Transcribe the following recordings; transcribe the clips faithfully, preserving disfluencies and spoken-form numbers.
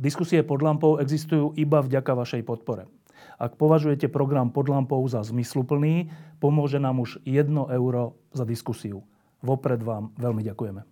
Diskusie pod lampou existujú iba vďaka vašej podpore. Ak považujete program Pod lampou za zmysluplný, pomôže nám už jedno euro za diskusiu. Vopred vám veľmi ďakujeme.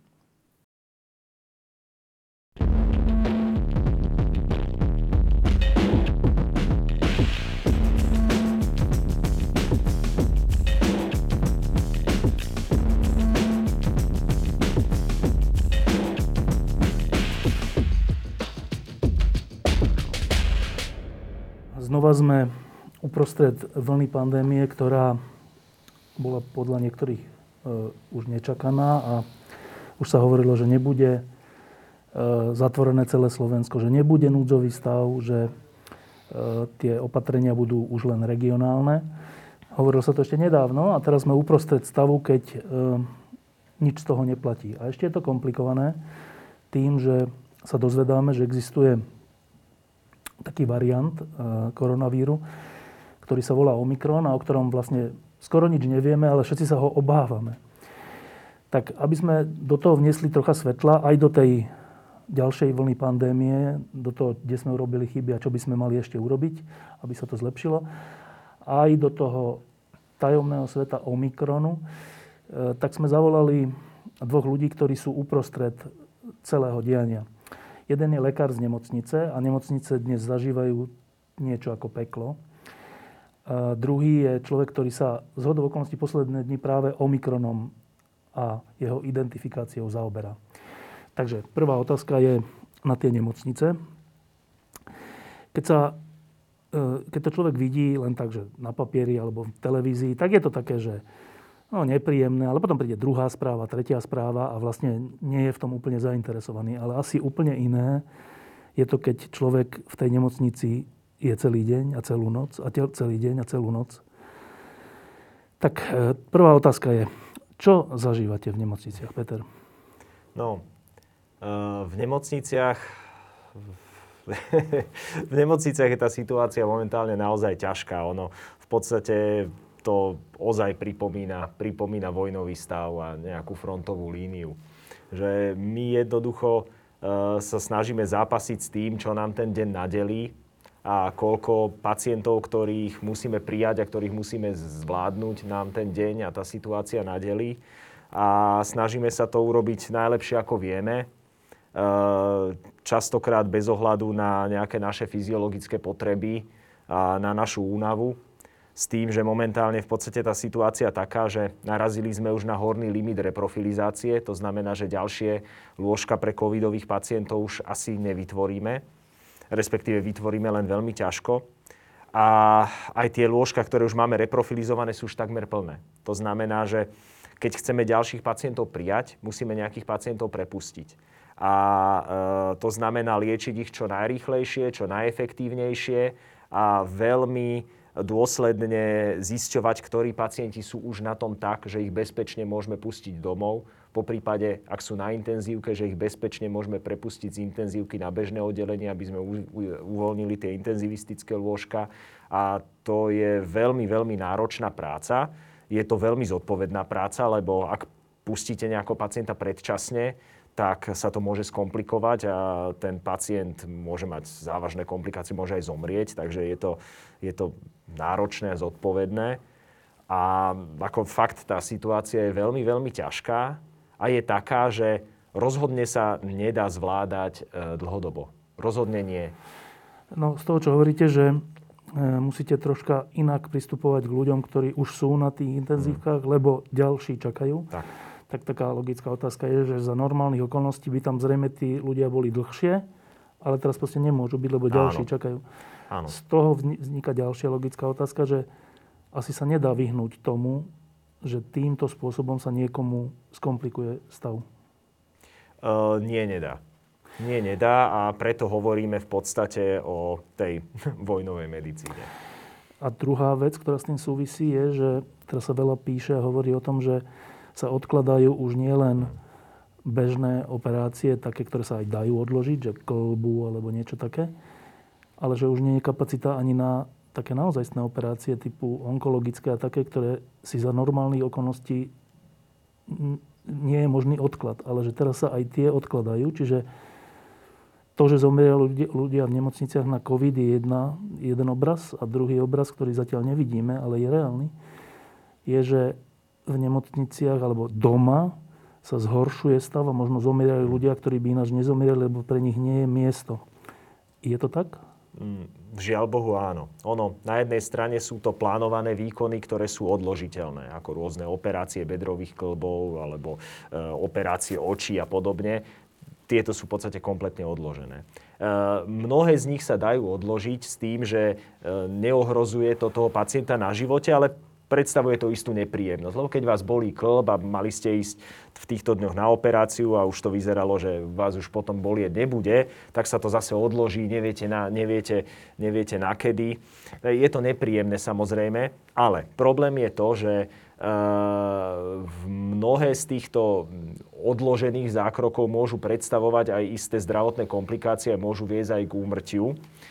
Znova sme uprostred vlny pandémie, ktorá bola podľa niektorých e, už nečakaná a už sa hovorilo, že nebude e, zatvorené celé Slovensko, že nebude núdzový stav, že e, tie opatrenia budú už len regionálne. Hovorilo sa to ešte nedávno a teraz sme uprostred stavu, keď e, nič z toho neplatí. A ešte je to komplikované tým, že sa dozvedáme, že existuje taký variant e, koronavíru, ktorý sa volá Omikron a o ktorom vlastne skoro nič nevieme, ale všetci sa ho obávame. Tak aby sme do toho vniesli trocha svetla aj do tej ďalšej vlny pandémie, do toho, kde sme urobili chyby a čo by sme mali ešte urobiť, aby sa to zlepšilo, aj do toho tajomného sveta Omikronu, e, tak sme zavolali dvoch ľudí, ktorí sú uprostred celého diania. Jeden je lekár z nemocnice a nemocnice dnes zažívajú niečo ako peklo. A druhý je človek, ktorý sa zhodou okolností posledné dni práve Omikronom a jeho identifikáciou zaoberá. Takže prvá otázka je na tie nemocnice. Keď, sa, keď to človek vidí len tak, že na papieri alebo v televízii, tak je to také, že no, nepríjemné, ale potom príde druhá správa, tretia správa a vlastne nie je v tom úplne zainteresovaný. Ale asi úplne iné je to, keď človek v tej nemocnici je celý deň a celú noc a celý deň a celú noc. Tak prvá otázka je, čo zažívate v nemocniciach, Peter? No, v nemocniciach v nemocniciach je tá situácia momentálne naozaj ťažká. Ono v podstate to ozaj pripomína, pripomína vojnový stav a nejakú frontovú líniu. Že my jednoducho e, sa snažíme zápasiť s tým, čo nám ten deň nadelí a koľko pacientov, ktorých musíme prijať a ktorých musíme zvládnuť, nám ten deň a tá situácia nadelí. A snažíme sa to urobiť najlepšie, ako vieme. E, častokrát bez ohľadu na nejaké naše fyziologické potreby a na našu únavu. S tým, že momentálne v podstate tá situácia taká, že narazili sme už na horný limit reprofilizácie. To znamená, že ďalšie lôžka pre covidových pacientov už asi nevytvoríme. Respektíve vytvoríme len veľmi ťažko. A aj tie lôžka, ktoré už máme reprofilizované, sú už takmer plné. To znamená, že keď chceme ďalších pacientov prijať, musíme nejakých pacientov prepustiť. A e, to znamená liečiť ich čo najrýchlejšie, čo najefektívnejšie a veľmi dôsledne zisťovať, ktorí pacienti sú už na tom tak, že ich bezpečne môžeme pustiť domov. Po prípade, ak sú na intenzívke, že ich bezpečne môžeme prepustiť z intenzívky na bežné oddelenie, aby sme uvoľnili tie intenzivistické lôžka. A to je veľmi, veľmi náročná práca. Je to veľmi zodpovedná práca, lebo ak pustíte nejakého pacienta predčasne, tak sa to môže skomplikovať a ten pacient môže mať závažné komplikácie, môže aj zomrieť, takže je to, je to náročné a zodpovedné. A ako fakt tá situácia je veľmi, veľmi ťažká a je taká, že rozhodne sa nedá zvládať dlhodobo. Rozhodne nie. No z toho, čo hovoríte, že musíte troška inak pristupovať k ľuďom, ktorí už sú na tých intenzívkach, hmm. lebo ďalší čakajú. Tak. Tak taká logická otázka je, že za normálnych okolností by tam zrejme tí ľudia boli dlhšie, ale teraz proste nemôžu byť, lebo ďalší Áno. čakajú. Áno. Z toho vzniká ďalšia logická otázka, že asi sa nedá vyhnúť tomu, že týmto spôsobom sa niekomu skomplikuje stav. Uh, nie, nedá. Nie, nedá a preto hovoríme v podstate o tej vojnovej medicíne. A druhá vec, ktorá s tým súvisí, je, že teraz sa veľa píše a hovorí o tom, že sa odkladajú už nielen bežné operácie, také, ktoré sa aj dajú odložiť, že kĺbu alebo niečo také, ale že už nie je kapacita ani na také naozajstné operácie typu onkologické a také, ktoré si za normálnych okolností nie je možný odklad, ale že teraz sa aj tie odkladajú, čiže to, že zomierajú ľudia, ľudia v nemocniciach na COVID je jedna, jeden obraz a druhý obraz, ktorý zatiaľ nevidíme, ale je reálny, je, že v nemocniciach alebo doma sa zhoršuje stav a možno zomierajú ľudia, ktorí by ináč nezomierali, lebo pre nich nie je miesto. Je to tak? Žiaľ Bohu, áno. Ono, na jednej strane sú to plánované výkony, ktoré sú odložiteľné, ako rôzne operácie bedrových kĺbov alebo e, operácie očí a podobne. Tieto sú v podstate kompletne odložené. E, mnohé z nich sa dajú odložiť s tým, že e, neohrozuje to toho pacienta na živote, ale predstavuje to istú nepríjemnosť. Lebo keď vás bolí kĺb a mali ste ísť v týchto dňoch na operáciu a už to vyzeralo, že vás už potom bolieť nebude, tak sa to zase odloží, neviete, na, neviete, neviete na kedy. Je to nepríjemné samozrejme, ale problém je to, že v mnohé z týchto odložených zákrokov môžu predstavovať aj isté zdravotné komplikácie a môžu viesť aj k úmrtiu.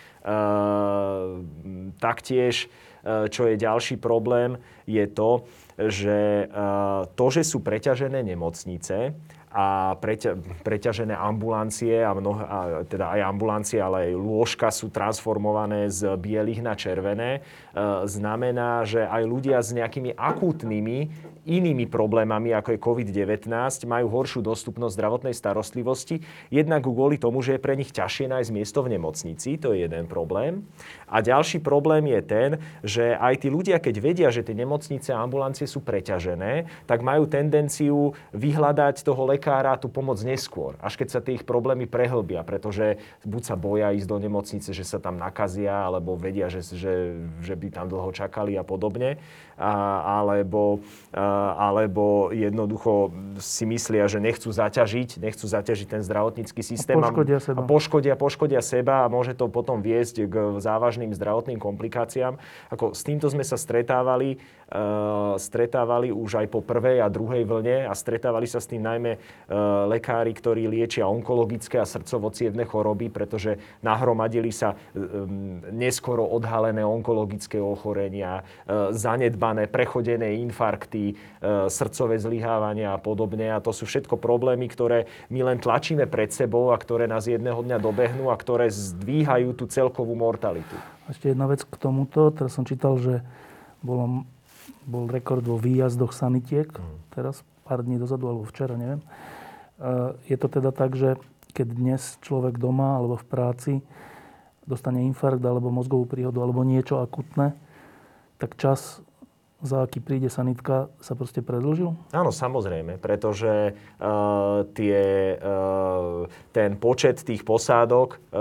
Taktiež, čo je ďalší problém, je to, že to, že sú preťažené nemocnice a preťa, preťažené ambulancie, a mnoho, a teda aj ambulancie, ale aj lôžka sú transformované z bielých na červené, znamená, že aj ľudia s nejakými akútnymi inými problémami, ako je COVID devätnásť, majú horšiu dostupnosť zdravotnej starostlivosti. Jednak kvôli tomu, že je pre nich ťažšie nájsť miesto v nemocnici, to je jeden problém. A ďalší problém je ten, že aj tí ľudia, keď vedia, že tie nemocnice a ambulancie sú preťažené, tak majú tendenciu vyhľadať toho lekára tú pomoc neskôr, až keď sa tie ich problémy prehlbia, pretože buď sa boja ísť do nemocnice, že sa tam nakazia, alebo vedia, že, že, že by tam dlho čakali a podobne, a, alebo a, alebo jednoducho si myslia, že nechcú zaťažiť, nechcú zaťažiť ten zdravotnícky systém. A poškodia seba. A poškodia, poškodia seba a môže to potom viesť k závažným zdravotným komplikáciám. Ako s týmto sme sa stretávali, uh, stretávali už aj po prvej a druhej vlne a stretávali sa s tým najmä uh, lekári, ktorí liečia onkologické a srdcovo-cievne choroby, pretože nahromadili sa um, neskoro odhalené onkologické ochorenia, uh, zanedbané, prechodené infarkty, srdcové zlyhávania a podobne. A to sú všetko problémy, ktoré my len tlačíme pred sebou a ktoré nás jedného dňa dobehnú a ktoré zdvíhajú tú celkovú mortalitu. Ešte jedna vec k tomuto. Teraz som čítal, že bolo, bol rekord vo výjazdoch sanitiek. Hmm. Teraz, pár dní dozadu, alebo včera, neviem. Je to teda tak, že keď dnes človek doma alebo v práci dostane infarkt alebo mozgovú príhodu alebo niečo akutné, tak čas, za aký príde sanitka, sa proste predĺžil? Áno, samozrejme, pretože uh, tie, uh, ten počet tých posádok uh,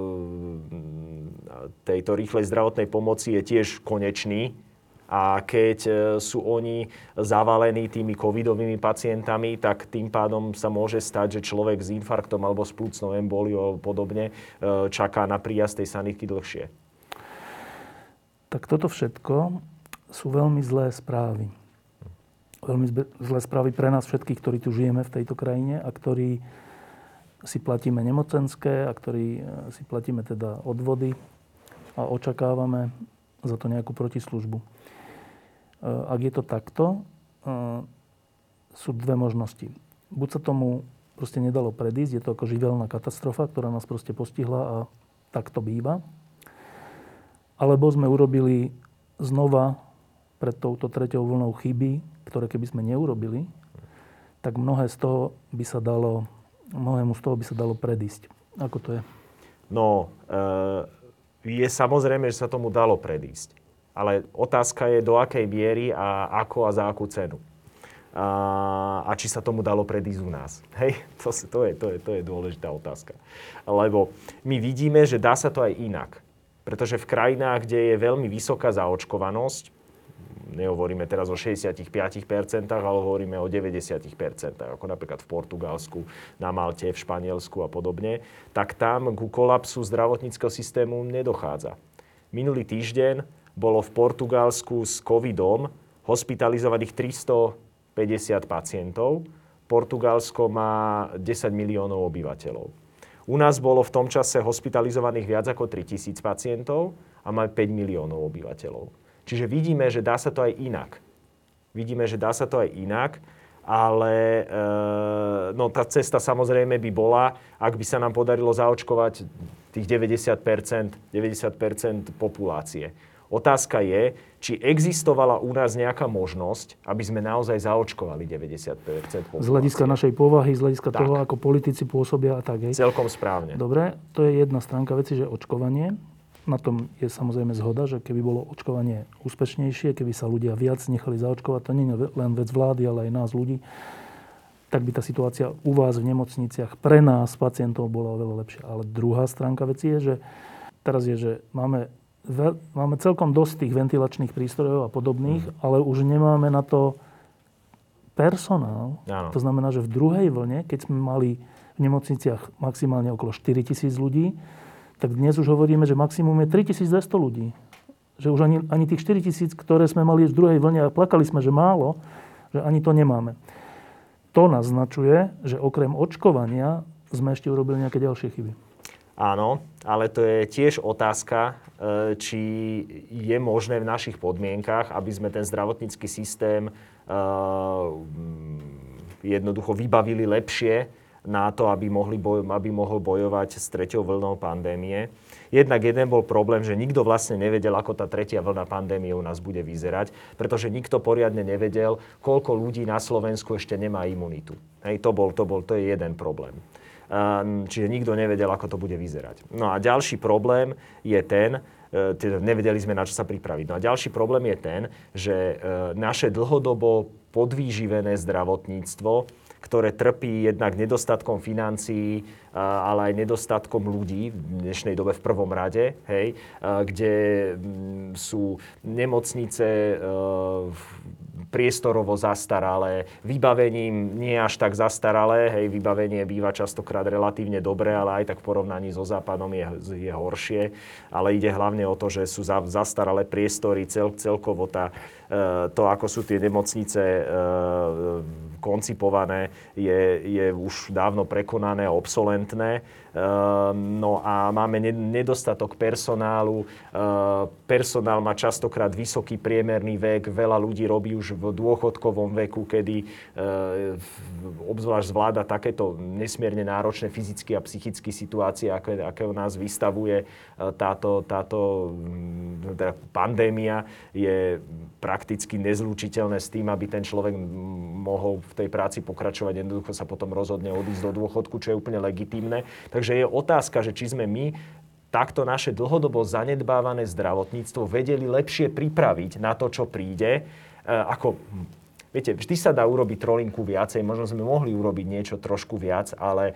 tejto rýchlej zdravotnej pomoci je tiež konečný. A keď uh, sú oni zavalení tými covidovými pacientami, tak tým pádom sa môže stať, že človek s infarktom alebo s plúcnou embóliou alebo podobne uh, čaká na príjazd tej sanitky dlhšie. Tak toto všetko sú veľmi zlé správy. Veľmi zlé správy pre nás všetkých, ktorí tu žijeme v tejto krajine a ktorí si platíme nemocenské a ktorí si platíme teda odvody a očakávame za to nejakú protislužbu. Ak je to takto, sú dve možnosti. Buď sa tomu proste nedalo predísť, je to ako živelná katastrofa, ktorá nás proste postihla a tak to býva. Alebo sme urobili znova pred touto treťou vlnou chyby, ktoré keby sme neurobili, tak mnohé z toho by sa dalo, mnohému z toho by sa dalo predísť. Ako to je? No, je samozrejme, že sa tomu dalo predísť. Ale otázka je, do akej miery a ako a za akú cenu. A, a či sa tomu dalo predísť u nás. Hej, to, to, je, to, je, to je dôležitá otázka. Lebo my vidíme, že dá sa to aj inak. Pretože v krajinách, kde je veľmi vysoká zaočkovanosť, nehovoríme teraz o šesťdesiatpäť percent, ale hovoríme o deväťdesiat percent, ako napríklad v Portugalsku, na Malte, v Španielsku a podobne, tak tam ku kolapsu zdravotníckeho systému nedochádza. Minulý týždeň bolo v Portugalsku s covidom hospitalizovaných tristopäťdesiat pacientov. Portugalsko má desať miliónov obyvateľov. U nás bolo v tom čase hospitalizovaných viac ako tritisíc pacientov a máme päť miliónov obyvateľov. Čiže vidíme, že dá sa to aj inak. Vidíme, že dá sa to aj inak ale e, no, tá cesta samozrejme by bola, ak by sa nám podarilo zaočkovať tých deväťdesiat percent, deväťdesiat percent populácie. Otázka je, či existovala u nás nejaká možnosť, aby sme naozaj zaočkovali deväťdesiat percent populácie. Z hľadiska našej povahy, z hľadiska tak. toho, ako politici pôsobia a tak. Hej. Celkom správne. Dobre, to je jedna stránka veci, že očkovanie. Na tom je samozrejme zhoda, že keby bolo očkovanie úspešnejšie, keby sa ľudia viac nechali zaočkovať, to nie je len vec vlády, ale aj nás ľudí, tak by tá situácia u vás v nemocniciach pre nás, pacientov, bola oveľa lepšia. Ale druhá stránka veci je, že teraz je, že máme, veľ, máme celkom dosť tých ventilačných prístrojov a podobných, mm. ale už nemáme na to personál. Áno. To znamená, že v druhej vlne, keď sme mali v nemocniciach maximálne okolo štyritisíc ľudí, tak dnes už hovoríme, že maximum je tritisícdvesto ľudí. Že už ani, ani tých štyritisíc, ktoré sme mali v druhej vlne a plakali sme, že málo, že ani to nemáme. To naznačuje, že okrem očkovania sme ešte urobili nejaké ďalšie chyby. Áno, ale to je tiež otázka, či je možné v našich podmienkach, aby sme ten zdravotnícky systém jednoducho vybavili lepšie na to, aby, mohli boj, aby mohol bojovať s treťou vlnou pandémie. Jednak jeden bol problém, že nikto vlastne nevedel, ako tá tretia vlna pandémie u nás bude vyzerať, pretože nikto poriadne nevedel, koľko ľudí na Slovensku ešte nemá imunitu. Hej, to bol, to bol, to je jeden problém. Čiže nikto nevedel, ako to bude vyzerať. No a ďalší problém je ten, teda nevedeli sme, na čo sa pripraviť. No a ďalší problém je ten, že naše dlhodobo podvýživené zdravotníctvo, ktoré trpí jednak nedostatkom financií, ale aj nedostatkom ľudí v dnešnej dobe v prvom rade, hej, kde sú nemocnice priestorovo zastaralé, vybavením nie až tak zastaralé, hej, vybavenie býva častokrát relatívne dobré, ale aj tak v porovnaní so západom je, je horšie, ale ide hlavne o to, že sú za, zastaralé priestory, cel, celkovo tá, to, ako sú tie nemocnice koncipované, je, je už dávno prekonané a obsolentné. No a máme nedostatok personálu. Personál má častokrát vysoký priemerný vek. Veľa ľudí robí už v dôchodkovom veku, kedy obzvlášť zvláda takéto nesmierne náročné fyzické a psychické situácie, aké, aké nás vystavuje táto, táto teda pandémia, je prakticky nezlučiteľné s tým, aby ten človek mohol v tej práci pokračovať. Jednoducho sa potom rozhodne odísť do dôchodku, čo je úplne legitímne. Takže je otázka, že či sme my takto naše dlhodobo zanedbávané zdravotníctvo vedeli lepšie pripraviť na to, čo príde. E, ako, viete, vždy sa dá urobiť trolinku viacej, možno sme mohli urobiť niečo trošku viac, ale e,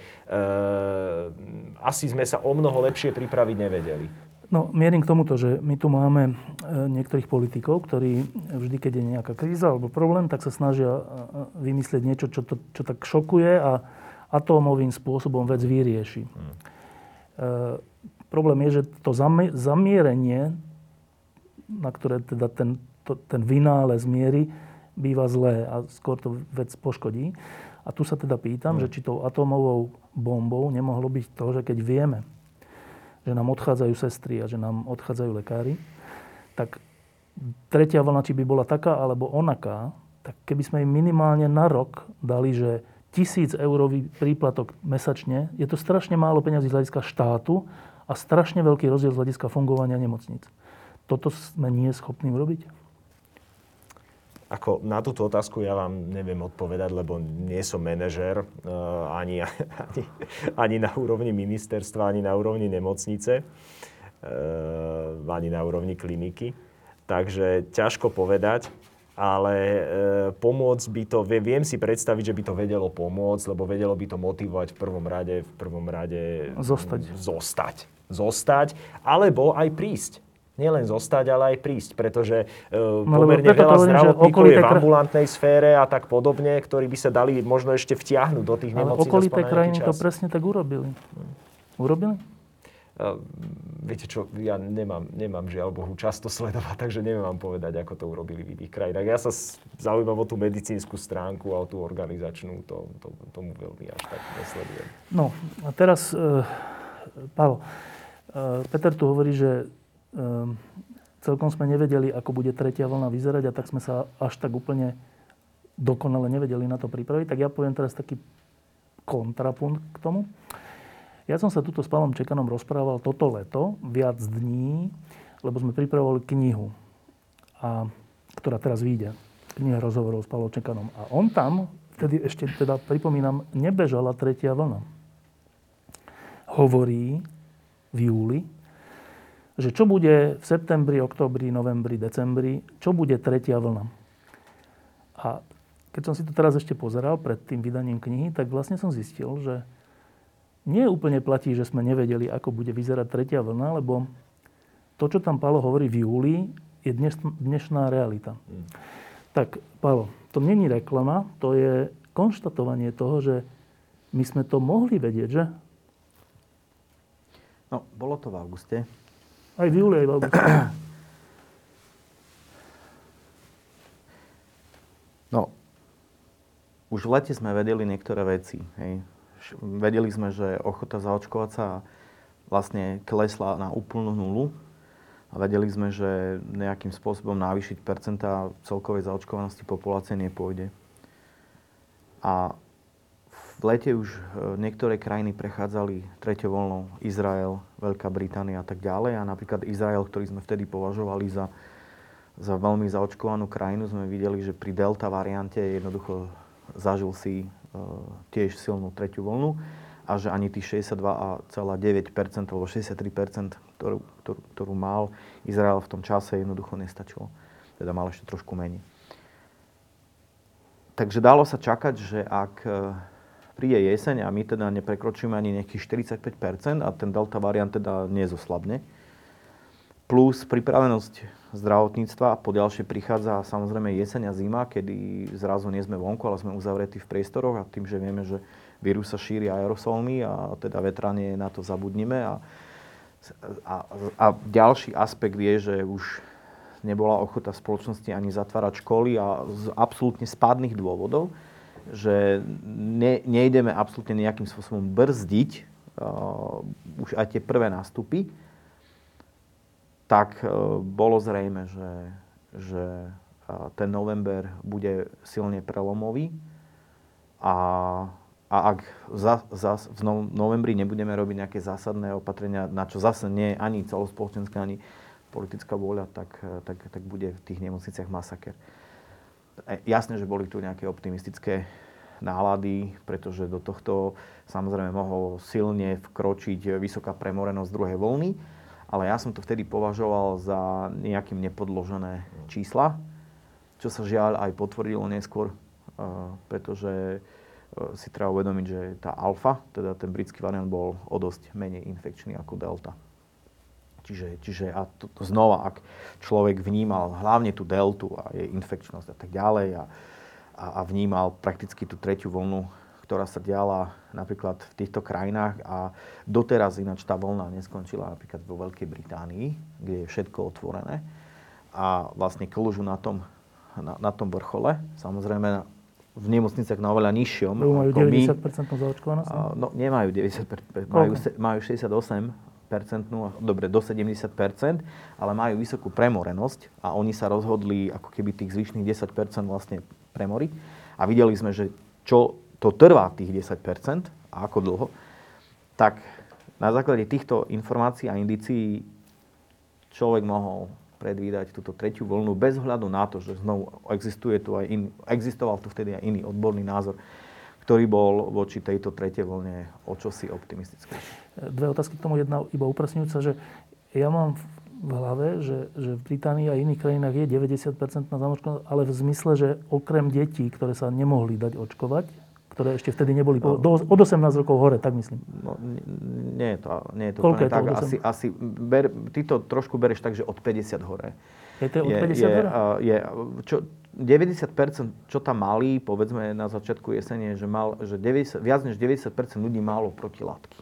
asi sme sa o mnoho lepšie pripraviť nevedeli. No, mierim k tomuto, že my tu máme niektorých politikov, ktorí vždy, keď je nejaká kríza alebo problém, tak sa snažia vymyslieť niečo, čo, to, čo tak šokuje a atómovým spôsobom vec vyrieši. Hmm. E, problém je, že to zamierenie, na ktoré teda ten, to, ten vynález mierí, býva zlé a skôr to vec poškodí. A tu sa teda pýtam, hmm. že či tou atómovou bombou nemohlo byť to, že keď vieme, že nám odchádzajú sestry a že nám odchádzajú lekári, tak tretia vlna, či by bola taká alebo onaká, tak keby sme im minimálne na rok dali, že tisíc eurový príplatok mesačne, je to strašne málo peňazí z hľadiska štátu a strašne veľký rozdiel z hľadiska fungovania nemocníc. Toto sme nie schopní urobiť? Ako na túto otázku ja vám neviem odpovedať, lebo nie som manažér uh, ani, ani, ani na úrovni ministerstva, ani na úrovni nemocnice, uh, ani na úrovni kliniky. Takže ťažko povedať, ale uh, pomôcť by to, viem si predstaviť, že by to vedelo pomôcť, lebo vedelo by to motivovať v prvom rade, v prvom rade zostať. Zostať. Zostať, alebo aj prísť. Nielen zostať, ale aj prísť, pretože uh, no, pomerne veľa zdravotníkov je v ambulantnej sfére a tak podobne, ktorí by sa dali možno ešte vtiahnuť do tých nemocníc. Ale okolité krajiny to presne tak urobili. Hmm. Urobili? Uh, viete čo, ja nemám, nemám žiaľ Bohu často sledovať, takže neviem vám povedať, ako to urobili v iných krajinách. Ja sa zaujímam o tú medicínsku stránku a o tú organizačnú, to, to, tomu veľmi až tak nesledujem. No a teraz, uh, Pavel, uh, Peter tu hovorí, že Um, celkom sme nevedeli, ako bude tretia vlna vyzerať a tak sme sa až tak úplne dokonale nevedeli na to pripraviť, tak ja poviem teraz taký kontrapunkt k tomu. Ja som sa tuto s Pavlom Čekanom rozprával toto leto, viac dní, lebo sme pripravovali knihu, a, ktorá teraz vyjde. Kniha rozhovorov s Pavlom Čekanom. A on tam, vtedy ešte teda pripomínam, nebežala tretia vlna. Hovorí v júli, že čo bude v septembri, októbri, novembri, decembri, čo bude tretia vlna. A keď som si to teraz ešte pozeral pred tým vydaním knihy, tak vlastne som zistil, že nie úplne platí, že sme nevedeli, ako bude vyzerať tretia vlna, lebo to, čo tam Pálo hovorí v júli, je dnes, dnešná realita. Mm. Tak, Pálo, to není reklama, to je konštatovanie toho, že my sme to mohli vedieť, že? No, bolo to v auguste. Aj v júli, aj v auguste. No, už v lete sme vedeli niektoré veci. Hej. Vedeli sme, že ochota zaočkovať sa vlastne klesla na úplnú nulu. A vedeli sme, že nejakým spôsobom navýšiť percentá celkovej zaočkovanosti populácie nepôjde. A v lete už niektoré krajiny prechádzali treťou vlnou. Izrael, Veľká Británia a tak ďalej. A napríklad Izrael, ktorý sme vtedy považovali za, za veľmi zaočkovanú krajinu, sme videli, že pri delta variante jednoducho zažil si uh, tiež silnú tretiu vlnu a že ani tých šesťdesiatdva celá deväť percent alebo šesťdesiattri percent, ktorú, ktorú, ktorú mal Izrael v tom čase, jednoducho nestačilo. Teda mal ešte trošku menej. Takže dalo sa čakať, že ak príde jeseň a my teda neprekročíme ani nejakých štyridsaťpäť percent a ten delta variant teda nezoslabne, plus pripravenosť zdravotníctva a po ďalšie prichádza samozrejme jeseň a zima, kedy zrazu nie sme vonku, ale sme uzavretí v priestoroch a tým, že vieme, že vírus sa šíri aerosolmi a teda vetranie na to zabudnime. A, a, a ďalší aspekt je, že už nebola ochota v spoločnosti ani zatvárať školy a z absolútne spádnych dôvodov, že ne, nejdeme absolútne nejakým spôsobom brzdiť uh, už aj tie prvé nástupy, tak uh, bolo zrejme, že, že uh, ten november bude silne prelomový a A ak za, za, v novembri nebudeme robiť nejaké zásadné opatrenia, na čo zase nie je ani celospoločenská, ani politická vôľa, tak, tak, tak bude v tých nemocniciach masaker. Jasné, že boli tu nejaké optimistické nálady, pretože do tohto samozrejme mohlo silne vkročiť vysoká premorenosť druhej vlny, ale ja som to vtedy považoval za nejakým nepodložené čísla, čo sa žiaľ aj potvrdilo neskôr, pretože si treba uvedomiť, že tá alfa, teda ten britský variant, bol o dosť menej infekčný ako delta. Čiže, čiže a to, to znova, ak človek vnímal hlavne tú deltu a jej infekčnosť a tak ďalej a, a, a vnímal prakticky tú tretiu vlnu, ktorá sa diala napríklad v týchto krajinách a doteraz ináč tá vlna neskončila napríklad vo Veľkej Británii, kde je všetko otvorené a vlastne klžu na tom, na, na tom vrchole. Samozrejme, v nemocniciach na oveľa nižšom. Majú deväťdesiat percent zaočkovanosť? No, nemajú deväťdesiat percent, majú, majú šesťdesiatosem percent, dobre, do sedemdesiat percent, ale majú vysokú premorenosť a oni sa rozhodli ako keby tých zvyšných desať percent vlastne premoriť. A videli sme, že čo to trvá tých desať percent a ako dlho, tak na základe týchto informácií a indícií človek mohol predvídať túto tretiu vlnu bez hľadu na to, že znovu existuje tu aj in, existoval tu vtedy aj iný odborný názor, ktorý bol voči tejto tretej vlne o čosi optimistický. Dve otázky k tomu. Jedna iba upresňujúca, že ja mám v hlave, že, že v Británii a iných krajinách je deväťdesiat percent na zaočkovanosť, ale v zmysle, že okrem detí, ktoré sa nemohli dať očkovať, ktoré ešte vtedy neboli, no, do, od osemnásť rokov hore, tak myslím. No, nie je to, nie je to Koľko úplne je to tak. Asi, asi ber, ty to trošku bereš tak, že od päťdesiat hore. Je to od päťdesiat je, hore? Je, čo, deväťdesiat percent, čo tam mali, povedzme na začiatku jesene, že, mal, že deväťdesiat, viac než deväťdesiat percent ľudí malo protilátky.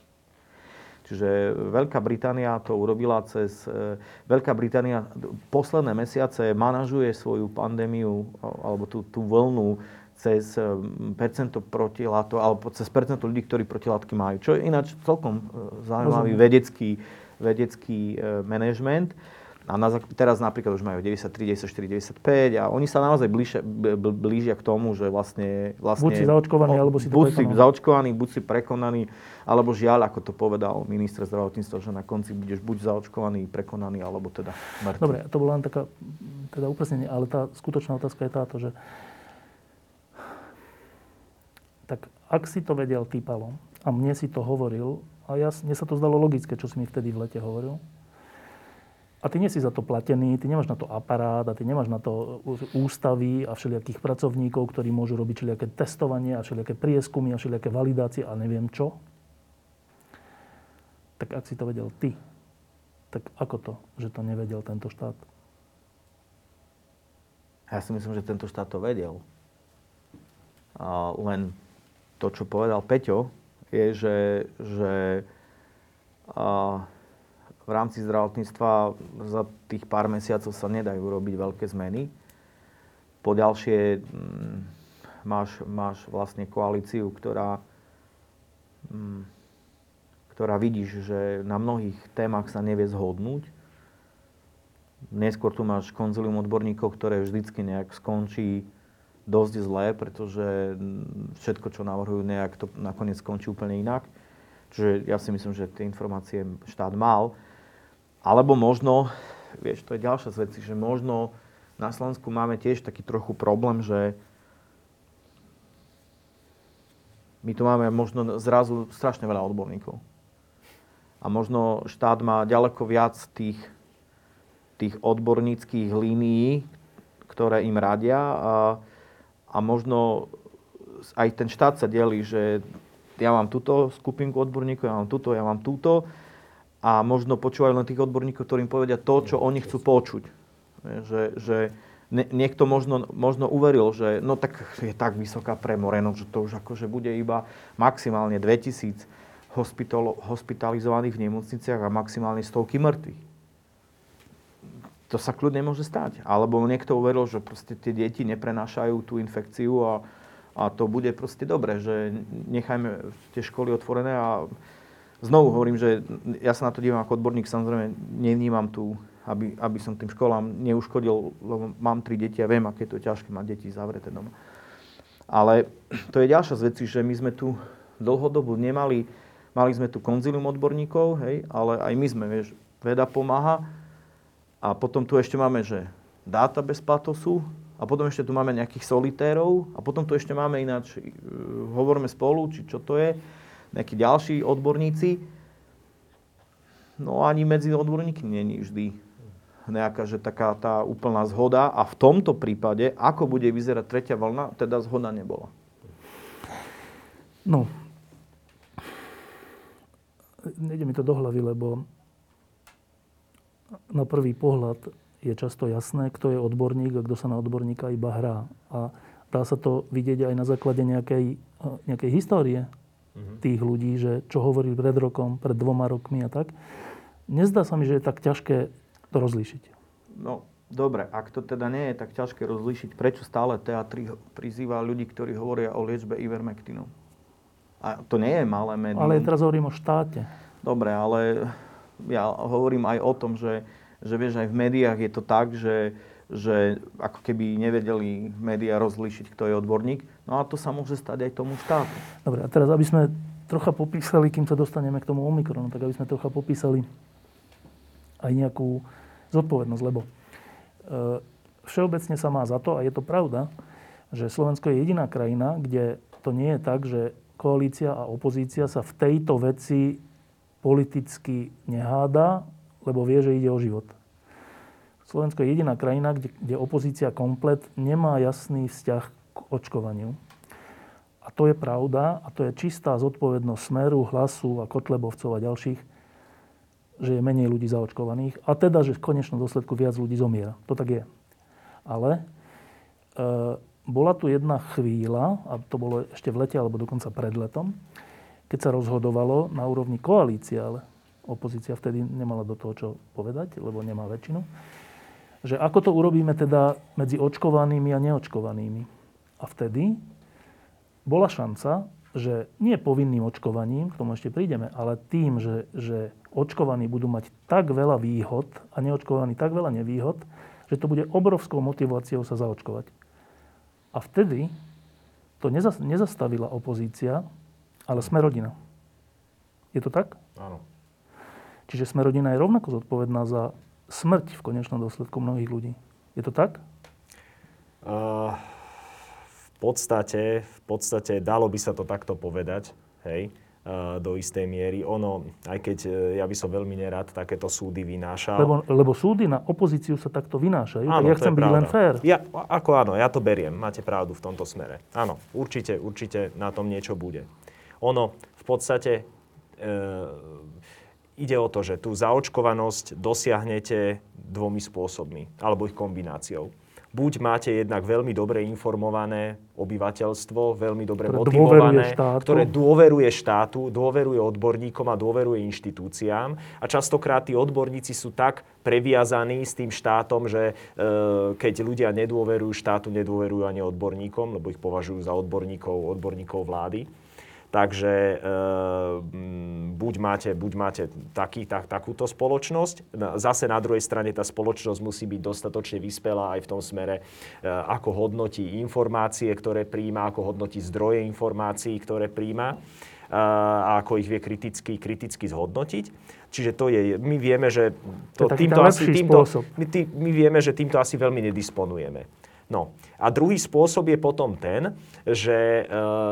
Čiže Veľká Británia to urobila cez... Veľká Británia posledné mesiace manažuje svoju pandémiu, alebo tú, tú vlnu, cez percento protilátok, alebo cez percento ľudí, ktorí protilátky majú. Čo je ináč celkom zaujímavý vedecký, vedecký manažment. A na, teraz napríklad už majú deväťdesiattri, deväťdesiatštyri, deväťdesiatpäť a oni sa naozaj blížia, blížia k tomu, že vlastne... vlastne buď si zaočkovaný, alebo si to Buď si prekonaný. zaočkovaný, buď si prekonaný, alebo žiaľ, ako to povedal minister zdravotníctva, že na konci budeš buď zaočkovaný, prekonaný, alebo teda mŕtvy. Dobre, to bola len taká teda upresnenie, ale tá skutočná otázka je táto, že tak ak si to vedel ty, Palo, a mne si to hovoril, a ja, mne sa to zdalo logické, čo si mi vtedy v lete hovoril, a ty nie si za to platený, ty nemáš na to aparát a ty nemáš na to ústavy a všelijakých pracovníkov, ktorí môžu robiť všelijaké testovanie a všelijaké prieskumy a všelijaké validácie a neviem čo. Tak ak si to vedel ty, tak ako to, že to nevedel tento štát? Ja si myslím, že tento štát to vedel. A len to, čo povedal Peťo, je, že, že a, v rámci zdravotníctva za tých pár mesiacov sa nedajú robiť veľké zmeny. Po ďalšie mm, máš, máš vlastne koalíciu, ktorá, mm, ktorá vidíš, že na mnohých témach sa nevie zhodnúť. Neskôr tu máš konzílium odborníkov, ktoré vždycky nejak skončí dosť zlé, pretože všetko, čo navrhujú, nejak to nakoniec skončí úplne inak. Čiže ja si myslím, že tie informácie štát mal. Alebo možno, vieš, to je ďalšia z vecí, že možno na Slovensku máme tiež taký trochu problém, že my tu máme možno zrazu strašne veľa odborníkov. A možno štát má ďaleko viac tých, tých odborníckých línií, ktoré im radia a, a možno aj ten štát sa delí, že ja mám túto skupinku odborníkov, ja mám túto, ja mám túto. A možno počúvajú len tých odborníkov, ktorým povedia to, čo oni chcú počuť. Že, že niekto možno, možno uveril, že no tak je tak vysoká premoreno, že to už akože bude iba maximálne dvetisíc hospitalizovaných v nemocniciach a maximálne stovky mŕtvych. To sa kľudne môže stať. Alebo niekto uveril, že proste tie deti neprenášajú tú infekciu a, a to bude proste dobre, že nechajme tie školy otvorené a znovu hovorím, že ja sa na to dívam ako odborník, samozrejme nevnímam tu, aby, aby som tým školám neuškodil, lebo mám tri deti a viem, aké to je ťažké mať deti zavreté doma. Ale to je ďalšia z vecí, že my sme tu dlhodobo nemali, mali sme tu konzílium odborníkov, hej, ale aj my sme, vieš, veda pomáha a potom tu ešte máme, že dáta bez patosu a potom ešte tu máme nejakých solitérov a potom tu ešte máme ináč, hovoríme spolu, či čo to je, nejakí ďalší odborníci. No ani medzi odborníkmi nie je vždy nejaká, že taká tá úplná zhoda. A v tomto prípade, ako bude vyzerať tretia vlna, teda zhoda nebola. No, nejde mi to do hlavy, lebo na prvý pohľad je často jasné, kto je odborník a kto sa na odborníka iba hrá. A dá sa to vidieť aj na základe nejakej, nejakej histórie tých ľudí, že čo hovorili pred rokom, pred dvoma rokmi a tak. Nezdá sa mi, že je tak ťažké to rozlíšiť. No, dobre, ak to teda nie je tak ťažké rozlíšiť, prečo stále té á tri prizýva ľudí, ktorí hovoria o liečbe Ivermectinom? A to nie je malé médium. Ale teraz hovorím o štáte. Dobre, ale ja hovorím aj o tom, že, že vieš, aj v médiách je to tak, že že ako keby nevedeli médiá rozlíšiť, kto je odborník. No a to sa môže stať aj tomu štátu. Dobre, a teraz, aby sme trocha popísali, kým sa dostaneme k tomu Omikronu, tak aby sme trocha popísali aj nejakú zodpovednosť, lebo e, všeobecne sa má za to, a je to pravda, že Slovensko je jediná krajina, kde to nie je tak, že koalícia a opozícia sa v tejto veci politicky neháda, lebo vie, že ide o život. Slovensko je jediná krajina, kde, kde opozícia komplet nemá jasný vzťah k očkovaniu. A to je pravda a to je čistá zodpovednosť Smeru, Hlasu a Kotlebovcov a ďalších, že je menej ľudí zaočkovaných a teda, že v konečnom dôsledku viac ľudí zomiera. To tak je. Ale e, bola tu jedna chvíľa, a to bolo ešte v lete alebo dokonca pred letom, keď sa rozhodovalo na úrovni koalície, ale opozícia vtedy nemala do toho čo povedať, lebo nemá väčšinu, že ako to urobíme teda medzi očkovanými a neočkovanými. A vtedy bola šanca, že nie povinným očkovaním, k tomu ešte prídeme, ale tým, že, že očkovaní budú mať tak veľa výhod a neočkovaní tak veľa nevýhod, že to bude obrovskou motiváciou sa zaočkovať. A vtedy to nezas, nezastavila opozícia, ale Smer-rodina. Je to tak? Áno. Čiže Smer-rodina je rovnako zodpovedná za smrť v konečnom dôsledku mnohých ľudí. Je to tak? Uh, v podstate, v podstate dalo by sa to takto povedať, hej, uh, do istej miery. Ono, aj keď uh, ja by som veľmi nerad takéto súdy vynášal. Lebo, lebo súdy na opozíciu sa takto vynášajú. Áno, tak ja chcem byť len fér. Ja, ako áno, ja to beriem. Máte pravdu v tomto smere. Áno, určite, určite na tom niečo bude. Ono, v podstate, uh, ide o to, že tú zaočkovanosť dosiahnete dvomi spôsobmi, alebo ich kombináciou. Buď máte jednak veľmi dobre informované obyvateľstvo, veľmi dobre ktoré motivované, dôveruje ktoré dôveruje štátu, dôveruje odborníkom a dôveruje inštitúciám. A častokrát tí odborníci sú tak previazaní s tým štátom, že e, keď ľudia nedôverujú štátu, nedôverujú ani odborníkom, lebo ich považujú za odborníkov, odborníkov vlády. Takže e, buď máte, buď máte taký, tak, takúto spoločnosť. Zase na druhej strane tá spoločnosť musí byť dostatočne vyspelá aj v tom smere, e, ako hodnotí informácie, ktoré príjma, ako hodnotí zdroje informácií, ktoré príjma a ako ich vie kriticky, kriticky zhodnotiť. Čiže to je, my vieme, že to, to týmto asi, týmto, my, tý, my vieme, že týmto asi veľmi nedisponujeme. No a druhý spôsob je potom ten, že e,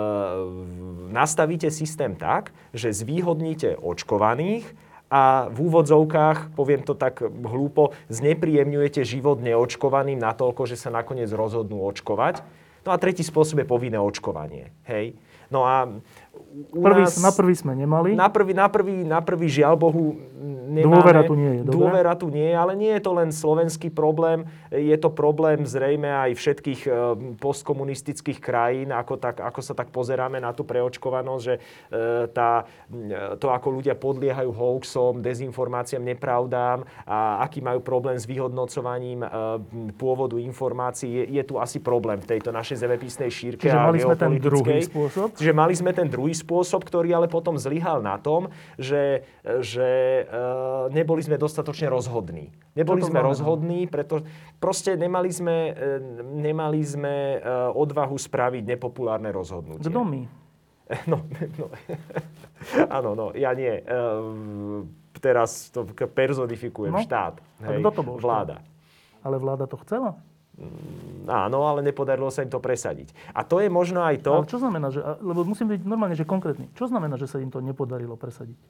nastavíte systém tak, že zvýhodníte očkovaných a v úvodzovkách, poviem to tak hlúpo, znepríjemňujete život neočkovaným natoľko, že sa nakoniec rozhodnú očkovať. No a tretí spôsob je povinné očkovanie. Hej? No a u prvý, nás, na prvý sme nemali. Na prvý, na prvý, na prvý žiaľ Bohu nemáme. Dôvera tu nie je. Dobre? Dôvera tu nie je, ale nie je to len slovenský problém. Je to problém zrejme aj všetkých postkomunistických krajín, ako, tak, ako sa tak pozeráme na tú preočkovanosť, že tá, to, ako ľudia podliehajú hoaxom, dezinformáciám, nepravdám a aký majú problém s vyhodnocovaním pôvodu informácií, je, je tu asi problém v tejto našej zemepisnej šírke. Čiže a mali sme ten geopolitickej. druhý spôsob? Čiže mali sme ten druhý spôsob, ktorý ale potom zlyhal na tom, že, že e, neboli sme dostatočne rozhodní. Neboli sme znamená? rozhodní, pretože proste nemali sme, e, nemali sme e, odvahu spraviť nepopulárne rozhodnutie. Kto my? No, no. Áno, no, ja nie. E, teraz to personifikujem no, štát. Hej, kto to bol? vláda. Ale vláda to chcela? Áno, ale nepodarilo sa im to presadiť. A to je možno aj to... Ale čo znamená, že... Lebo musím byť normálne, že konkrétny. Čo znamená, že sa im to nepodarilo presadiť?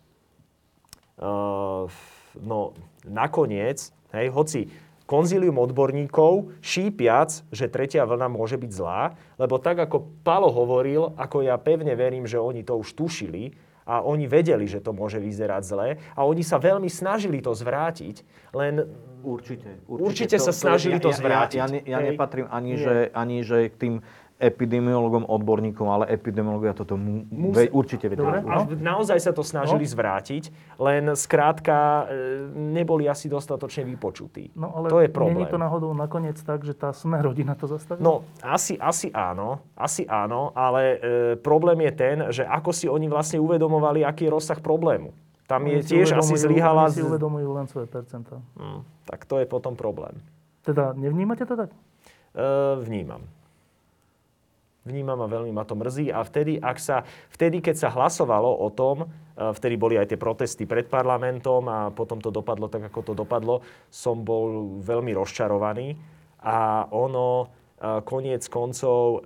Uh, no, nakoniec, hej, hoci konzílium odborníkov šípiac, že tretia vlna môže byť zlá, lebo tak, ako Palo hovoril, ako ja pevne verím, že oni to už tušili, a oni vedeli, že to môže vyzerať zle a oni sa veľmi snažili to zvrátiť, len určite, určite, určite to, sa snažili to, to zvrátiť. Ja, ja, ja, ja nepatrím ani že, ani, že k tým epidemiologom, odborníkom, ale epidemiológovia toto mu, ve, určite vedia. A naozaj sa to snažili no. zvrátiť, len skrátka neboli asi dostatočne vypočutí. No ale to je problém. Nie je to náhodou nakoniec tak, že tá Smer-rodina to zastavila? No, asi, asi áno, asi áno, ale e, problém je ten, že ako si oni vlastne uvedomovali, aký je rozsah problému. Tam je tiež asi zlyhala... Oni si uvedomujú len svoje percentá. Hmm, tak to je potom problém. Teda nevnímate to tak? E, vnímam. Vnímam a veľmi ma to mrzí. A vtedy, ak sa, vtedy, keď sa hlasovalo o tom, vtedy boli aj tie protesty pred parlamentom a potom to dopadlo tak, ako to dopadlo, som bol veľmi rozčarovaný. A ono, koniec koncov,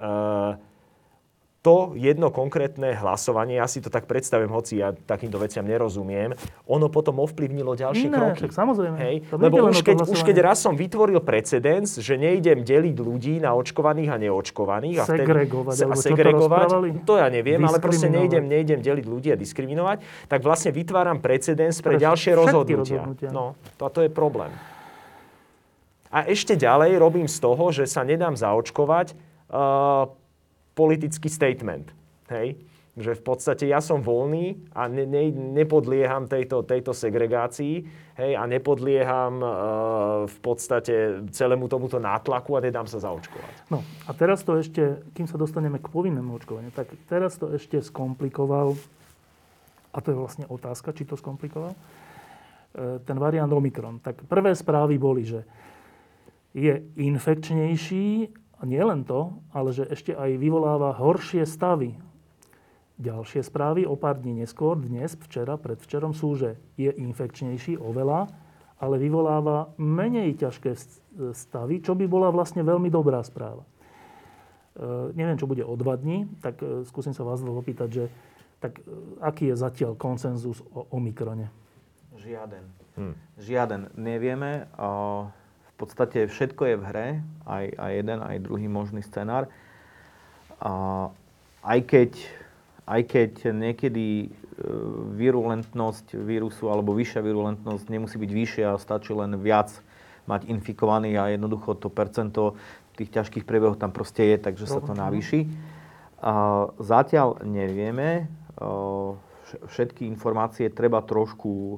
to jedno konkrétne hlasovanie, ja si to tak predstavím, hoci ja takýmto veciam nerozumiem, ono potom ovplyvnilo ďalšie ne, kroky. Však samozrejme. Hej? Lebo už keď, už keď raz som vytvoril precedens, že nejdem deliť ľudí na očkovaných a neočkovaných a, vtedy, segregovať, a segregovať, to, to ja neviem, ale proste nejdem, nejdem deliť ľudí a diskriminovať, tak vlastne vytváram precedens pre, pre ďalšie rozhodnutia. rozhodnutia. No, to, to je problém. A ešte ďalej robím z toho, že sa nedám zaočkovať uh, politický statement. Hej? Že v podstate ja som voľný a ne, ne, nepodlieham tejto, tejto segregácii, hej, a nepodlieham uh, v podstate celému tomuto nátlaku a nedám sa zaočkovať. No a teraz to ešte, kým sa dostaneme k povinnému očkovaniu, tak teraz to ešte skomplikoval, a to je vlastne otázka, či to skomplikoval, ten variant Omikron. Tak prvé správy boli, že je infekčnejší, a nie len to, ale že ešte aj vyvoláva horšie stavy. Ďalšie správy o pár dní neskôr, dnes, včera, predvčerom sú, že je infekčnejší oveľa, ale vyvoláva menej ťažké stavy, čo by bola vlastne veľmi dobrá správa. E, neviem, čo bude o dva dní, tak e, skúsim sa vás dvoch opýtať, že tak e, aký je zatiaľ konsenzus o Omikrone? Žiaden. Hm. Žiaden. Nevieme. O, v podstate všetko je v hre, aj, aj jeden, aj druhý možný scenár. A, aj keď Aj keď niekedy virulentnosť vírusu alebo vyššia virulentnosť nemusí byť vyššia, stačí len viac mať infikovaný a jednoducho to percento tých ťažkých priebehov tam proste je, takže sa to navýši. Zatiaľ nevieme. Všetky informácie treba trošku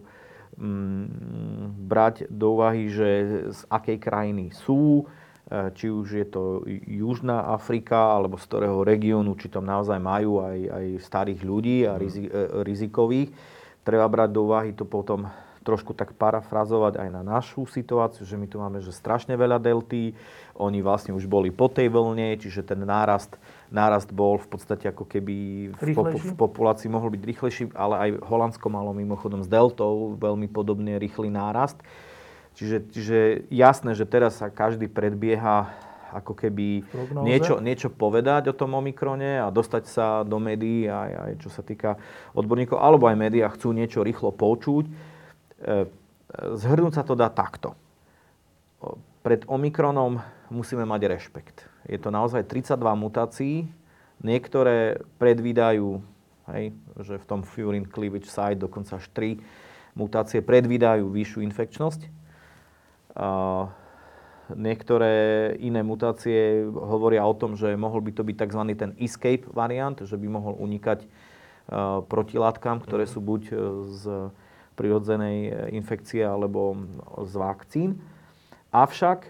brať do úvahy, že z akej krajiny sú, či už je to Južná Afrika, alebo z ktorého regiónu, či tam naozaj majú aj, aj starých ľudí a rizi, rizikových. Treba brať do úvahy to potom trošku tak parafrazovať aj na našu situáciu, že my tu máme že strašne veľa delty, oni vlastne už boli po tej vlne, čiže ten nárast, nárast bol v podstate ako keby v, po, v populácii mohol byť rýchlejší, ale aj Holandsko malo mimochodom s deltou veľmi podobne rýchly nárast. Čiže, čiže jasné, že teraz sa každý predbieha ako keby niečo, niečo povedať o tom Omikrone a dostať sa do médií, aj, aj čo sa týka odborníkov, alebo aj médiá chcú niečo rýchlo počuť. E, zhrnúť sa to dá takto. Pred Omikronom musíme mať rešpekt. Je to naozaj tridsaťdva mutácií. Niektoré predvídajú, hej, že v tom furin cleavage site dokonca až tri mutácie predvídajú vyššiu infekčnosť. Uh, niektoré iné mutácie hovoria o tom, že mohol by to byť tzv. Ten escape variant, že by mohol unikať uh, protilátkam, ktoré sú buď z prirodzenej infekcie alebo z vakcín. Avšak uh,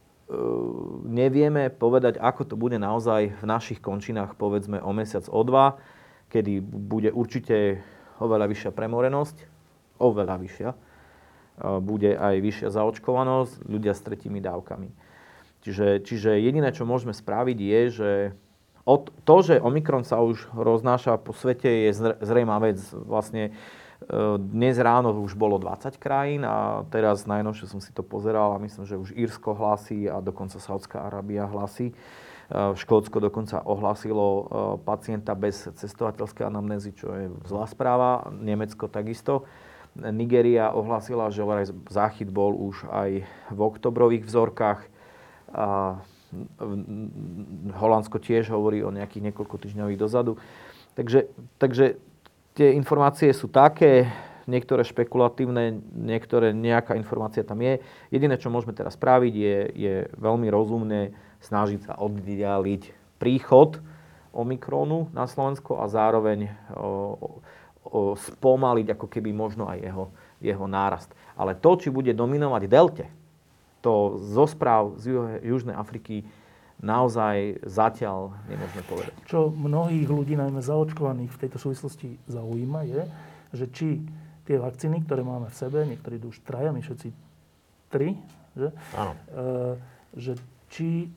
nevieme povedať, ako to bude naozaj v našich končinách, povedzme o mesiac, o dva, kedy bude určite oveľa vyššia premorenosť, oveľa vyššia, bude aj vyššia zaočkovanosť, ľudia s tretími dávkami. Čiže, čiže jediné, čo môžeme spraviť, je, že od, to, že Omikron sa už roznáša po svete, je zrejmá vec. Vlastne dnes ráno už bolo dvadsať krajín a teraz najnovšie som si to pozeral a myslím, že už Írsko hlási a dokonca Saudská Arábia hlási. Škótsko dokonca ohlásilo pacienta bez cestovateľskej anamnézy, čo je zlá správa. Nemecko takisto. Nigéria ohlásila, že záchyt bol už aj v oktobrových vzorkách. A Holandsko tiež hovorí o nejakých niekoľko týždňových dozadu. Takže, takže tie informácie sú také, niektoré špekulatívne, niektoré nejaká informácia tam je. Jediné, čo môžeme teraz spraviť, je, je veľmi rozumné snažiť sa oddialiť príchod Omikronu na Slovensko a zároveň o, o, spomaliť ako keby možno aj jeho, jeho nárast. Ale to, či bude dominovať delte, to zo správ z Južnej Afriky naozaj zatiaľ nemôžeme povedať. Čo mnohých ľudí, najmä zaočkovaných v tejto súvislosti zaujíma, je, že či tie vakcíny, ktoré máme v sebe, niektorí idú už traja, my všetci tri, že? Áno. E, že či e,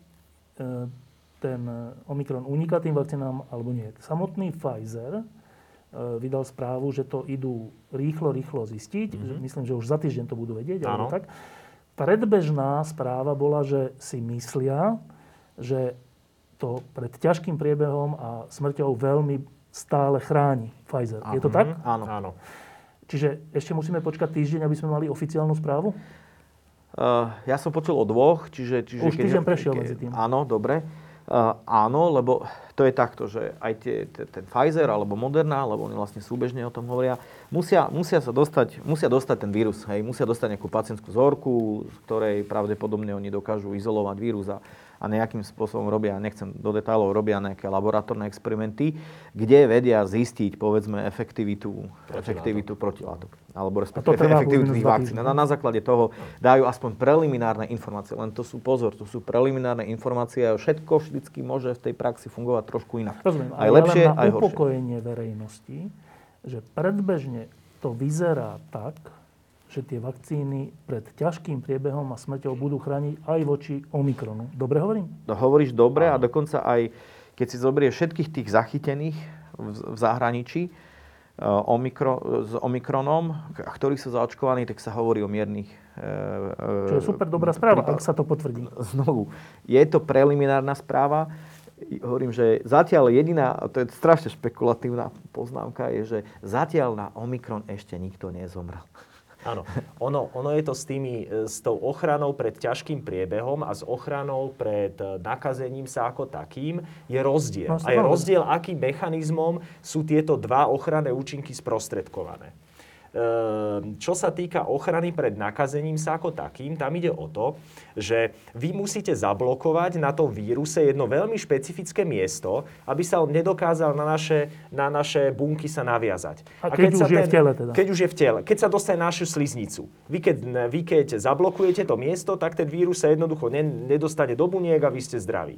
ten Omikron uniká tým vakcínám, alebo nie. Samotný Pfizer e, vydal správu, že to idú rýchlo, rýchlo zistiť. Mm-hmm. Že myslím, že už za týždeň to budú vedieť. Alebo tak. Predbežná správa bola, že si myslia, že to pred ťažkým priebehom a smrťou veľmi stále chráni Pfizer. Aha. Je to tak? Áno. Áno. Čiže ešte musíme počkať týždeň, aby sme mali oficiálnu správu? Uh, ja som počul o dvoch, čiže... čiže Už týždeň prešiel ke, medzi tým. Áno, dobre. Uh, áno, lebo to je takto, že aj tie, ten Pfizer alebo Moderna, lebo oni vlastne súbežne o tom hovoria, musia, musia sa dostať, musia dostať ten vírus, hej, musia dostať nejakú pacientskú vzorku, z ktorej pravdepodobne oni dokážu izolovať vírus a, a nejakým spôsobom robia, nechcem do detailov, robia nejaké laboratórne experimenty, kde vedia zistiť, povedzme, efektivitu protilátok, efektivitu protilátok alebo respektíve efektivitu tých vakcín. Na, na základe toho dajú aspoň preliminárne informácie. Len to sú, pozor, to sú preliminárne informácie a všetko vždycky môže v tej praxi fungovať trošku inak. Rozumiem, aj lepšie, aj horšie. Na upokojenie verejnosti, že predbežne to vyzerá tak, že tie vakcíny pred ťažkým priebehom a smrťou budú chrániť aj voči Omikronu. Dobre hovorím? No, hovoríš dobre a dokonca aj, keď si zoberieš všetkých tých zachytených v, v zahraničí uh, omikro, s Omikronom, ktorí sú zaočkovaní, tak sa hovorí o miernych... Uh, Čo je super dobrá správa, ak sa to potvrdí. Znovu, je to preliminárna správa. Hovorím, že zatiaľ jediná, to je strašne špekulatívna poznámka, je, že zatiaľ na Omikron ešte nikto nezomrel. Áno. Ono, ono je to s, tými, s tou ochranou pred ťažkým priebehom a s ochranou pred nakazením sa ako takým je rozdiel. No, a je rozdiel, akým mechanizmom sú tieto dva ochranné účinky sprostredkované. Čo sa týka ochrany pred nakazením sa ako takým, tam ide o to, že vy musíte zablokovať na tom víruse jedno veľmi špecifické miesto, aby sa on nedokázal na naše, na naše bunky sa naviazať. A keď, A keď už ten, je v tele teda. Keď už je v tele. Keď sa dostane na našu sliznicu. Vy keď, vy keď zablokujete to miesto, tak ten vírus sa jednoducho nedostane do buniek a vy ste zdraví.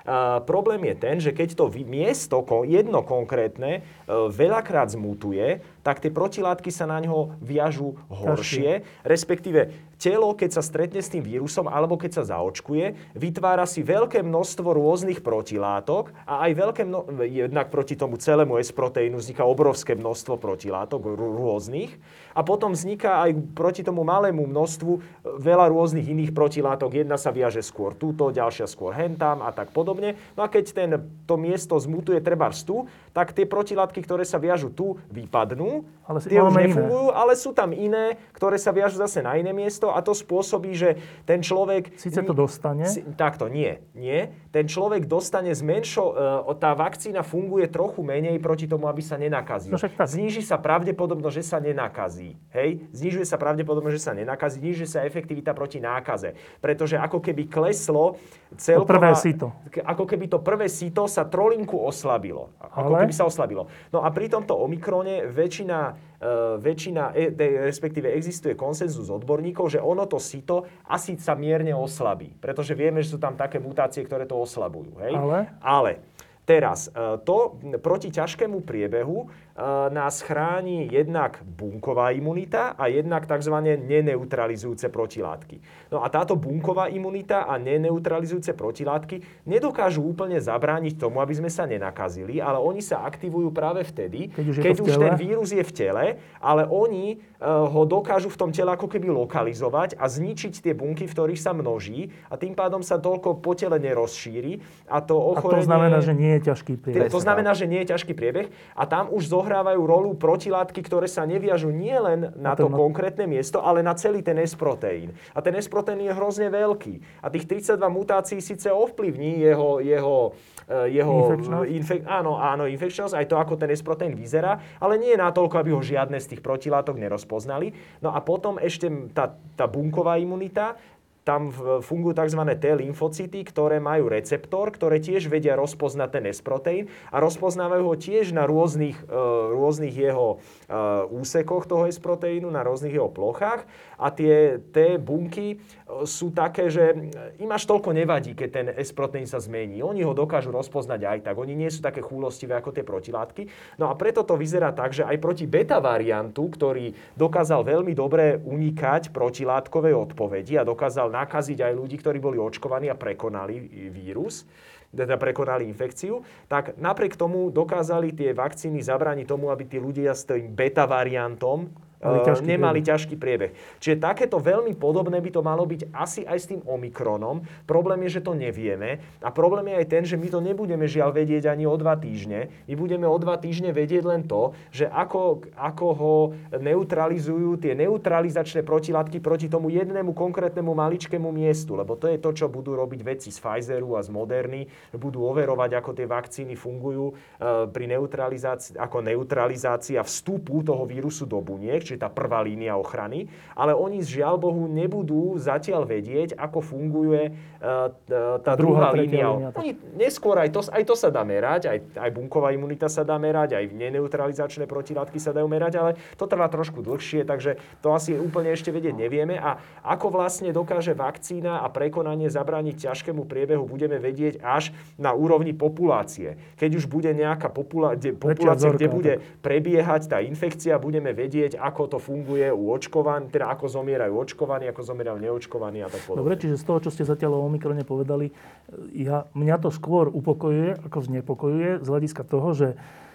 A problém je ten, že keď to miesto, jedno konkrétne, veľakrát zmutuje, tak tie protilátky sa na ňo viažú horšie, respektíve telo, keď sa stretne s tým vírusom alebo keď sa zaočkuje, vytvára si veľké množstvo rôznych protilátok a aj veľké mno... jednak proti tomu celému S-proteínu vzniká obrovské množstvo protilátok rôznych a potom vzniká aj proti tomu malému množstvu veľa rôznych iných protilátok. Jedna sa viaže skôr túto, ďalšia skôr hentam a tak podobne. No a keď ten, to miesto zmutuje trebárs tu, tak tie protilátky, ktoré sa viažú tu, vypadnú. Ale tie už nefungujú, iné. Ale sú tam iné, ktoré sa viažú zase na iné miesto a to spôsobí, že ten človek... Sice to dostane? Si, takto, nie, nie. Ten človek dostane zmenšo... E, tá vakcína funguje trochu menej proti tomu, aby sa nenakazil. No Zníži sa pravdepodobnosť, že sa nenakazí. Hej? Znižuje sa pravdepodobnosť, že sa nenakazí. Znižuje sa efektivita proti nákaze. Pretože ako keby kleslo celková... To prvé sito. Ako keby to prvé sito sa trolinku oslabilo. Ako Ale? keby sa oslabilo. No a pri tomto Omikrone väčšina... Uh, väčšina, e, de, respektíve existuje konsenzus odborníkov, že ono to sito asi sa mierne oslabí. Pretože vieme, že sú tam také mutácie, ktoré to oslabujú. Hej? Ale? Ale teraz, uh, to proti ťažkému priebehu uh, nás chráni jednak bunková imunita a jednak tzv. Neneutralizujúce protilátky. No a táto bunková imunita a neneutralizujúce protilátky nedokážu úplne zabrániť tomu, aby sme sa nenakazili, ale oni sa aktivujú práve vtedy, keď už, keď už ten vírus je v tele, ale oni uh, ho dokážu v tom tele ako keby lokalizovať a zničiť tie bunky, v ktorých sa množí a tým pádom sa toľko po tele nerozšíri a to ochorenie... A to znamená, že nie je ťažký priebeh. To znamená, že nie je ťažký priebeh a tam už zohrávajú rolu protilátky, ktoré sa neviažú nielen na to konkrétne miesto, ale na celý ten S-proteín. A ten S-proteín je hrozne veľký. A tých tridsaťdva mutácií síce ovplyvní jeho, jeho, jeho infek, áno, áno, infekčnosť, aj to, ako ten S-proteín vyzerá, ale nie je natoľko, aby ho žiadne z tých protilátok nerozpoznali. No a potom ešte tá, tá bunková imunita, tam fungujú tzv. T-lymfocyty, ktoré majú receptor, ktoré tiež vedia rozpoznať ten S-proteín a rozpoznávajú ho tiež na rôznych, rôznych jeho úsekoch toho S-proteínu, na rôznych jeho plochách. A tie T-bunky sú také, že im až toľko nevadí, keď ten S-proteín sa zmení. Oni ho dokážu rozpoznať aj tak. Oni nie sú také chúlostivé ako tie protilátky. No a preto to vyzerá tak, že aj proti beta variantu, ktorý dokázal veľmi dobre unikať protilátkovej odpovedi a dokázal nakaziť aj ľudí, ktorí boli očkovaní a prekonali vírus, teda prekonali infekciu, tak napriek tomu dokázali tie vakcíny zabrániť tomu, aby tí ľudia s tým beta variantom ťažký nemali priebeh. ťažký priebeh. Čiže takéto veľmi podobné by to malo byť asi aj s tým Omikronom. Problém je, že to nevieme. A problém je aj ten, že my to nebudeme žiaľ vedieť ani o dva týždne. My budeme o dva týždne vedieť len to, že ako, ako ho neutralizujú tie neutralizačné protilátky proti tomu jednému konkrétnemu maličkému miestu. Lebo to je to, čo budú robiť vedci z Pfizeru a z Moderny. Budú overovať, ako tie vakcíny fungujú pri neutralizácii, ako neutralizácia vstupu toho vírusu do buniek. čiže tá prvá línia ochrany, ale oni žiaľ Bohu nebudú zatiaľ vedieť, ako funguje uh, tá druhá, druhá línia. línia oni neskôr aj to, aj to sa dá merať, aj, aj bunková imunita sa dá merať, aj neneutralizačné protilátky sa dajú merať, ale to trvá trošku dlhšie, takže to asi úplne ešte vedieť nevieme. A ako vlastne dokáže vakcína a prekonanie zabrániť ťažkému priebehu, budeme vedieť až na úrovni populácie. Keď už bude nejaká popula- de- populácia, kde bude prebiehať tá infekcia, budeme vedieť, ako to funguje u očkovaní, teda ako zomierajú očkovaní, ako zomierajú neočkovaní a tak podobne. Dobre, čiže z toho, čo ste zatiaľ o Omikrone povedali, ja, mňa to skôr upokojuje, ako znepokojuje, z hľadiska toho, že e,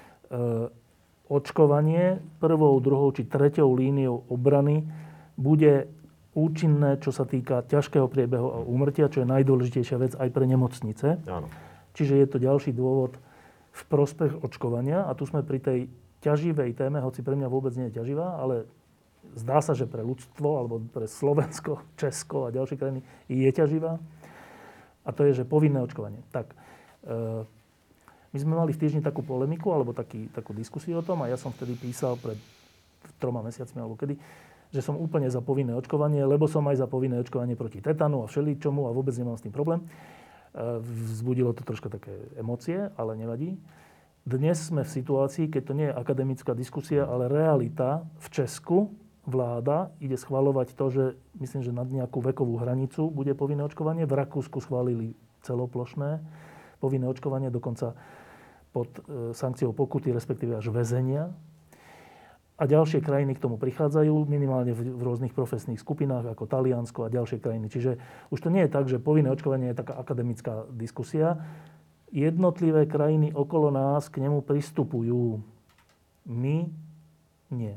očkovanie prvou, druhou či treťou líniou obrany bude účinné, čo sa týka ťažkého priebehu a úmrtia, čo je najdôležitejšia vec aj pre nemocnice. Áno. Čiže je to ďalší dôvod v prospech očkovania. A tu sme pri tej ťaživej téme, hoci pre mňa vôbec nie je ťaživá, ale zdá sa, že pre ľudstvo, alebo pre Slovensko, Česko a ďalšie krajiny je ťaživá. A to je, že povinné očkovanie. Tak, e, my sme mali v týždni takú polemiku, alebo taký, takú diskusiu o tom, a ja som vtedy písal pred troma mesiacmi, alebo kedy, že som úplne za povinné očkovanie, lebo som aj za povinné očkovanie proti tetanu a všeličomu a vôbec nemám s tým problém. E, vzbudilo to troška také emócie, ale nevadí. Dnes sme v situácii, keď to nie je akademická diskusia, ale realita v Česku, vláda ide schvaľovať to, že myslím, že nad nejakú vekovú hranicu bude povinné očkovanie. V Rakúsku schválili celoplošné povinné očkovanie, dokonca pod e, sankciou pokuty, respektíve až väzenia. A ďalšie krajiny k tomu prichádzajú, minimálne v, v rôznych profesných skupinách, ako Taliansko a ďalšie krajiny. Čiže už to nie je tak, že povinné očkovanie je taká akademická diskusia. Jednotlivé krajiny okolo nás k nemu pristupujú. My nie.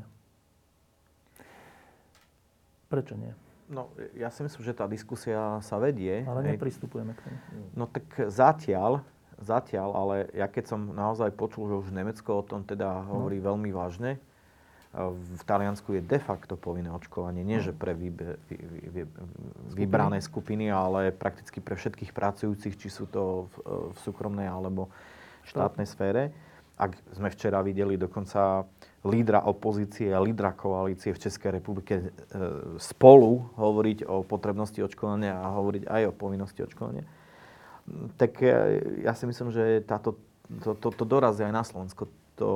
Prečo nie? No, ja si myslím, že tá diskusia sa vedie. Ale nepristupujeme k tomu. No tak zatiaľ, zatiaľ, ale ja keď som naozaj počul, že už Nemecko o tom teda hovorí no. veľmi vážne, v Taliansku je de facto povinné očkovanie. Nie, že pre vybe, vy, vy, vy, vybrané skupiny, ale prakticky pre všetkých pracujúcich, či sú to v, v súkromnej alebo štátnej sfére. Ak sme včera videli dokonca lídra opozície a lídra koalície v Českej republike e, spolu hovoriť o potrebnosti očkovania a hovoriť aj o povinnosti očkovania, tak ja, ja si myslím, že táto, to, to, to dorazí aj na Slovensko. To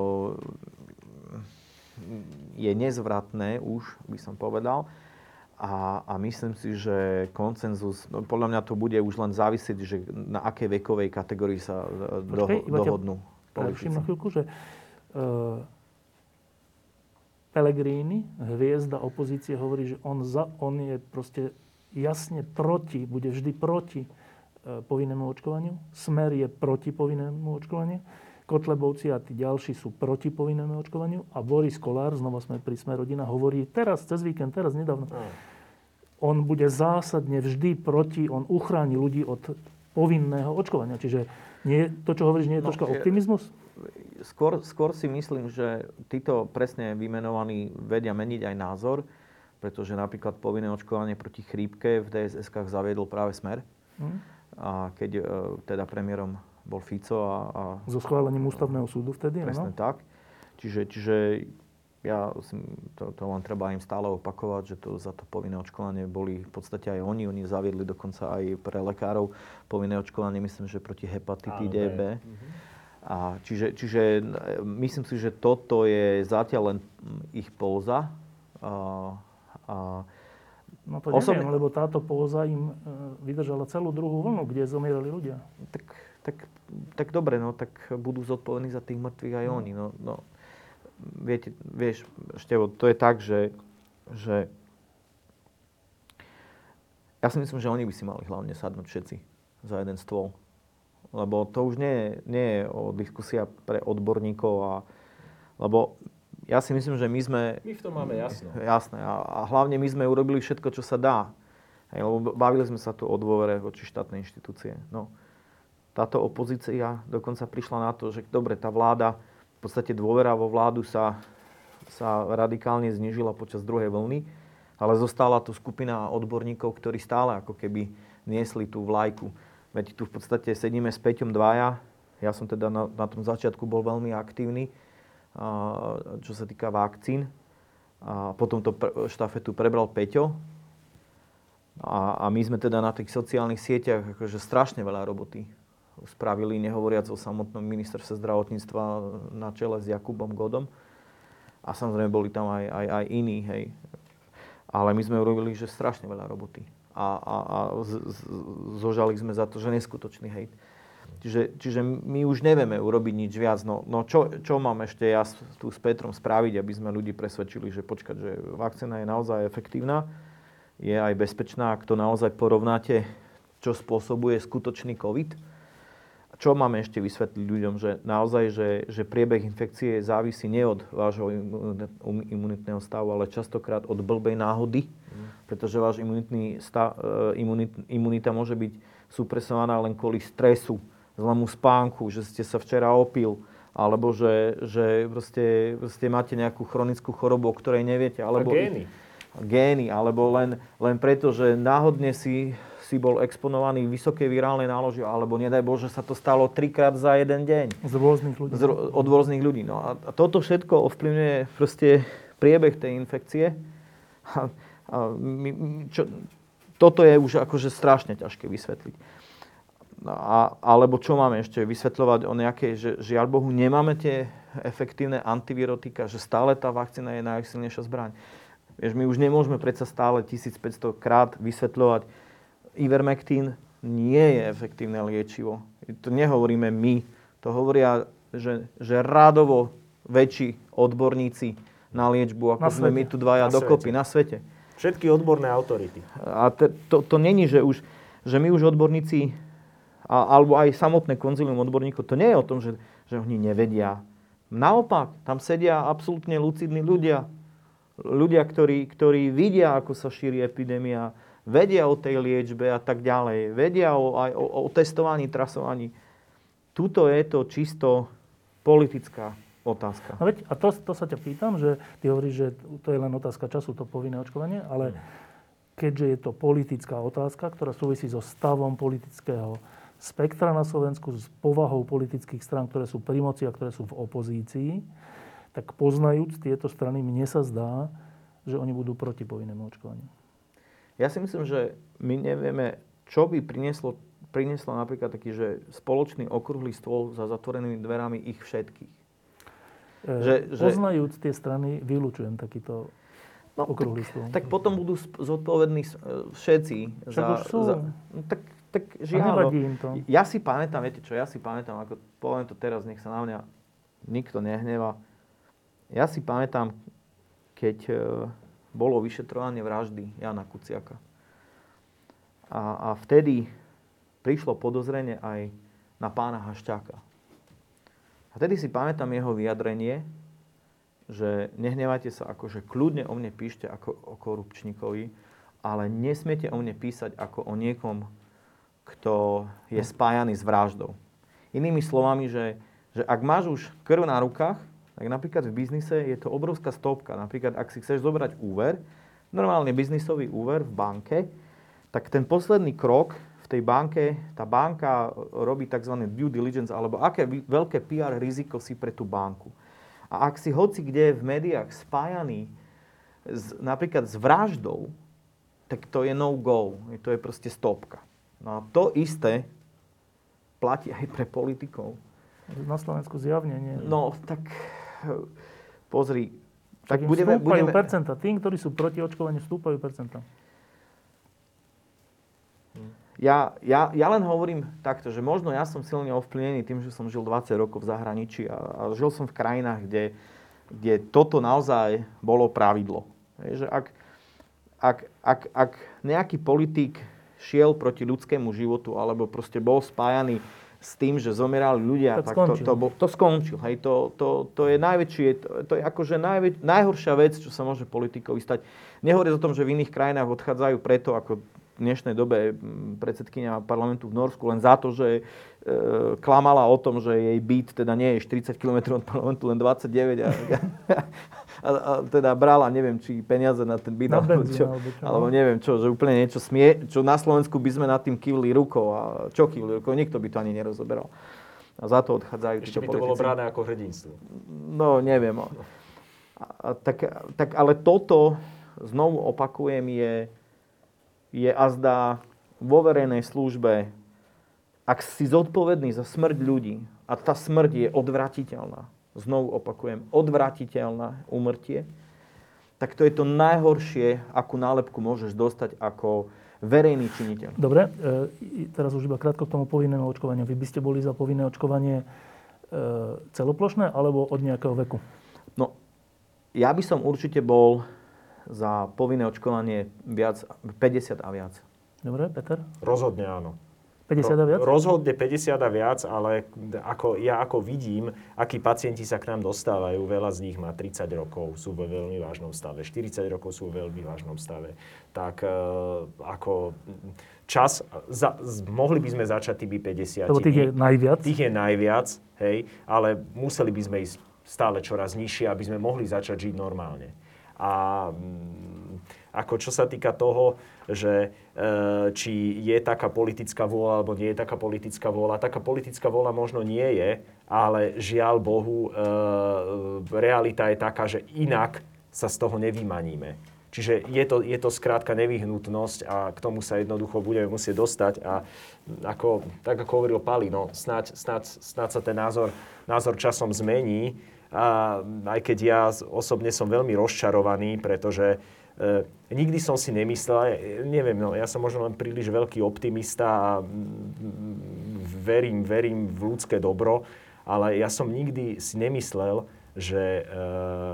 je nezvratné už, by som povedal. A, a myslím si, že konsenzus, no podľa mňa to bude už len závisieť, že na akej vekovej kategórii sa do, Počkej, dohodnú. Prečím na chvíľku, že uh, Pellegrini, hviezda opozície, hovorí, že on, za, on je proste jasne proti, bude vždy proti uh, povinnému očkovaniu. Smer je proti povinnému očkovaniu. Kotlebovci a tí ďalší sú proti povinnému očkovaniu. A Boris Kollár, znova sme pri Smer rodina, hovorí teraz, cez víkend, teraz, nedávno. Mm. On bude zásadne vždy proti, on uchráni ľudí od povinného očkovania. Čiže nie, to, čo hovoríš, nie je no, troška optimizmus? Skôr, skôr si myslím, že títo presne vymenovaní vedia meniť aj názor, pretože napríklad povinné očkovanie proti chrípke v dé es eskách zaviedol práve Smer. Hmm. A keď teda premiérom bol Fico a... a so schválením ústavného súdu vtedy, presne no? tak. Čiže, čiže ja to, to len treba im stále opakovať, že to, za to povinné očkovanie boli v podstate aj oni. Oni zaviedli dokonca aj pre lekárov povinné očkovanie, myslím, že proti hepatitíde B. A čiže, čiže myslím si, že toto je zatiaľ len ich póza. A, a no to osobne... neviem, lebo táto póza im vydržala celú druhú vlnu, kde zomierali ľudia. Tak, tak, tak dobre, no tak budú zodpovední za tých mŕtvych aj no. oni. No, no. Viete, vieš, Števo, to je tak, že, že ja si myslím, že oni by si mali hlavne sadnúť všetci za jeden stôl. Lebo to už nie je, nie je o diskusia pre odborníkov. A, lebo ja si myslím, že my sme... My v tom máme jasno. Jasné. A, a hlavne my sme urobili všetko, čo sa dá. Hej, lebo bavili sme sa tu o dôvere voči štátnej inštitúcie. No, táto opozícia dokonca prišla na to, že dobre, tá vláda... V podstate dôvera vo vládu sa, sa radikálne znížila počas druhej vlny, ale zostala tu skupina odborníkov, ktorí stále ako keby niesli tú vlajku. Veď tu v podstate sedíme s Peťom dvaja. Ja som teda na, na tom začiatku bol veľmi aktívny, a, čo sa týka vakcín. A potom to pr- štafetu prebral Peťo. A, a my sme teda na tých sociálnych sieťach akože strašne veľa roboty spravili, nehovoriac o samotnom ministerstve zdravotníctva na čele s Jakubom Godom. A samozrejme boli tam aj, aj, aj iní, hej. Ale my sme urobili, že strašne veľa roboty. A, a, a z, z, zožali sme za to, že neskutočný hejt. Čiže, čiže my už nevieme urobiť nič viac. No, no čo, čo mám ešte ja tu s Petrom spraviť, aby sme ľudí presvedčili, že počkať, že vakcína je naozaj efektívna, je aj bezpečná, ak to naozaj porovnáte, čo spôsobuje skutočný COVID. Čo máme ešte vysvetliť ľuďom, že naozaj, že, že priebeh infekcie závisí nie od vášho imunitného stavu, ale častokrát od blbej náhody, mm. pretože váš imunitný stav, imunit, imunita môže byť supresovaná len kvôli stresu, zlému spánku, že ste sa včera opil, alebo že, že proste, proste máte nejakú chronickú chorobu, o ktorej neviete. Alebo a gény. Gény, alebo len, len preto, že náhodne si, si bol exponovaný vysokej virálnej náloži, alebo nedaj Bože, sa to stalo trikrát za jeden deň. Z rôznych ľudí. Z, od rôznych ľudí. No a, a toto všetko ovplyvňuje proste priebeh tej infekcie. A, a my, čo, toto je už akože strašne ťažké vysvetliť. A, alebo čo máme ešte vysvetľovať o nejakej, že žiaľ Bohu nemáme tie efektívne antivirotika, že stále tá vakcína je najsilnejšia zbraň. Vieš, my už nemôžeme predsa stále tisícpäťsto krát vysvetľovať, Ivermectin nie je efektívne liečivo. To nehovoríme my, to hovoria, že, že rádovo väčší odborníci na liečbu, ako na sme my tu dvaja na dokopy svete. na svete. Všetky odborné autority. A te, to, to není, že, už, že my už odborníci, a, alebo aj samotné konzílium odborníkov, to nie je o tom, že, že oni nevedia. Naopak, tam sedia absolútne lucidní ľudia. Ľudia, ktorí, ktorí vidia, ako sa šíri epidémia, vedia o tej liečbe a tak ďalej, vedia o, aj o, o testovaní, trasovaní. Tuto je to čisto politická otázka. No veď, a to, to sa ťa pýtam, že ty hovoríš, že to je len otázka času, to povinné očkovanie, ale keďže je to politická otázka, ktorá súvisí so stavom politického spektra na Slovensku, s povahou politických strán, ktoré sú pri moci a ktoré sú v opozícii, tak poznajúc tieto strany, mne sa zdá, že oni budú proti povinnému očkovaniu. Ja si myslím, že my nevieme, čo by prinieslo, prinieslo napríklad taký, že spoločný okrúhly stôl za zatvorenými dverami ich všetkých. E, že, poznajúc že... tie strany, vylúčujem takýto no, okrúhly stôl. Tak, tak potom budú zodpovední všetci. Však za, už sú. Za, no, tak, tak žiaľ, a nevadí im to. Ja si pamätám, viete čo, ja si pamätám, ako poviem to teraz, nech sa na mňa nikto nehneva. Ja si pamätám, keď e, bolo vyšetrovanie vraždy Jana Kuciaka. A, a vtedy prišlo podozrenie aj na pána Haščáka. A vtedy si pamätám jeho vyjadrenie, že nehnevajte sa, akože kľudne o mne píšte ako o korupčníkovi, ale nesmiete o mne písať ako o niekom, kto je spájaný s vraždou. Inými slovami, že, že ak máš už krv na rukách, tak napríklad v biznise je to obrovská stopka. Napríklad, ak si chceš zobrať úver, normálne biznisový úver v banke, tak ten posledný krok v tej banke, tá banka robí tzv. Due diligence, alebo aké veľké pé er riziko si pre tú banku. A ak si hoci kde v médiách spájaný s, napríklad s vraždou, tak to je no-go. To je proste stopka. No a to isté platí aj pre politikov. Na Slovensku zjavne nie. No, tak pozri. Tak tak budeme, stúpajú budeme... percentá. Tým, ktorí sú proti očkovaniu, stúpajú percentá. Ja, ja, ja len hovorím takto, že možno ja som silne ovplyvnený tým, že som žil dvadsať rokov v zahraničí a, a žil som v krajinách, kde, kde toto naozaj bolo pravidlo. Hej, že ak, ak, ak, ak nejaký politik šiel proti ľudskému životu alebo proste bol spájaný s tým, že zomierali ľudia, tak, tak to, to, to skončil. Hej, to, to, to je najväčšie, to, to je akože najväč, najhoršia vec, čo sa môže politikovi stať. Nehovoriac o tom, že v iných krajinách odchádzajú preto, ako v dnešnej dobe predsedkyňa parlamentu v Norsku, len za to, že e, klamala o tom, že jej byt teda nie je štyridsať kilometrov od parlamentu, len dvadsaťdeväť a, a, a teda brala, neviem, či peniaze na ten byt, na alebo, benzín, čo, alebo čo, alebo neviem čo, že úplne niečo smie, čo na Slovensku by sme nad tým kývli rukou a čo kývli rukou, nikto by to ani nerozoberal. A za to odchádzajú Ešte títo by to politici. bolo bráne ako hrdinstvo. No, neviem. A, tak, tak ale toto, znovu opakujem, je, je azda vo verejnej službe, ak si zodpovedný za smrť ľudí a tá smrť je odvratiteľná, znovu opakujem, odvratiteľná úmrtie, tak to je to najhoršie, akú nálepku môžeš dostať ako verejný činiteľ. Dobre, e, teraz už iba krátko k tomu povinnému očkovaniu. Vy by ste boli za povinné očkovanie e, celoplošné alebo od nejakého veku? No, ja by som určite bol za povinné očkovanie viac, päťdesiat a viac. Dobre, Peter? Rozhodne áno. päťdesiat a viac? Rozhodne päťdesiat a viac, ale ako, ja ako vidím, akí pacienti sa k nám dostávajú, veľa z nich má tridsať rokov, sú vo veľmi vážnom stave, štyridsať rokov sú vo veľmi vážnom stave. Tak e, ako čas, za, mohli by sme začať tými päťdesiat. Lebo tých je najviac? Tých je najviac, hej, ale museli by sme ísť stále čoraz nižšie, aby sme mohli začať žiť normálne. A ako čo sa týka toho, že e, či je taká politická vôľa, alebo nie je taká politická vôľa. Taká politická vôľa možno nie je, ale žiaľ Bohu, e, realita je taká, že inak sa z toho nevymaníme. Čiže je to, je to skrátka nevyhnutnosť a k tomu sa jednoducho budeme musieť dostať. A ako, tak ako hovoril Pali, no, snáď, snáď, snáď sa ten názor, názor časom zmení. A aj keď ja osobne som veľmi rozčarovaný, pretože e, nikdy som si nemyslel, neviem, no, ja som možno len príliš veľký optimista a verím, verím v ľudské dobro, ale ja som nikdy si nemyslel, že e,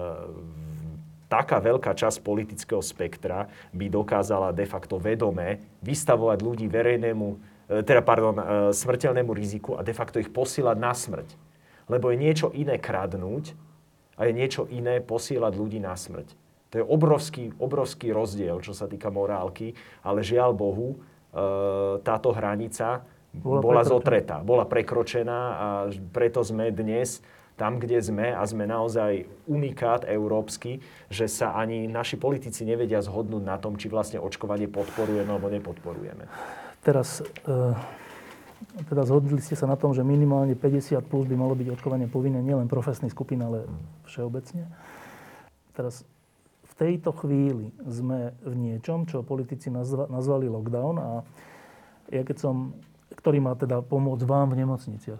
taká veľká časť politického spektra by dokázala de facto vedome vystavovať ľudí verejnému, e, teda pardon, e, smrteľnému riziku a de facto ich posielať na smrť. Lebo je niečo iné kradnúť a je niečo iné posielať ľudí na smrť. To je obrovský, obrovský rozdiel, čo sa týka morálky, ale žiaľ Bohu, táto hranica bola, bola zotretá, bola prekročená a preto sme dnes tam, kde sme a sme naozaj unikát európsky, že sa ani naši politici nevedia zhodnúť na tom, či vlastne očkovanie podporujeme alebo nepodporujeme. Teraz... E... Teda zhodli ste sa na tom, že minimálne päťdesiat plus by malo byť očkovanie povinné nielen profesných skupín, ale všeobecne. Teraz v tejto chvíli sme v niečom, čo politici nazva, nazvali lockdown a ja keď som, ktorý má teda pomôcť vám v nemocniciach.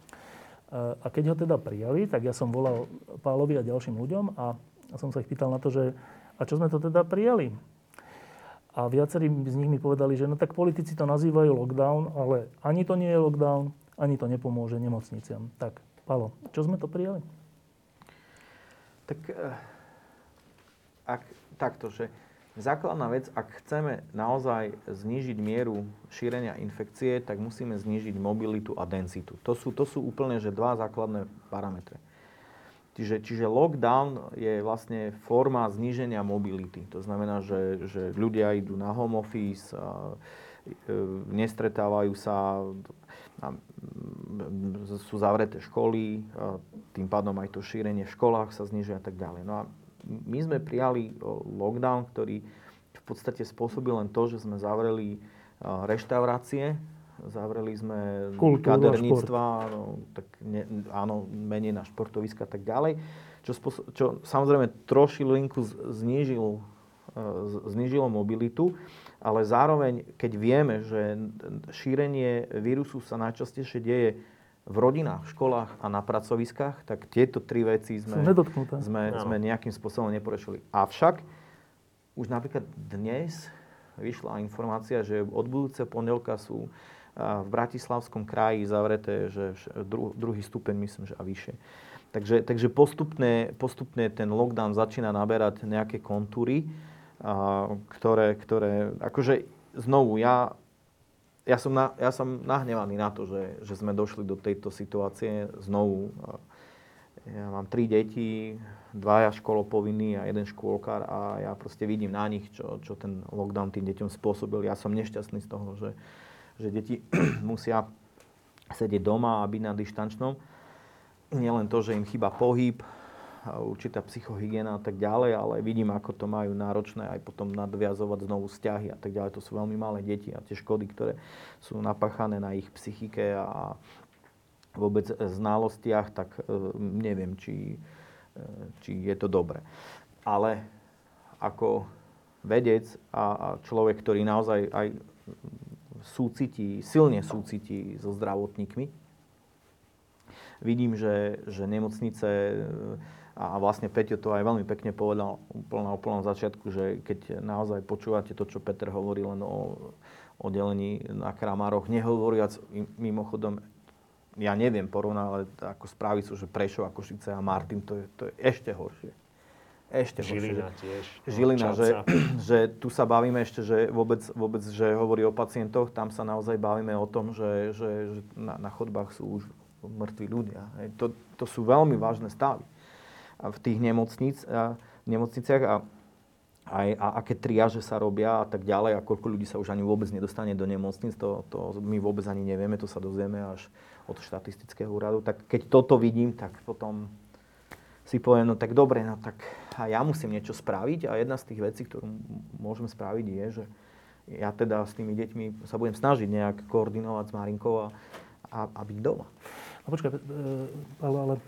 A keď ho teda prijali, tak ja som volal Pálovi a ďalším ľuďom a som sa ich pýtal na to, že a čo sme to teda prijali? A viacerí z nich mi povedali, že no tak politici to nazývajú lockdown, ale ani to nie je lockdown, ani to nepomôže nemocniciam. Tak, Pálo, čo sme to prijali? Tak, ak, takto, že základná vec, ak chceme naozaj znížiť mieru šírenia infekcie, tak musíme znížiť mobilitu a densitu. To sú, to sú úplne že dva základné parametre. Čiže, čiže lockdown je vlastne forma zníženia mobility. To znamená, že, že ľudia idú na home office, a, e, nestretávajú sa, a, sú zavreté školy, a tým pádom aj to šírenie v školách sa znižuje a tak ďalej. No a my sme prijali lockdown, ktorý v podstate spôsobil len to, že sme zavreli reštaurácie, zavreli sme kaderníctva, no, tak ne, áno, menej na športoviska a tak ďalej, čo, spôsob, čo samozrejme troši linku znížil, znížilo mobilitu, ale zároveň, keď vieme, že šírenie vírusu sa najčastejšie deje v rodinách, v školách a na pracoviskách, tak tieto tri veci sme, sme, sme nejakým spôsobom neporešili. Avšak už napríklad dnes vyšla informácia, že od budúce pondelka sú v Bratislavskom kraji zavreté, že dru, druhý stupeň, myslím, že a vyššie. Takže, takže postupne, postupne ten lockdown začína naberať nejaké kontúry, a, ktoré, ktoré, akože znovu, ja, ja, som, na, ja som nahnevaný na to, že, že sme došli do tejto situácie znovu. Ja mám tri deti, dvaja školopovinní a jeden škôlkar a ja proste vidím na nich, čo, čo ten lockdown tým deťom spôsobil. Ja som nešťastný z toho, že že deti musia sedieť doma a byť na dištančnom. Nie len to, že im chýba pohyb, určitá psychohygiena a tak ďalej, ale vidím, ako to majú náročné aj potom nadviazovať znovu vzťahy a tak ďalej. To sú veľmi malé deti a tie škody, ktoré sú napáchané na ich psychike a vôbec znalostiach, tak neviem, či či je to dobré. Ale ako vedec a, a človek, ktorý naozaj aj súcití, silne súcití so zdravotníkmi, vidím, že, že nemocnice, a vlastne Peťo to aj veľmi pekne povedal na úplnom začiatku, že keď naozaj počúvate to, čo Peter hovorí len o oddelení na Kramároch, nehovoriac mimochodom, ja neviem porovnať, ale ako správy sú, že Prešov a Košice a Martin, to je, to je ešte horšie. Ešte Žilina horšie. tiež. Žilina, že, že tu sa bavíme ešte, že vôbec, vôbec, že hovorí o pacientoch, tam sa naozaj bavíme o tom, že, že, že na, na chodbách sú už mŕtvi ľudia. Hej. To, to sú veľmi vážne stavy v tých nemocnic, a, nemocniciach a aj a aké triáže sa robia a tak ďalej a koľko ľudí sa už ani vôbec nedostane do nemocnic, to, to my vôbec ani nevieme, to sa dozvieme až od štatistického úradu. Tak keď toto vidím, tak potom si poviem, no tak dobre, no tak a ja musím niečo spraviť a jedna z tých vecí, ktorú môžeme spraviť je, že ja teda s tými deťmi sa budem snažiť nejak koordinovať s Marinkou a, a, a byť doma. No počkaj, ale, ale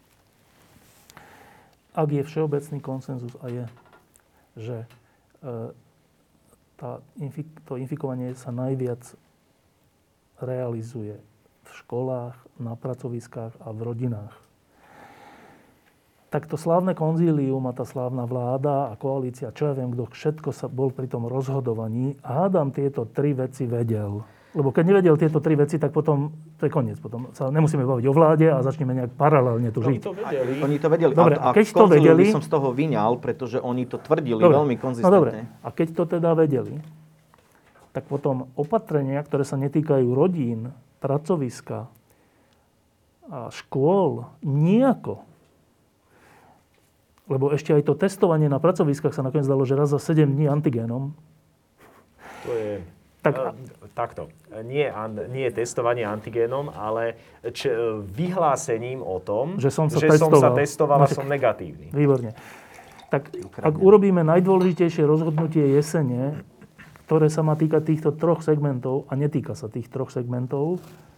ak je všeobecný konsenzus a je, že e, tá, to infikovanie sa najviac realizuje v školách, na pracoviskách a v rodinách, tak to slávne konzílium a tá slávna vláda a koalícia, čo ja viem, kto všetko sa bol pri tom rozhodovaní, hádam tieto tri veci vedel. Lebo keď nevedel tieto tri veci, tak potom to je koniec. Potom sa nemusíme baviť o vláde a začneme nejak paralelne tu žiť. Oni to vedeli. Oni to vedeli. Dobre, a, a keď to vedeli, by som z toho vyňal, pretože oni to tvrdili dobre, veľmi konzistentne. No dobre, a keď to teda vedeli, tak potom opatrenia, ktoré sa netýkajú rodín, pracoviska a škôl, nejako. Lebo ešte aj to testovanie na pracoviskách sa nakoniec dalo, že raz za sedem dní antigénom. To je... Tak, uh, takto. Nie, nie testovanie antigénom, ale č, vyhlásením o tom, že som sa, že som sa testoval a no, som negatívny. Výborne. Tak ak urobíme najdôležitejšie rozhodnutie jesene, ktoré sa má týkať týchto troch segmentov a netýka sa tých troch segmentov,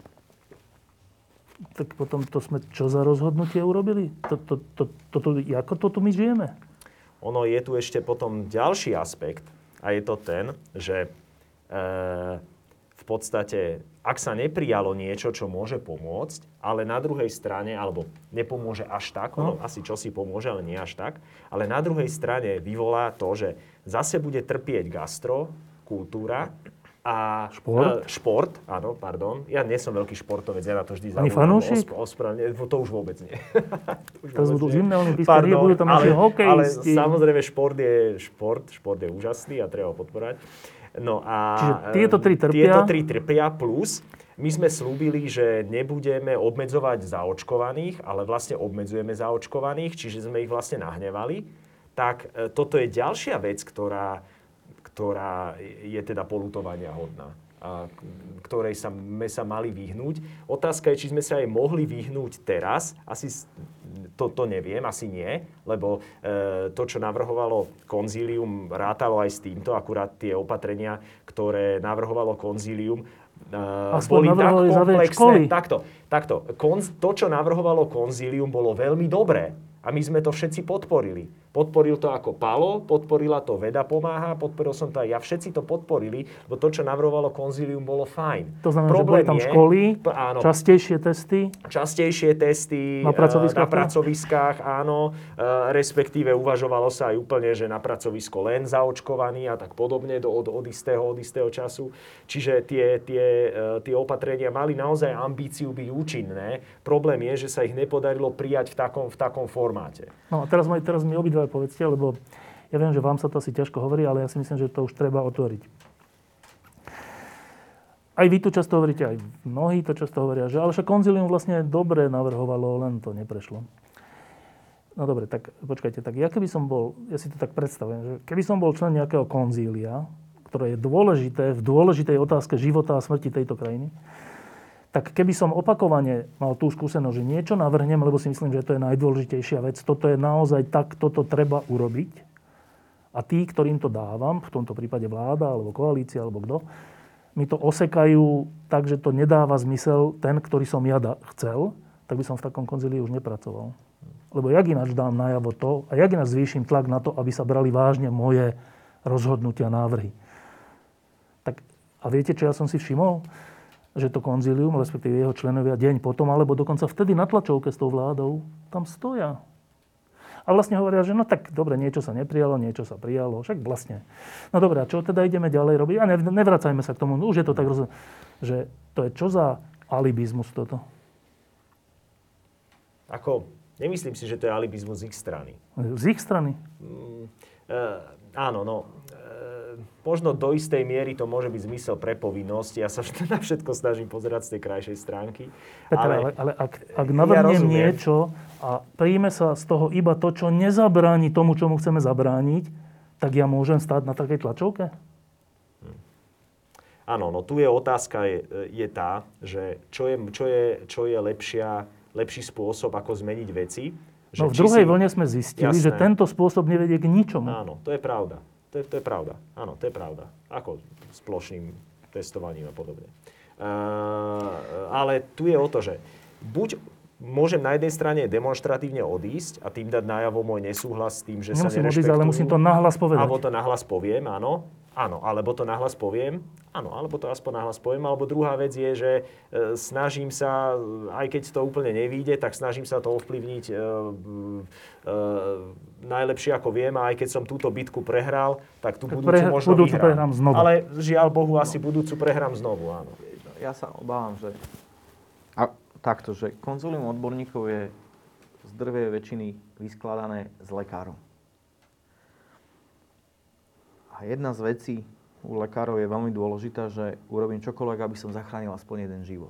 tak potom to sme čo za rozhodnutie urobili? To, to, to, to, to, ako to tu my žijeme? Ono je tu ešte potom ďalší aspekt a je to ten, že e, v podstate, ak sa neprijalo niečo, čo môže pomôcť, ale na druhej strane, alebo nepomôže až tak, ono no. asi čosi pomôže, ale nie až tak, ale na druhej strane vyvolá to, že zase bude trpieť gastro, kultúra, a šport? E, šport, áno, pardon. Ja nie som veľký športovec, ja na to vždy Ani zavolám. fanúšik? Ospravedlňujem, to už vôbec nie. Teraz budú zimné olympijské hry, budú tam ešte hokejisti. Ale samozrejme šport je šport, šport je úžasný a treba ho podporať. No a čiže tieto tri trpia? Tieto tri trpia plus my sme slúbili, že nebudeme obmedzovať zaočkovaných, ale vlastne obmedzujeme zaočkovaných, čiže sme ich vlastne nahnevali. Tak e, toto je ďalšia vec, ktorá ktorá je teda polutovania hodná a ktorej sa, sme sa mali vyhnúť. Otázka je, či sme sa aj mohli vyhnúť teraz. Asi to, to neviem, asi nie, lebo e, to, čo navrhovalo konzílium, rátalo aj s týmto, akurát tie opatrenia, ktoré navrhovalo konzílium, e, boli tak komplexné. Takto, takto. Konz, to, čo navrhovalo konzílium, bolo veľmi dobré. A my sme to všetci podporili. Podporil to ako Palo, podporila to Veda pomáha, podporil som to aj ja. Všetci to podporili, lebo to, čo navrhovalo konzílium, bolo fajn. To znamená, Problém že boli tam je, školy, áno, častejšie testy. Častejšie testy na pracoviskách, na pracoviskách áno. Respektíve uvažovalo sa aj úplne, že na pracovisko len zaočkovaní a tak podobne do, od, od, istého, od istého času. Čiže tie, tie, tie opatrenia mali naozaj ambíciu byť účinné. Problém je, že sa ich nepodarilo prijať v takom, v takom formáte. No a teraz, teraz mi obidva povedzte, lebo ja viem, že vám sa to asi ťažko hovorí, ale ja si myslím, že to už treba otvoriť. Aj vy tu často hovoríte, aj mnohí to často hovoria, že ale však konzílium vlastne dobre navrhovalo, len to neprešlo. No dobre, tak počkajte, tak ja keby som bol, ja si to tak predstavujem, že keby som bol člen nejakého konzília, ktoré je dôležité v dôležitej otázke života a smrti tejto krajiny, tak keby som opakovane mal tú skúsenosť, že niečo navrhnem, lebo si myslím, že to je najdôležitejšia vec, toto je naozaj tak, toto treba urobiť. A tí, ktorým to dávam, v tomto prípade vláda, alebo koalícia, alebo kto, mi to osekajú tak, že to nedáva zmysel ten, ktorý som ja da- chcel, tak by som v takom konzíliu už nepracoval. Lebo jak ináč dám najavo to a jak ináč zvýšim tlak na to, aby sa brali vážne moje rozhodnutia, návrhy. Tak a viete, čo ja som si všimol? Že to konzílium, respektíve jeho členovia deň potom, alebo dokonca vtedy na tlačovke s tou vládou, tam stoja. A vlastne hovoria, že no tak dobre, niečo sa neprijalo, niečo sa prijalo, však vlastne. No dobre, a čo teda ideme ďalej robiť? A ne, nevracajme sa k tomu, už je to tak rozumiem, že to je čo za alibizmus toto? Ako, nemyslím si, že to je alibizmus z ich strany. Z ich strany? Mm, e, áno, no. Možno do istej miery to môže byť zmysel pre povinnosť. Ja sa na všetko snažím pozerať z tej krajšej stránky. Peter, ale, ale ak, ak navrhnem ja niečo a príjme sa z toho iba to, čo nezabráni tomu, čomu chceme zabrániť, tak ja môžem stáť na takej tlačovke? Hm. Áno, no tu je otázka je, je tá, že čo je, čo je, čo je lepšia, lepší spôsob, ako zmeniť veci. Že No v druhej si... vlne sme zistili, Jasné. že tento spôsob nevedie k ničomu. Áno, to je pravda. To je, to je pravda. Áno, to je pravda. Ako s plošným testovaním a podobne. Uh, ale tu je o to, že buď môžem na jednej strane demonštratívne odísť a tým dať najavo môj nesúhlas s tým, že Nemusím sa nerešpektujú. odísť, ale musím to nahlas povedať. Alebo to nahlas poviem, áno. Áno, alebo to nahlas poviem. Áno, alebo to aspoň nahlas poviem. Alebo druhá vec je, že e, snažím sa, aj keď to úplne nevíde, tak snažím sa to ovplyvniť e, e, najlepšie ako viem. A aj keď som túto bitku prehral, tak tú Tak budúcu pre, možno budúcu vyhrám. prehrám znovu. Ale žiaľ Bohu, asi budúcu prehrám znovu, áno. Ja sa obávam, že a takto, že konzílium odborníkov je z drvej väčšiny vyskladané z lekárov. A jedna z vecí u lekárov je veľmi dôležitá, že urobím čokoľvek, aby som zachránil aspoň jeden život.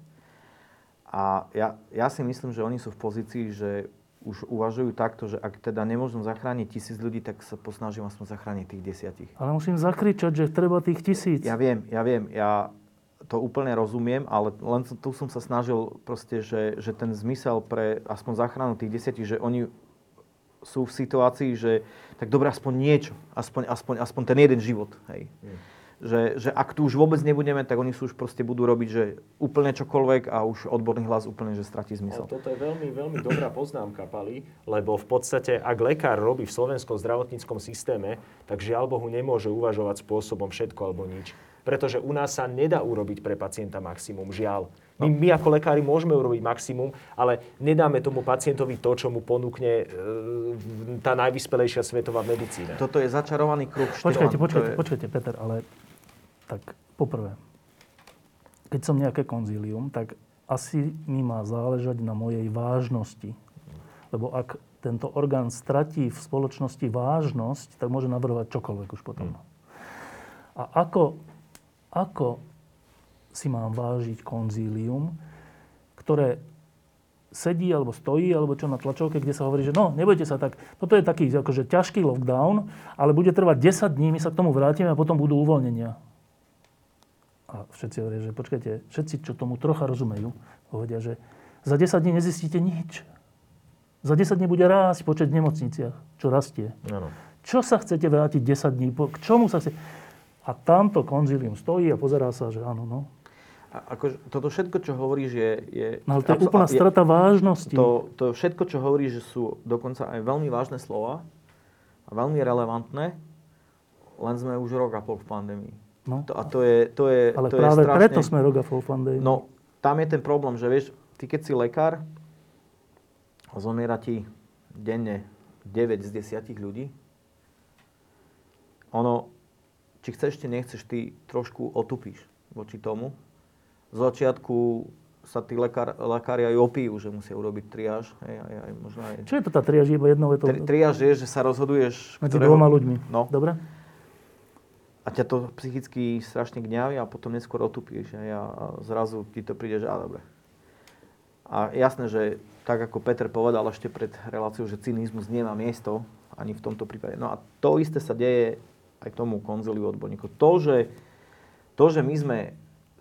A ja, ja si myslím, že oni sú v pozícii, že už uvažujú takto, že ak teda nemôžem zachrániť tisíc ľudí, tak sa posnažím aspoň zachrániť tých desiatich. Ale musím zakričať, že treba tých tisíc. Ja viem, ja viem, ja to úplne rozumiem, ale len tu som sa snažil proste, že, že ten zmysel pre aspoň záchranu tých desiatich, že oni sú v situácii, že tak dobre, aspoň niečo, aspoň, aspoň, aspoň ten jeden život, hej. Mm. Že, že ak tu už vôbec nebudeme, tak oni sú už proste budú robiť, že úplne čokoľvek a už odborný hlas úplne, že stratí zmysel. No, toto je veľmi, veľmi dobrá poznámka, Pali, lebo v podstate, ak lekár robí v slovenskom zdravotníckom systéme, tak žiaľ Bohu nemôže uvažovať spôsobom všetko alebo nič. Pretože u nás sa nedá urobiť pre pacienta maximum, žiaľ. My, my ako lekári môžeme urobiť maximum, ale nedáme tomu pacientovi to, čo mu ponúkne e, tá najvyspelejšia svetová medicína. Toto je začarovaný kruh. Počkajte, počkajte, je... počkajte, Peter, ale tak poprvé, keď som nejaké konzílium, tak asi mi má záležať na mojej vážnosti. Lebo ak tento orgán stratí v spoločnosti vážnosť, tak môže navrhovať čokoľvek už potom. Hmm. A ako, ako si mám vážiť konzílium, ktoré sedí alebo stojí, alebo čo na tlačovke, kde sa hovorí, že no, nebojte sa tak, toto je taký akože ťažký lockdown, ale bude trvať desať dní, my sa k tomu vrátime a potom budú uvoľnenia. A všetci hovoria, že počkajte, všetci, čo tomu trocha rozumejú, povedia, že za desať dní nezistíte nič. Za desať dní bude rásť počet v nemocniciach, čo rastie. Áno. Čo sa chcete vrátiť desať dní? K čomu sa chcete... A tamto konzílium stojí a pozerá sa, že áno, no. A akože toto všetko, čo hovoríš, je... je no ale to je úplná strata vážnosti. To, to všetko, čo hovoríš, že sú dokonca aj veľmi vážne slova a veľmi relevantné, len sme už rok a pol v pandémii. No. To, a to je, to je, ale to práve je strašne... preto sme rok a pol v pandémii. No, tam je ten problém, že vieš, ty keď si lekár, zomiera ti denne deväť z desiatich ľudí, ono, či chceš, či nechceš, ty trošku otupíš voči tomu. Z začiatku sa tí lekár, lekári aj opijú, že musia urobiť triáž. Hej, aj, aj, možno aj... Čo je to tá triáž? Iba jednou vetou? Tri, triáž je, že sa rozhoduješ... Medzi ktorého... dvoma ľuďmi. No. Dobre? A ťa to psychicky strašne gňaví a potom neskôr otupíš. Hej, a zrazu ti to príde, že á, dobre. A jasné, že tak ako Peter povedal ešte pred reláciou, že cynizmus nemá miesto ani v tomto prípade. No a to isté sa deje aj tomu konzíliu odborníkov. To, že, to, že my sme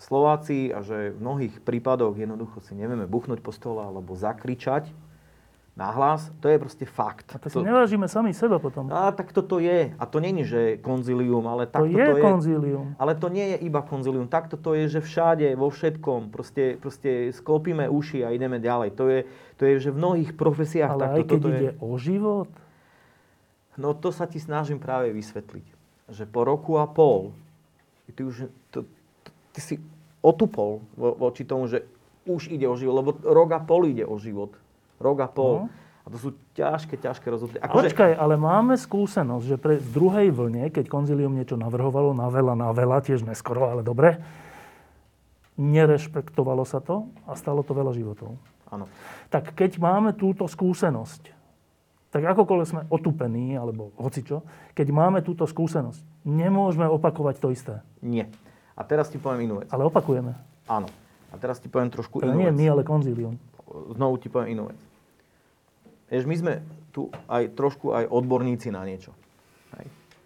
Slováci a že v mnohých prípadoch jednoducho si nevieme buchnúť po stole alebo zakričať, nahlas, to je proste fakt. A to si to... nevážime sami seba potom. A tak toto je. A to není, že konzílium, ale to takto je to je. konzílium. Ale to nie je iba konzílium. Takto to je, že všade, vo všetkom. Proste, proste sklopíme uši a ideme ďalej. To je, to je že v mnohých profesiách ale takto. aj keď toto ide je... o život? No to sa ti snažím práve vysvetliť. Že po roku a pol ty už to, to, ty si otupol vo, voči tomu, že už ide o život. Lebo rok a pol ide o život. Rok a pol. No. A to sú ťažké, ťažké rozhodnutia. Ako Počkaj, že... ale máme skúsenosť, že pre, v druhej vlne, keď konzílium niečo navrhovalo, na veľa, na veľa, tiež neskoro, ale dobre, nerešpektovalo sa to a stalo to veľa životov. Áno. Tak keď máme túto skúsenosť, tak akokoľvek sme otupení, alebo hocičo, keď máme túto skúsenosť, nemôžeme opakovať to isté. Nie. A teraz ti poviem inú vec. Ale opakujeme. Áno. A teraz ti poviem trošku teda inú nie vec. Nie my, ale konzílium. Znovu ti poviem inú vec. Jež my sme tu aj trošku aj odborníci na niečo. Hej.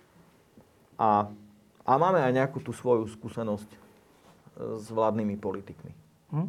A, a máme aj nejakú tú svoju skúsenosť s vládnymi politikmi. Hm?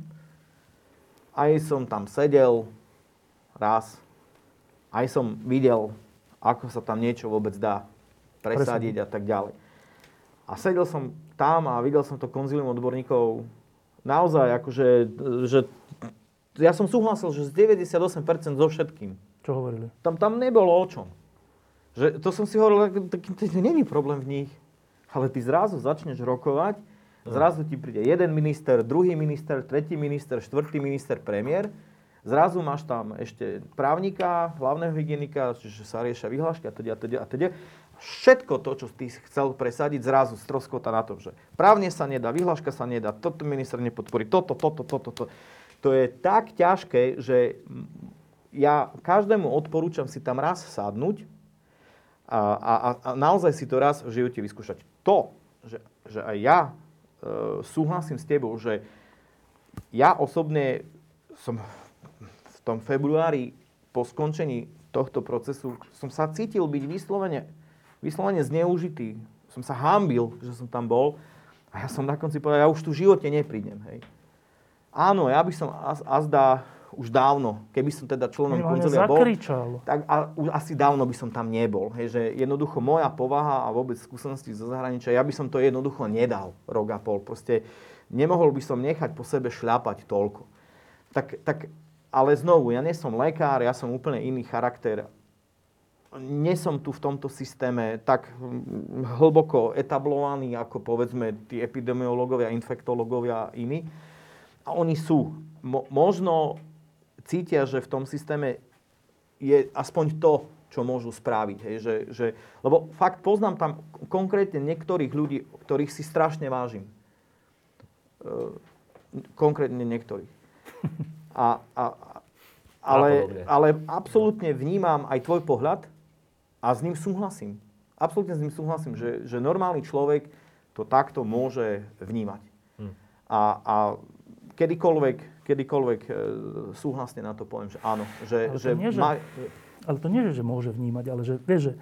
Aj som tam sedel raz, aj som videl, ako sa tam niečo vôbec dá presadiť a tak ďalej. A sedel som tam a videl som to konzílium odborníkov naozaj akože, že ja som súhlasil, že z deväťdesiatosem percent so všetkým. Čo hovorili? Tam, tam nebolo o čom. Že to som si hovoril, to není problém v nich. Ale ty zrazu začneš rokovať, zrazu ti príde jeden minister, druhý minister, tretí minister, štvrtý minister, premiér. Zrazu máš tam ešte právnika, hlavného hygienika, čiže sa riešia vyhlášky a teda, a teda, a teda. Všetko to, čo ty chcel presadiť, zrazu stroskota na tom, že právne sa nedá, vyhláška sa nedá, toto minister nepodporí, toto, toto, toto, toto. To je tak ťažké, že ja každému odporúčam si tam raz sadnúť a, a, a naozaj si to raz v živote vyskúšať. To, že, že aj ja e, súhlasím s tebou, že ja osobne som v tom februári po skončení tohto procesu som sa cítil byť vyslovene, vyslovene zneužitý. Som sa hanbil, že som tam bol a ja som na konci povedal, ja už tu v živote neprídem. Hej. Áno, ja by som azda už dávno, keby som teda členom konzília bol, tak a, už asi dávno by som tam nebol. Hej, že jednoducho moja povaha a vôbec skúsenosti zo zahraničia, ja by som to jednoducho nedal rok a pol. Proste nemohol by som nechať po sebe šľapať toľko. Tak, tak, ale znovu, ja nie som lekár, ja som úplne iný charakter. Nie som tu v tomto systéme tak hlboko etablovaný, ako povedzme tí epidemiológovia, infektológovia a iní. A oni sú. Mo- možno cítia, že v tom systéme je aspoň to, čo môžu spraviť. Hej? Že, že, lebo fakt poznám tam konkrétne niektorých ľudí, ktorých si strašne vážim. E, konkrétne niektorých. A, a, ale, ale absolútne vnímam aj tvoj pohľad a s ním súhlasím. Absolútne s ním súhlasím, že, že normálny človek to takto môže vnímať. Hm. A, a kedykoľvek, kedykoľvek e, súhlasne na to poviem, že áno. Že, ale, že to nie, ma... že, ale to nie, že môže vnímať, ale že, vieš, že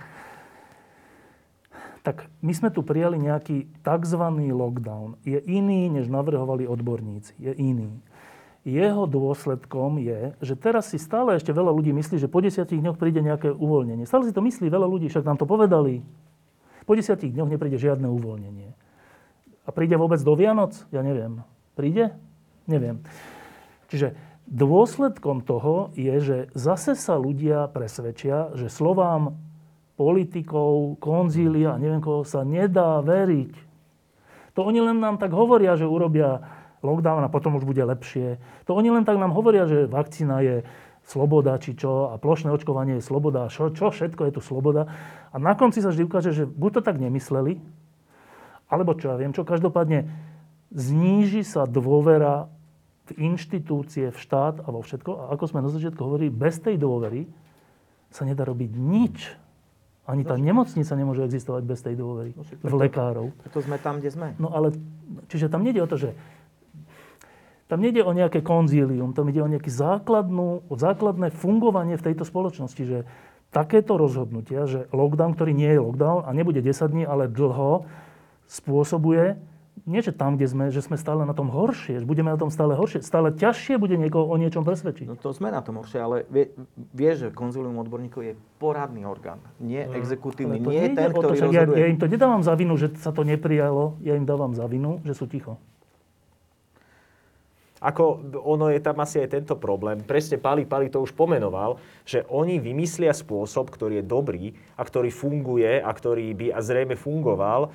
tak my sme tu prijali nejaký takzvaný lockdown. Je iný, než navrhovali odborníci. Je iný. Jeho dôsledkom je, že teraz si stále ešte veľa ľudí myslí, že po desiatich dňoch príde nejaké uvoľnenie. Stále si to myslí veľa ľudí, však nám to povedali. Po desiatich dňoch nepríde žiadne uvoľnenie. A príde vôbec do Vianoc? Ja neviem. Príde? Neviem. Čiže dôsledkom toho je, že zase sa ľudia presvedčia, že slovám politikov, konzília a neviem koho sa nedá veriť. To oni len nám tak hovoria, že urobia lockdown a potom už bude lepšie. To oni len tak nám hovoria, že vakcína je sloboda, či čo, a plošné očkovanie je sloboda, a čo, čo všetko je tu sloboda. A na konci sa vždy ukáže, že buď to tak nemysleli, alebo čo ja viem, čo každopádne zníži sa dôvera v inštitúcie, v štát a vo všetko. A ako sme na začiatku hovorili, bez tej dôvery sa nedá robiť nič. Ani tá nemocnica nemôže existovať bez tej dôvery v lekárov. To sme tam, kde sme. No ale, čiže tam nejde o to, že tam nejde o nejaké konzílium, tam ide o nejaké základnú, o základné fungovanie v tejto spoločnosti, že takéto rozhodnutia, že lockdown, ktorý nie je lockdown a nebude desať dní, ale dlho, spôsobuje, nie že tam, kde sme, že sme stále na tom horšie, že budeme na tom stále horšie. Stále ťažšie bude niekoho o niečom presvedčiť. No to sme na tom horšie, ale vie, vieš, že konzílium odborníkov je poradný orgán, nie exekutívny, Ale to nie nejde ten, o to, ktorý však ja, rozhoduje. ja im to nedávam za vinu, že sa to neprijalo, ja im dávam za vinu, že sú ticho. Ako ono je tam asi aj tento problém. Presne Pali Pali to už pomenoval, že oni vymyslia spôsob, ktorý je dobrý a ktorý funguje a ktorý by a zrejme fungoval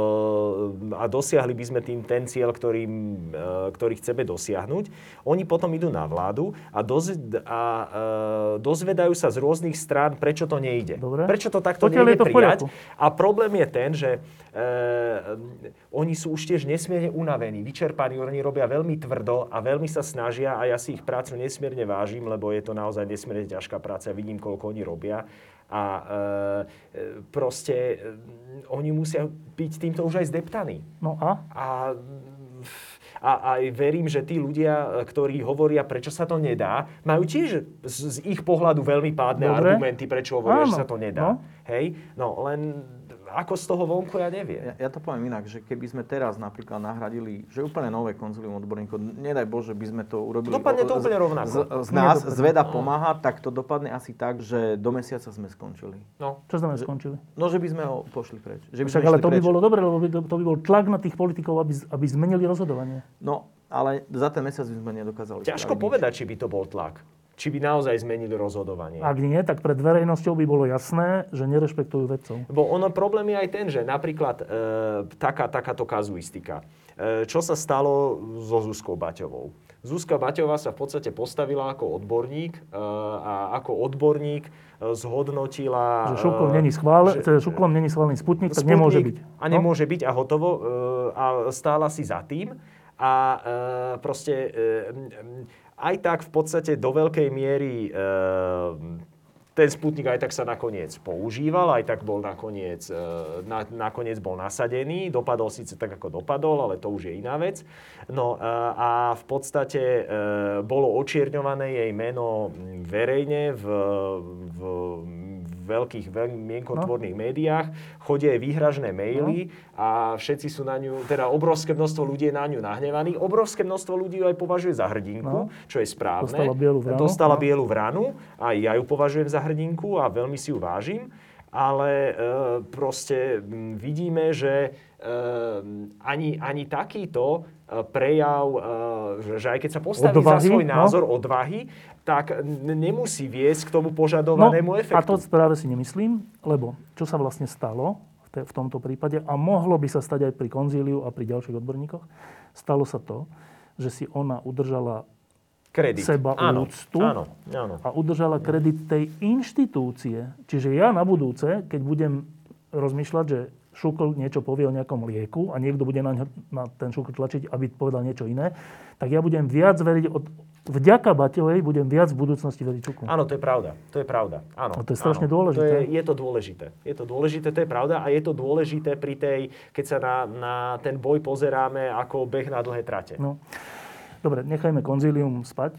a dosiahli by sme tým ten cieľ, ktorý, ktorý chceme dosiahnuť. Oni potom idú na vládu a, doz, a dozvedajú sa z rôznych strán, prečo to nejde. Dobre. Prečo to takto Pokiaľ nejde je to v prijať. poriadku. A problém je ten, že e, oni sú už tiež nesmierne unavení, vyčerpaní, oni robia veľmi tvrdo a veľmi sa snažia a ja si ich prácu nesmierne vážim, lebo je to naozaj nesmierne ťažká práca. Vidím, koľko oni robia. A e, proste e, oni musia byť týmto už aj zdeptaní. No a? A, a aj verím, že tí ľudia, ktorí hovoria, prečo sa to nedá, majú tiež z, z ich pohľadu veľmi pádne Dobre. argumenty, prečo hovoria, Áno. že sa to nedá. No. Hej? No len ako z toho vonku ja neviem. Ja, ja to poviem inak, že keby sme teraz napríklad nahradili, že úplne nové konzílium odborníkov, nedaj Bože, by sme to urobili... Dopadne to z- úplne rovnako. Z, z nás zveda pomáha, tak to dopadne asi tak, že do mesiaca sme skončili. No. Čo znamená skončili? No, že by sme ho pošli preč. Že by Však sme ale išli to by preč. bolo dobre, lebo by to, to by bol tlak na tých politikov, aby, aby zmenili rozhodovanie. No, ale za ten mesiac by sme nedokázali. Ťažko spraviť povedať, či by to bol tlak. Či by naozaj zmenili rozhodovanie. Ak nie, tak pred verejnosťou by bolo jasné, že nerešpektujú vedcov. Bo ono problém je aj ten, že napríklad e, taká, takáto kazuistika. E, čo sa stalo so Zuzkou Baťovou? Zuzka Baťová sa v podstate postavila ako odborník e, a ako odborník e, zhodnotila... Že Šuklom není schvále, že- Šuklom není schválený Sputnik, tak Sputnik nemôže byť. A nemôže byť a hotovo. E, a stála si za tým. A e, proste e, aj tak v podstate do veľkej miery e, ten Sputnik aj tak sa nakoniec používal, aj tak bol nakoniec, e, na, nakoniec bol nasadený. Dopadol síce tak, ako dopadol, ale to už je iná vec. No e, a v podstate e, bolo očierňované jej meno verejne v, v veľkých, veľmi mienkotvorných no. médiách, chodia aj výhražné maily no. a všetci sú na ňu, teda obrovské množstvo ľudí je na ňu nahnevaných. Obrovské množstvo ľudí ju aj považuje za hrdinku, no. čo je správne. Dostala bielu vranu. Dostala no. bielu vranu a ja ju považujem za hrdinku a veľmi si ju vážim. Ale e, proste m, vidíme, že e, ani, ani takýto e, prejav, e, že, že aj keď sa postaví Odvahy, za svoj názor no. odvahy, tak n- nemusí viesť k tomu požadovanému no, efektu. A to práve si nemyslím, lebo čo sa vlastne stalo v, te, v tomto prípade, a mohlo by sa stať aj pri konzíliu a pri ďalších odborníkoch, stalo sa to, že si ona udržala Kredit. seba Áno, úctu áno, áno. a udržala kredit tej inštitúcie. Čiže ja na budúce, keď budem rozmýšľať, že Šukl niečo povie o nejakom lieku a niekto bude na, ňo, na ten Šukl tlačiť, aby povedal niečo iné, tak ja budem viac veriť, od, vďaka Baťovej budem viac v budúcnosti veriť Šuklu. Áno, to je pravda. To je pravda. Áno. A to je strašne áno. dôležité. To je, je to dôležité. Je to dôležité, to je pravda. A je to dôležité pri tej, keď sa na, na ten boj pozeráme ako beh na dlhé trate. No. Dobre, nechajme konzílium spať.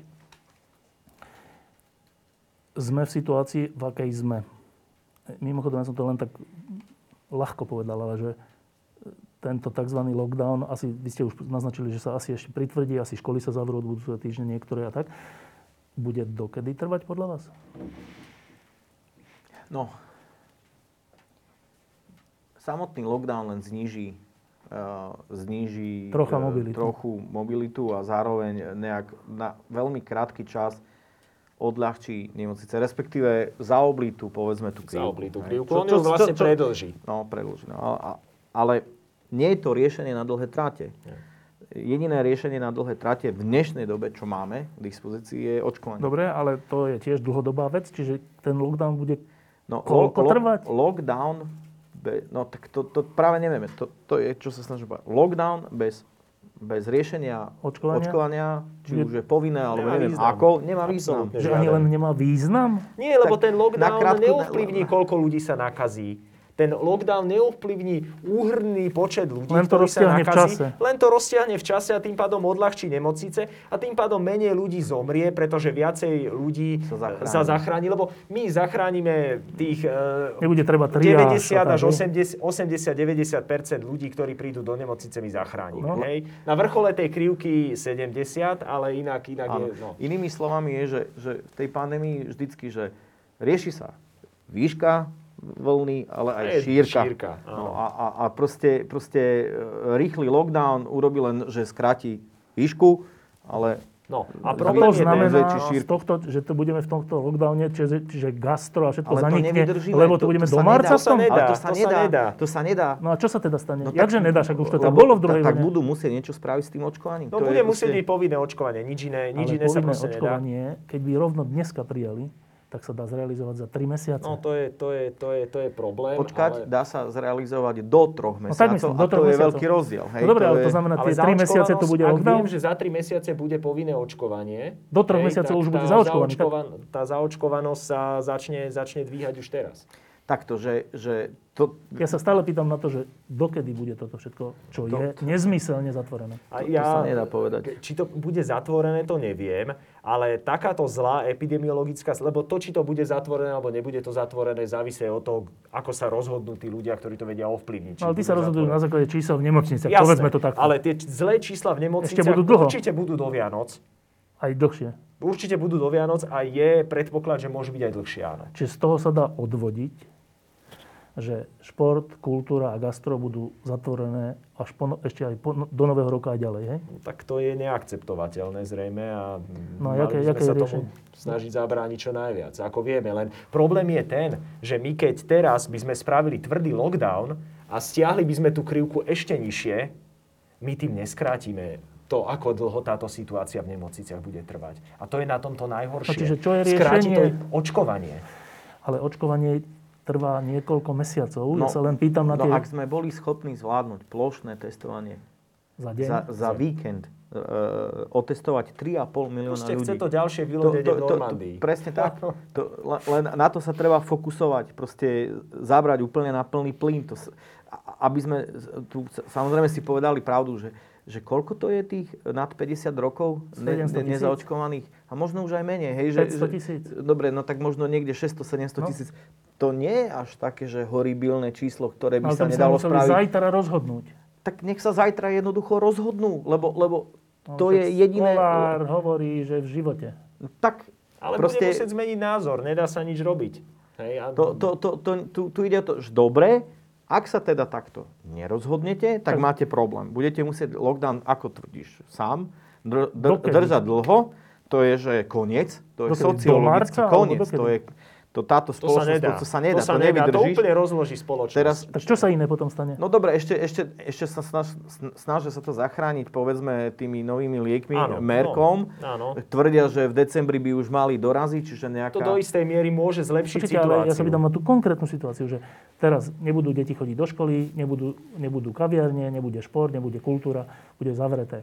Sme v situácii, v akej sme. Mimochodom, ja som to len tak ľahko povedal, ale že tento tzv. Lockdown, asi vy ste už naznačili, že sa asi ešte pritvrdí, asi školy sa zavrú od budúceho týždňa niektoré a tak. Bude dokedy trvať podľa vás? No, samotný lockdown len zníži, uh, zníži Trocha uh, mobilitu. trochu mobilitu a zároveň nejak na veľmi krátky čas odľahčí nemocnice, respektíve zaoblí tú, povedzme, tú krivku. Zaoblí tú Hej. krivku. Čo- On čo- ju vlastne čo- čo- predĺží. No, predĺží. No, a- a- ale nie je to riešenie na dlhé trate. Jediné riešenie na dlhé trate v dnešnej dobe, čo máme k dispozícii, je očkovanie. Dobre, ale to je tiež dlhodobá vec, čiže ten lockdown bude No, koľko lo- trvať? Lockdown, be, no tak to, to práve nevieme. To, to je, čo sa snažím povedať. Lockdown bez, bez riešenia Očkovania? očkovania, či Je- už je povinné, alebo Nemá neviem význam. ako, nemá význam. Absolútne. Že ani len nemá význam? Nie, lebo Tak ten lockdown na krátku- neovplyvní, koľko ľudí sa nakazí. Ten lockdown neovplyvní úhrnný počet ľudí, len to ktorí sa roztiahne v nakazí. čase. Len to roztiahne v čase a tým pádom odľahčí nemocnice a tým pádom menej ľudí zomrie, pretože viacej ľudí sa zachráni. sa zachráni, lebo my zachránime tých Nebude treba deväťdesiat triáž, až osemdesiat deväťdesiat percent ľudí, ktorí prídu do nemocnice, my zachránime. No. Hej? Na vrchole tej krivky sedemdesiat, ale inak, inak je... No. Inými slovami je, že, že v tej pandémii vždycky, že rieši sa výška vlny, ale aj Je šírka. šírka, áno. No a, a, a proste, proste rýchly lockdown urobí len, že skráti výšku, ale... No, a To problém je ten, znamená, väčší z šírku. tohto, že to budeme v tomto lockdowne, čiže, čiže gastro a všetko Ale to zanikne, nevydržíme, lebo to, to- budeme to do sa marca nedá. v tom? To sa Ale to sa to sa nedá. nedá. To sa nedá. No a čo sa teda stane? No Jakže nedá, však už to tak lebo- bolo v druhej tak, tak vlne. budú musieť niečo spraviť s tým očkovaním. No To bude je musieť proste- byť povinné očkovanie, nič iné, nič Ale iné sa povinné proste nedá. očkovanie, keď by rovno dneska prijali, tak sa dá zrealizovať za tri mesiace. No to je, to je, to je, to je problém. Počkať, ale... dá sa zrealizovať do troch No tak mesiacov myslím, a do to troch je mesiacov. veľký rozdiel. Hej, No dobre, ale to je- znamená, Ale tie tri mesiace to bude ak lockdown? viem, že za tri mesiace bude povinné očkovanie, Do troch hej, mesiacov tak už bude tá zaočkovaný, tak? zaočkovan- Tá zaočkovanosť sa začne, začne dvíhať už teraz. Takto, že, že to, Ja sa stále pýtam na to, že dokedy bude toto všetko, čo To- je nezmyselne zatvorené. A To- to sa nedá povedať. Či to bude zatvorené, to neviem, ale takáto zlá epidemiologická, lebo to, či to bude zatvorené alebo nebude to zatvorené, závisí od toho, ako sa rozhodnú tí ľudia, ktorí to vedia ovplyvniť. či No, ale ty budú sa rozhodujú na zatvorené. základe čísel v nemocniciach, Jasné, povedzme to takto. ale tie č- zlé čísla v nemocniciach Ešte budú dlho. určite budú do Vianoc. Aj dlhšie. Určite budú do Vianoc a je predpoklad, že môže byť aj dlhšie, áno. Čiže z toho sa dá odvodiť, že šport, kultúra a gastro budú zatvorené až po, no- ešte aj po, no- do nového roka aj ďalej, hej? Tak to je neakceptovateľné zrejme a No a mali jaké- by sme jaké sa je tomu snažiť zabrániť čo najviac, ako vieme. Len problém je ten, že my keď teraz by sme spravili tvrdý lockdown a stiahli by sme tú krivku ešte nižšie, my tým neskrátime to, ako dlho táto situácia v nemocniciach bude trvať. A to je na tomto najhoršie. No, čiže čo je Skráti to riešenie? očkovanie. Ale očkovanie trvá niekoľko mesiacov. Ja No, sa len pýtam na no tie... ak sme boli schopní zvládnuť plošné testovanie Za deň? za, za víkend, e, otestovať tri a pol milióna Proste ľudí. chce to ďalšie vylodenie v Normandii. Presne tak. To, len na to sa treba fokusovať. Proste zabrať úplne na plný plyn. To, s- a- aby sme tu samozrejme si povedali pravdu, že, že koľko to je tých nad päťdesiat rokov ne, sedemsto tisíc. nezaočkovaných? A možno už aj menej. Hej, že, päťsto že- tisíc. Dobre, no tak možno niekde šesťsto sedemsto No. tisíc. To nie je až také, že horibilné číslo, ktoré by Ale sa to by sa nedalo museli spraviť. zajtra rozhodnúť. Tak nech sa zajtra jednoducho rozhodnú, lebo, lebo No, to však je jediné... Kolár hovorí, že v živote. Tak Ale proste... bude musieť zmeniť názor, nedá sa nič robiť. Hej, a... To, to, to, to, tu, tu ide o to, že dobre, ak sa teda takto nerozhodnete, tak, Tak. máte problém. Budete musieť lockdown, ako tvrdíš, sám dr, dr, Dokedy? držať dlho. To je, že koniec. To je Dokedy? Do sociologický marca, alebo koniec. dokedy? To je, to, táto To sa spoločnosť, nedá. to, to sa nedá, to, sa to nedá. To nevydržíš. úplne rozloží spoločnosť. Teraz, Tak čo sa iné potom stane? no dobre, ešte, ešte, ešte sa snaž, snažia sa to zachrániť, povedzme, tými novými liekmi, Áno, Merkom. no, áno. Tvrdia, že v decembri by už mali doraziť, čiže nejaká... To do istej miery môže zlepšiť Počkajte, situáciu. ale ja sa pýtam na tú konkrétnu situáciu, že teraz nebudú deti chodiť do školy, nebudú, nebudú kaviarne, nebude šport, nebude kultúra, bude zavreté.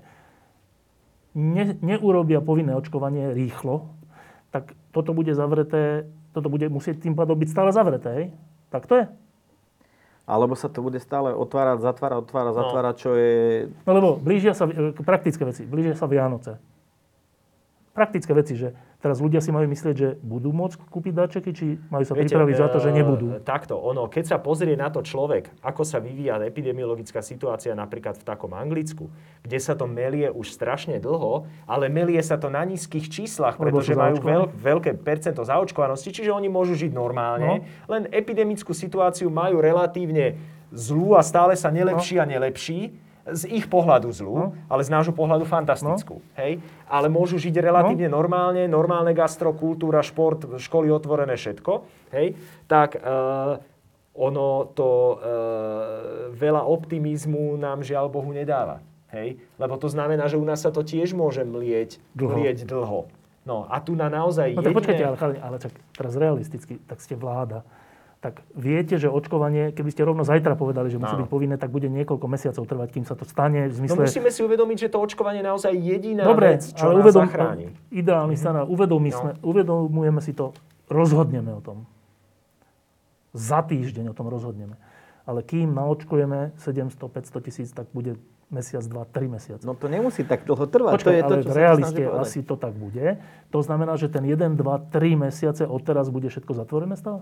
Ne, neurobia povinné očkovanie rýchlo, tak toto bude zavreté, toto bude musieť tým pádom byť stále zavreté, hej? Tak to je. Alebo sa to bude stále otvárať, zatvárať, otvárať, No. zatvárať, čo je... No lebo blížia sa, e, praktické veci, blížia sa Vianoce. Praktické veci, že teraz ľudia si majú myslieť, že budú môcť kúpiť dáčeky, či majú sa Viete, pripraviť za to, že e, nebudú. Takto, ono, keď sa pozrie na to človek, ako sa vyvíja epidemiologická situácia napríklad v takom Anglicku, kde sa to melie už strašne dlho, ale melie sa to na nízkych číslach, Lebo pretože sú majú zaočkovaní. veľk, veľké percento zaočkovanosti, čiže oni môžu žiť normálne, No. len epidemickú situáciu majú relatívne zlú a stále sa nelepší a nelepší. Z ich pohľadu zlú, No. ale z nášho pohľadu fantastickú. Hej? Ale môžu žiť relatívne No. normálne, normálne gastro, kultúra, šport, školy otvorené, všetko. Hej? Tak e, ono to e, veľa optimizmu nám žiaľ Bohu nedáva. Hej? Lebo to znamená, že u nás sa to tiež môže mlieť Dlho. mlieť dlho. No a tu na naozaj No tak jediné... počkajte, ale, chalani, ale čak, teraz realisticky, tak ste vláda. Tak viete, že očkovanie, keby ste rovno zajtra povedali, že musí Áno. byť povinné, tak bude niekoľko mesiacov trvať, kým sa to stane. V No zmysle... musíme si uvedomiť, že to očkovanie je naozaj jediná Dobre, vec, čo ale nás uvedom, zachráni. ideálny scenár, uvedomí No. sme, uvedomujeme si to, rozhodneme o tom. Za týždeň o tom rozhodneme. Ale kým naočkujeme sedemsto päťsto tisíc, tak bude mesiac, dva, tri mesiace. No to nemusí tak dlho trvať. Počkaj, to je ale to, v čo realiste asi to tak bude. To znamená, že ten jeden, dva, tri mesiace odteraz bude všetko zatvorené stále?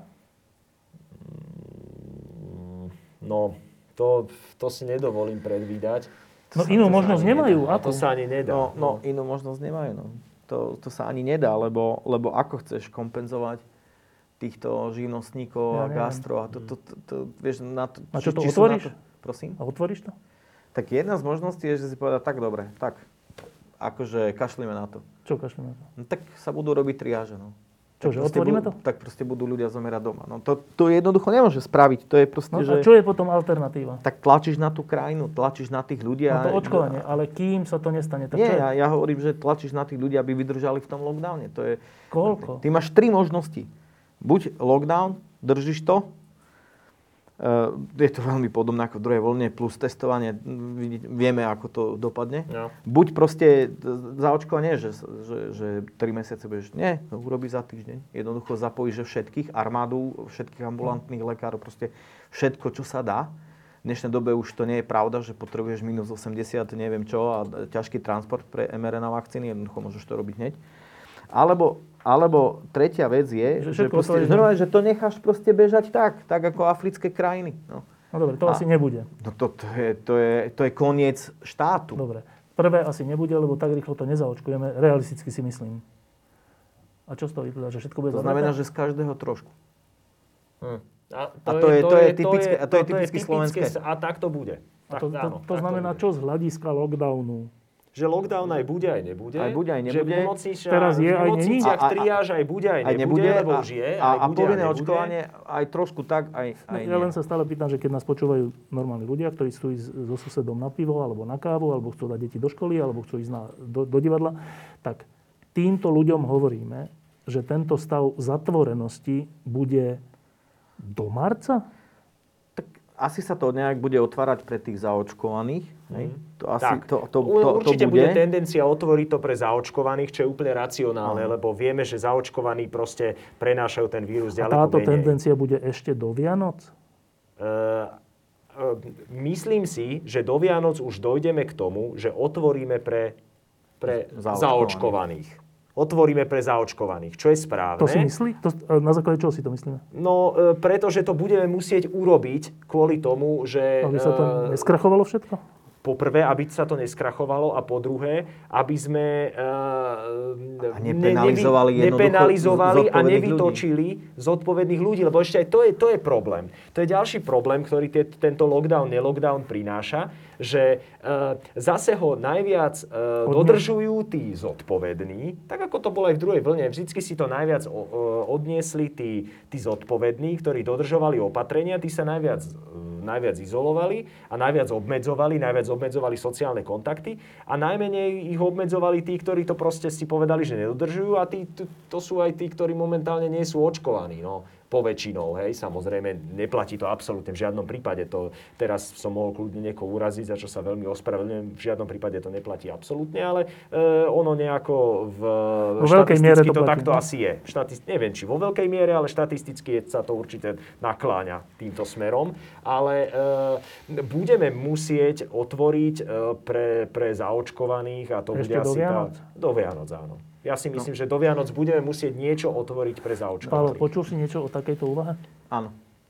No, to, to si nedovolím predvídať. No inú možnosť nemajú. A Ako? to sa ani nedá. No, no inú možnosť nemajú. No. To, to sa ani nedá, lebo, lebo ako chceš kompenzovať týchto živnostníkov Ja a neviem. gastro a to, to, to, to, vieš, na to... A čo to sú otvoríš? na to- Prosím? A otvoríš to? Tak jedna z možností je, že si povedať, tak dobre, tak, akože kašlíme na to. Čo kašleme na to? No, tak sa budú robiť triáže, no. Čože, Tak proste otvoríme budú, to? Tak proste budú ľudia zomierať doma. No to, to jednoducho nemôže spraviť. To je proste, No že... a čo je potom alternatíva? Tak tlačíš na tú krajinu, tlačíš na tých ľudí. No a- to očkovanie, ale kým sa to nestane, tak čo Nie, je? ja, ja hovorím, že tlačíš na tých ľudí, aby vydržali v tom lockdowne. To je... Koľko? Ty máš tri možnosti. Buď lockdown, držíš to, Uh, je to veľmi podobné ako v druhej vlne, plus testovanie, vidí- vieme, ako to dopadne. No. Buď proste zaočkovanie, že, že, že tri mesiace budeš, nie, to urobí za týždeň. Jednoducho zapojíš že všetkých, armádu, všetkých ambulantných lekárov, proste všetko, čo sa dá. V dnešnej dobe už to nie je pravda, že potrebuješ minus osemdesiat, neviem čo, a ťažký transport pre em er en á vakcíny, jednoducho môžeš to robiť hneď. Alebo, alebo tretia vec je, Že že, všetko proste, otvoríš, že, normálne, že to necháš proste bežať tak, tak ako africké krajiny. No, No dobre, to A- asi nebude. no to, to, je, to, je, to je koniec štátu. Dobre. Prvé asi nebude, lebo tak rýchlo to nezaočkujeme. Realisticky si myslím. A čo z toho vyplýva? Že všetko bude To zavreté? znamená, že z každého trošku. Hm. A A to je- to je typické- a to je typicky slovenské. A tak to bude. A Tak, to, to, áno, to tak znamená bude. čo z hľadiska lockdownu? Že lockdown aj bude, aj nebude. Aj bude, aj Že nebude. v nemocniciach, Teraz je, v aj není. nemocniciach A- a- triáž aj bude, aj Aj nebude, nebude, lebo a, už je. a, aj a bude, povinné nebude. očkovanie aj trošku tak, aj, No, aj ja nie. len sa stále pýtam, že keď nás počúvajú normálni ľudia, ktorí chcú ísť so susedom na pivo, alebo na kávu, alebo chcú dať deti do školy, alebo chcú ísť na, do, do divadla, tak týmto ľuďom hovoríme, že tento stav zatvorenosti bude do marca? Tak asi sa to nejak bude otvárať pre tých zaočkovaných. Hej? To asi Tak, to, to, to, určite to bude. bude tendencia otvoriť to pre zaočkovaných, čo je úplne racionálne, lebo vieme, že zaočkovaní proste prenášajú ten vírus A ďaleko táto menej. tendencia bude ešte do Vianoc? E, e, myslím si, že do Vianoc už dojdeme k tomu, že otvoríme pre, pre Zaočkovaných. zaočkovaných. Otvoríme pre zaočkovaných, čo je správne. To si myslí? To, na základe čoho si to myslíme? No, e, pretože to budeme musieť urobiť kvôli tomu, že... Aby sa to e, neskrachovalo všetko? Po prvé, aby sa to neskrachovalo, a po druhé, aby sme uh, A nepenalizovali jednoducho nepenalizovali a zodpovedných nevytočili zodpovedných ľudí. Lebo ešte aj to je, to je problém. To je ďalší problém, ktorý te, tento lockdown, nelockdown prináša, že uh, zase ho najviac uh, Odmiet- dodržujú tí zodpovední, tak ako to bolo aj v druhej vlne. Vždycky si to najviac o, o, odniesli tí, tí zodpovední, ktorí dodržovali opatrenia, tí sa najviac, uh, najviac izolovali a najviac obmedzovali, najviac obmedzovali sociálne kontakty a najmenej ich obmedzovali tí, ktorí to proste si povedali, že nedodržujú, a tí, to, to sú aj tí, ktorí momentálne nie sú očkovaní. No. Poväčšinou, hej, samozrejme, neplatí to absolútne v žiadnom prípade. To teraz som mohol kľudne niekoho uraziť, za čo sa veľmi ospravedlňujem. V žiadnom prípade to neplatí absolútne, ale e, ono nejako v Vo veľkej miere štatisticky to to platí, takto no? asi je. Štatist, neviem, či vo veľkej miere, ale štatisticky sa to určite nakláňa týmto smerom. Ale e, budeme musieť otvoriť e, pre, pre zaočkovaných, a to Ešte bude do asi Vianoc? tá, do Vianoc, áno. Ja si myslím, no. že do Vianoc budeme musieť niečo otvoriť pre Pálo, zaočkovaných. počul si niečo o takejto úvahe? Áno.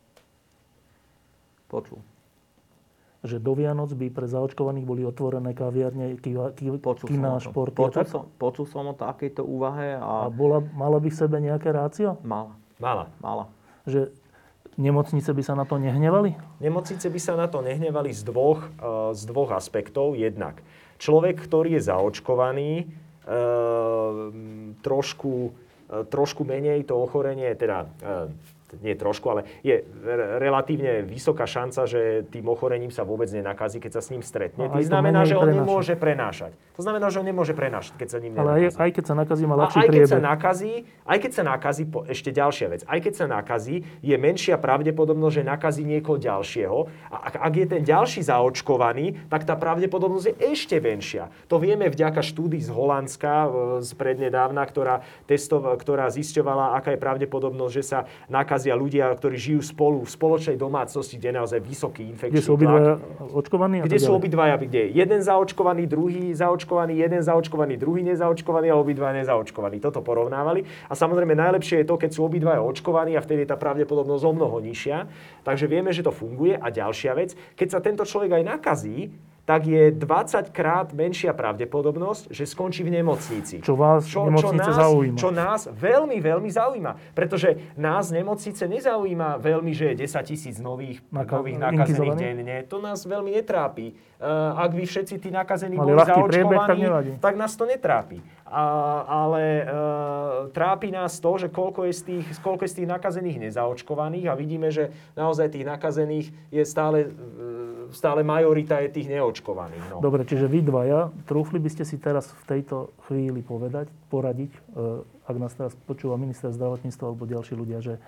Počul. Že do Vianoc by pre zaočkovaných boli otvorené kaviarne, kiva- ki- Počul kina, som o tom. športy a Počul tak? som, počul som o takejto úvahe A a, bola, mala by v sebe nejaké rácio? mala, Mala. mala. Že nemocnice by sa na to nehnevali? Nemocnice by sa na to nehnevali z dvoch, uh, z dvoch aspektov. Jednak človek, ktorý je zaočkovaný, uh, trošku, uh, trošku menej to ochorenie, teda uh, nie trošku, ale je re- relatívne vysoká šanca, že tým ochorením sa vôbec nenakazí, keď sa s ním stretne. A To aj to znamená, menej že on prenáša. nemôže prenášať. To znamená, že on nemôže prenášať, keď sa ním Ale aj, nenakazí. aj keď sa nakazí, má A ľahší aj keď sa priebeh. nakazí, aj keď sa nakazí, po, ešte ďalšia vec, aj keď sa nakazí, je menšia pravdepodobnosť, že nakazí niekoho ďalšieho. A ak, ak je ten ďalší zaočkovaný, tak tá pravdepodobnosť je ešte menšia. To vieme vďaka štúdii z Holandska e, z prednedávna, ktorá, testov, ktorá zisťovala, aká je pravdepodobnosť, že sa nakazí narazia ľudia, ktorí žijú spolu v spoločnej domácnosti, kde je naozaj vysoký infekčný Kde sú obidvaja očkovaní? Kde sú obidvaja, kde je jeden zaočkovaný, druhý zaočkovaný, jeden zaočkovaný, druhý nezaočkovaný a obidvaja nezaočkovaní. Toto porovnávali. A samozrejme najlepšie je to, keď sú obidvaja očkovaní a vtedy je tá pravdepodobnosť o mnoho nižšia. Takže vieme, že to funguje. A ďalšia vec, keď sa tento človek aj nakazí, tak je dvadsaťkrát menšia pravdepodobnosť, že skončí v nemocnici. Čo vás čo, nemocnice čo nás, zaujíma. Čo nás veľmi, veľmi zaujíma. Pretože nás nemocnice nezaujíma veľmi, že je desaťtisíc nových, Naka- nových nakazených denne. To nás veľmi netrápi. Uh, ak by všetci tí nakazení Mali boli ľahký priebeh, tak zaočkovaní, nevadí. tak nás to netrápi. A, ale uh, trápi nás to, že koľko je, z tých, koľko je z tých nakazených nezaočkovaných a vidíme, že naozaj tých nakazených je stále... Uh, stále majorita je tých neočkovaných. No. Dobre, čiže vy dvaja, trúfli by ste si teraz v tejto chvíli povedať, poradiť, e, ak nás teraz počúva minister zdravotníctva alebo ďalší ľudia, že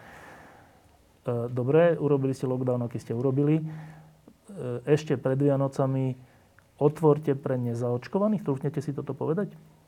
e, dobre, urobili ste lockdown, aký ste urobili, e, ešte pred Vianocami otvorte pre nezaočkovaných, trúfnete si toto povedať?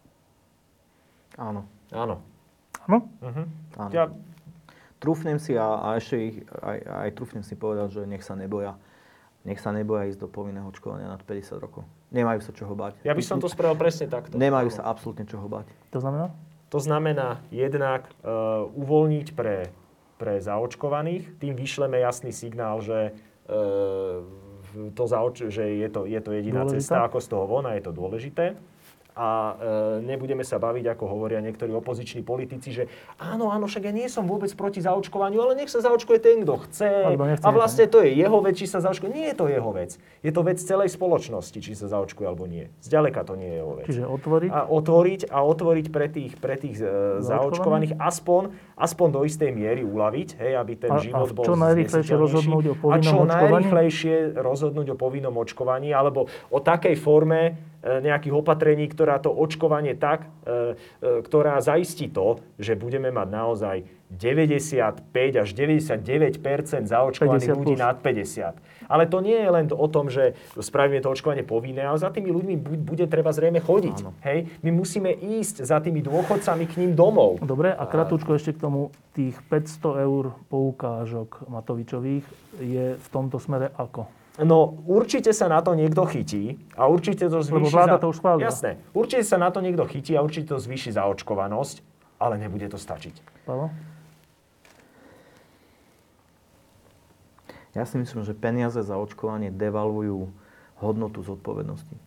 Áno. Áno. Áno? Uh-huh. Áno. Ja... Trúfnem si a, a ešte ich, aj, aj trúfnem si povedať, že nech sa neboja. Nech sa neboja ísť do povinného očkovania nad päťdesiat rokov. Nemajú sa čoho bať. Ja by som to spravil presne takto. Nemajú sa absolútne čoho bať. To znamená? To znamená jednak uh, uvoľniť pre, pre zaočkovaných, tým vyšleme jasný signál, že, uh, to zaoč- že je, to, je to jediná Dôležitá? cesta, ako z toho von a je to dôležité. A e, nebudeme sa baviť, ako hovoria niektorí opoziční politici, že áno, áno, však ja nie som vôbec proti zaočkovaniu, ale nech sa zaočkuje ten, kto chce. nechce, A vlastne to je jeho vec, či sa zaočkuje. Nie je to jeho vec. Je to vec celej spoločnosti, či sa zaočkuje alebo nie. Zďaleka to nie je jeho vec. Čiže otvoriť? A otvoriť a otvoriť pre tých, pre tých e, zaočkovaných aspoň, aspoň do istej miery uľaviť, hej, aby ten a, život a bol čo najrýchlejšie rozhodnúť o povinnom A čo očkovaní? najrýchlejšie rozhodnúť o povinnom očkovaní, alebo o takej forme nejakých opatrení, ktorá to očkovanie tak, e, e, ktorá zaistí to, že budeme mať naozaj deväťdesiatpäť až deväťdesiatdeväť percent zaočkovaných ľudí nad päťdesiat. Ale to nie je len o tom, že spravíme to očkovanie povinné, ale za tými ľuďmi bude treba zrejme chodiť. Hej? My musíme ísť za tými dôchodcami k ním domov. Dobre, a krátko ešte k tomu, tých päťsto eur poukážok Matovičových je v tomto smere ako? No, určite sa na to niekto chytí a určite to zvýši... Lebo vláda za... to už schválila. Jasné. Určite sa na to niekto chytí a určite to zvýši zaočkovanosť, ale nebude to stačiť. Pavel? Ja si myslím, že peniaze za očkovanie devalujú hodnotu zodpovednosti.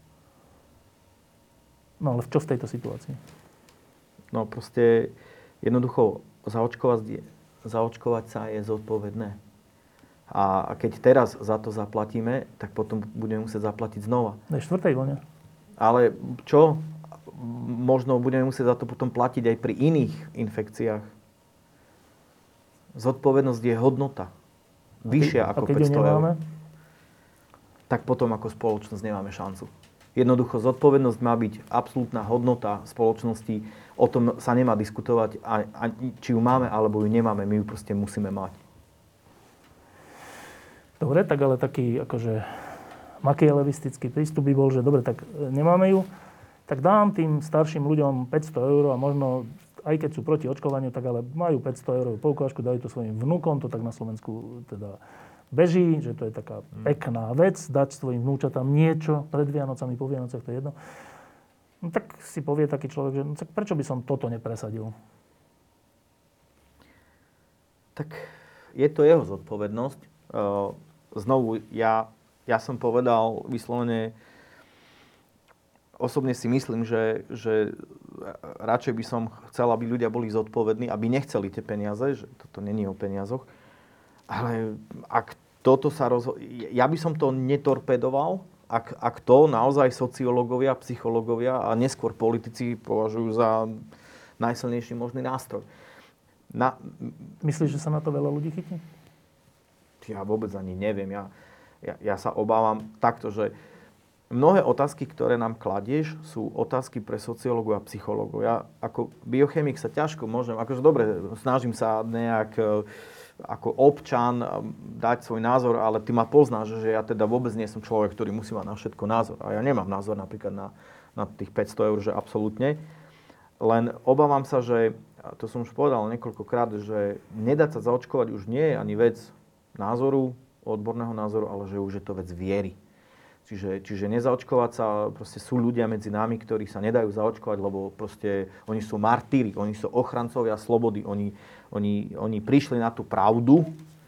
No, ale čo v tejto situácii? No proste jednoducho zaočkovať, zaočkovať sa je zodpovedné. A keď teraz za to zaplatíme, tak potom budeme musieť zaplatiť znova. Na štvrtej vlne. Ale čo? Možno budeme musieť za to potom platiť aj pri iných infekciách. Zodpovednosť je hodnota. Vyššia ako päťsto eur. Tak potom ako spoločnosť nemáme šancu. Jednoducho zodpovednosť má byť absolútna hodnota spoločnosti. O tom sa nemá diskutovať. A, a, či ju máme, alebo ju nemáme. My ju proste musíme mať. Dobre, tak ale taký akože makiavelistický prístup by bol, že dobre, tak nemáme ju, tak dám tým starším ľuďom päťsto eur a možno, aj keď sú proti očkovaniu, tak ale majú päťsto eurovú poukážku, dajú to svojim vnúkom, to tak na Slovensku teda beží, že to je taká pekná vec, dať svojim vnúčatám niečo pred Vianocami, po Vianocach, to je jedno. No tak si povie taký človek, že no, tak prečo by som toto nepresadil? Tak je to jeho zodpovednosť. Uh, Znovu, ja, ja som povedal vyslovene, osobne si myslím, že, že radšej by som chcel, aby ľudia boli zodpovední, aby nechceli tie peniaze, že toto není o peniazoch. Ale ak toto sa rozhodne... Ja by som to netorpedoval, ak, ak to naozaj sociológovia, psychológovia a neskôr politici považujú za najsilnejší možný nástroj. Na... Myslíš, že sa na to veľa ľudí chytí? Ja vôbec ani neviem. Ja, ja, ja sa obávam takto, že mnohé otázky, ktoré nám kladieš, sú otázky pre sociológov a psychológov. Ja ako biochemik sa ťažko môžem, akože dobre, snažím sa nejak ako občan dať svoj názor, ale ty ma poznáš, že ja teda vôbec nie som človek, ktorý musí mať na všetko názor. A ja nemám názor napríklad na, na tých päťsto eur, že absolútne. Len obávam sa, že a to som už povedal niekoľkokrát, že nedať sa zaočkovať už nie je ani vec názoru, odborného názoru, ale že už je to vec viery. Čiže, čiže nezaočkovať sa, proste sú ľudia medzi nami, ktorí sa nedajú zaočkovať, lebo proste oni sú martíri, oni sú ochrancovia slobody, oni, oni, oni prišli na tú pravdu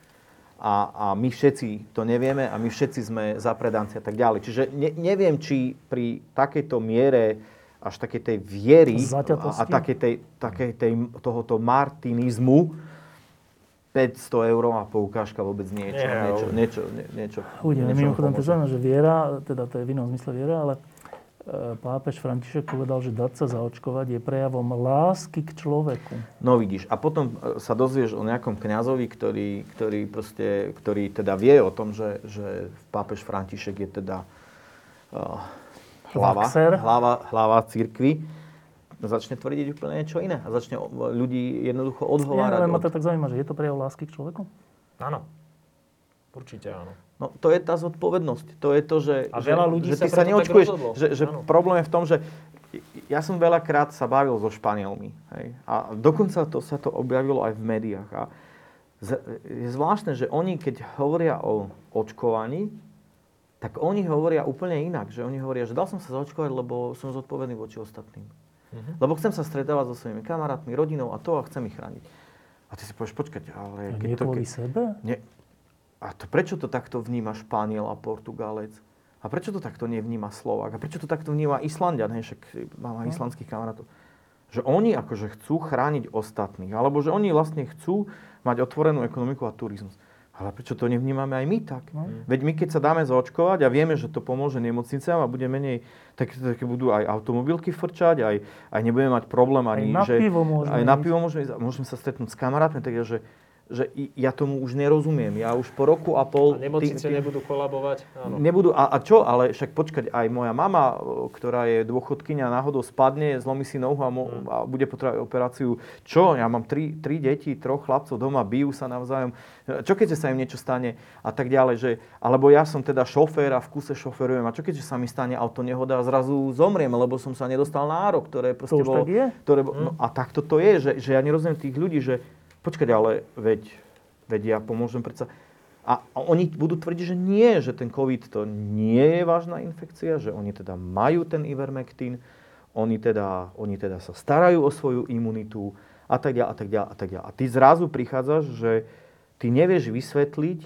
a, a my všetci to nevieme a my všetci sme zapredanci a tak ďalej. Čiže ne, neviem, či pri takejto miere až takej tej viery a, a takej tej, takej tej, tohoto martinizmu päťsto eur a poukážka vôbec niečo, Nie, niečo, niečo, niečo. Uvidíme, mimochodom to znamená, že viera, teda to je v inom zmysle viera, ale e, pápež František povedal, že dať sa zaočkovať je prejavom lásky k človeku. No vidíš, a potom sa dozvieš o nejakom kňazovi, ktorý, ktorý, proste, ktorý teda vie o tom, že, že pápež František je teda uh, hlava, hlava, hlava cirkvi, začne tvrdiť úplne niečo iné a začne ľudí jednoducho odhovárať. Nie, ale ma to od... tak zaujíma, že je to prejav lásky k človeku? Áno. Určite áno. No to je tá zodpovednosť. To je to, že, a veľa ľudí že, že sa ty sa neočkuješ. Že, že problém je v tom, že ja som veľakrát sa bavil so Španielmi. Hej? A dokonca to sa to objavilo aj v médiách. A je zvláštne, že oni, keď hovoria o očkovaní, tak oni hovoria úplne inak. Že oni hovoria, že dal som sa zaočkovať, lebo som zodpovedný voči ostatným. Uh-huh. Lebo chcem sa stretávať so svojimi kamarátmi, rodinou a to a chcem ich chrániť. A ty si povieš, počkať, ale... A nie kvôli ke... sebe? Nie. A to, prečo to takto vníma Španiel a Portugálec? A prečo to takto nevníma Slovák? A prečo to takto vníma Islandian? Hej, však mám aj islandských kamarátov. Že oni akože chcú chrániť ostatných. Alebo že oni vlastne chcú mať otvorenú ekonomiku a turizmus. Ale prečo to nevnímame aj my tak? No. Veď my, keď sa dáme zaočkovať a vieme, že to pomôže nemocniciam a bude menej, tak, tak budú aj automobilky frčať, aj, aj nebudeme mať problém ani, aj na že... pivo môžeme Aj na pivo môžeme ísť. Môžeme sa stretnúť s kamarátmi, takže že ja tomu už nerozumiem. Ja už po roku a pol... A nemocnice tý, tý, nebudú kolabovať? Áno. Nebudú. A, a čo? Ale však počkať, aj moja mama, ktorá je dôchodkyňa, náhodou spadne, zlomí si nohu a, mo, hmm. a bude potrebovať operáciu. Čo? Ja mám tri, tri deti, troch chlapcov doma, bijú sa navzájom. Čo keďže sa im niečo stane? A tak ďalej. Že, alebo ja som teda šofér a v kuse šoferujem. A čo keďže sa mi stane auto nehoda a zrazu zomriem, lebo som sa nedostal na nárok, ktoré proste to už bolo... tak je? Ktoré, hmm. no, a takto to je, že, že ja nerozumiem tých ľudí, že počkať, ale veď, veď ja pomôžem predsa. A, a oni budú tvrdiť, že nie, že ten COVID to nie je vážna infekcia, že oni teda majú ten Ivermectin, oni teda, oni teda sa starajú o svoju imunitu a tak ďalej, a tak ďalej, a tak ďalej. A ty zrazu prichádzaš, že ty nevieš vysvetliť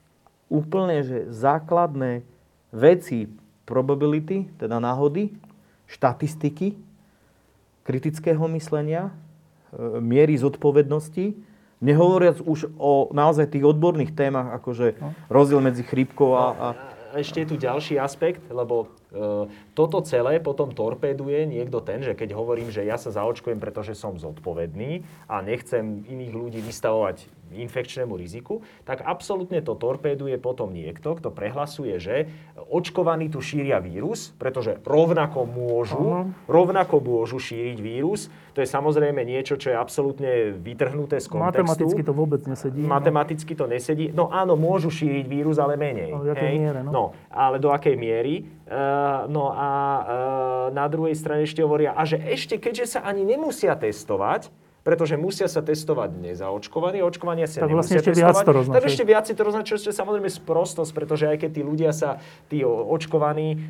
úplne, že základné veci probability, teda náhody, štatistiky, kritického myslenia, miery zodpovednosti, nehovoriac už o naozaj tých odborných témach, akože no. rozdiel medzi chrípkou a, a... Ešte je tu ďalší aspekt, lebo e, toto celé potom torpéduje niekto ten, že keď hovorím, že ja sa zaočkujem, pretože som zodpovedný a nechcem iných ľudí vystavovať infekčnému riziku, tak absolútne to torpéduje potom niekto, kto prehlasuje, že očkovaní tu šíria vírus, pretože rovnako môžu, uh-huh. rovnako môžu šíriť vírus. To je samozrejme niečo, čo je absolútne vytrhnuté z kontextu. Matematicky to vôbec nesedí. Matematicky to nesedí. No áno, môžu šíriť vírus, ale menej. No, v akej miere, no. no, ale do akej miery? Uh, no a uh, na druhej strane ešte hovoria, a že ešte keďže sa ani nemusia testovať, pretože musia sa testovať nezaočkovaní, očkovania sa tak nemusia vlastne ešte testovať. Viac to tak ešte viac si to označuje, čo je samozrejme sprostosť, pretože aj keď tí ľudia sa, tí očkovaní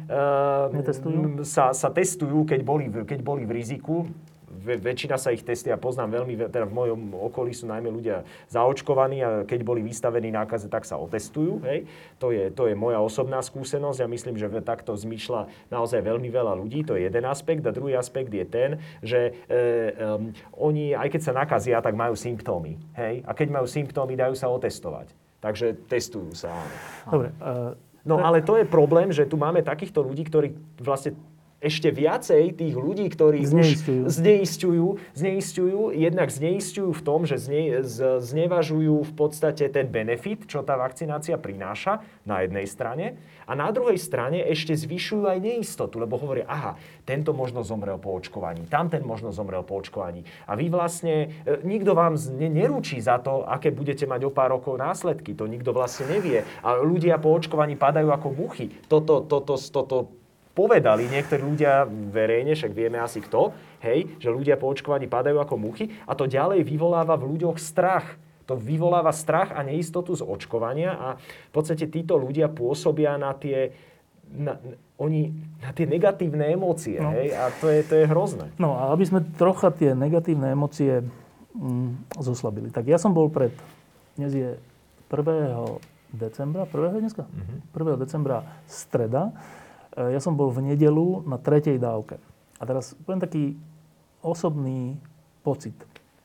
uh, sa, sa testujú, keď boli, keď boli v riziku, väčšina sa ich testuje, ja poznám veľmi, teda v mojom okolí sú najmä ľudia zaočkovaní a keď boli vystavení nákaze, tak sa otestujú. Hej. To je, to je moja osobná skúsenosť. Ja myslím, že takto zmýšľa naozaj veľmi veľa ľudí. To je jeden aspekt. A druhý aspekt je ten, že e, um, oni, aj keď sa nakazia, tak majú symptómy. Hej. A keď majú symptómy, dajú sa otestovať. Takže testujú sa. Dobre. Uh, no ale to je problém, že tu máme takýchto ľudí, ktorí vlastne ešte viacej tých ľudí, ktorí zneistujú. už zneistujú, zneistujú, jednak zneistujú v tom, že zne, z, znevažujú v podstate ten benefit, čo tá vakcinácia prináša na jednej strane a na druhej strane ešte zvyšujú aj neistotu, lebo hovoria, aha, tento možno zomrel po očkovaní, tamten možno zomrel po očkovaní a vy vlastne, e, nikto vám ne, neručí za to, aké budete mať o pár rokov následky, to nikto vlastne nevie a ľudia po očkovaní padajú ako muchy. Toto, toto, toto povedali niektorí ľudia verejne, však vieme asi kto, hej, že ľudia po očkovaní padajú ako muchy a to ďalej vyvoláva v ľuďoch strach. To vyvoláva strach a neistotu z očkovania a v podstate títo ľudia pôsobia na tie, na, oni, na tie negatívne emócie, no. hej, a to je, to je hrozné. No a aby sme trocha tie negatívne emócie mm, zoslabili, tak ja som bol pred, dnes je prvého decembra, prvého dneska? Mm-hmm. prvého decembra streda. Ja som bol v nedeľu na tretej dávke. A teraz poviem taký osobný pocit.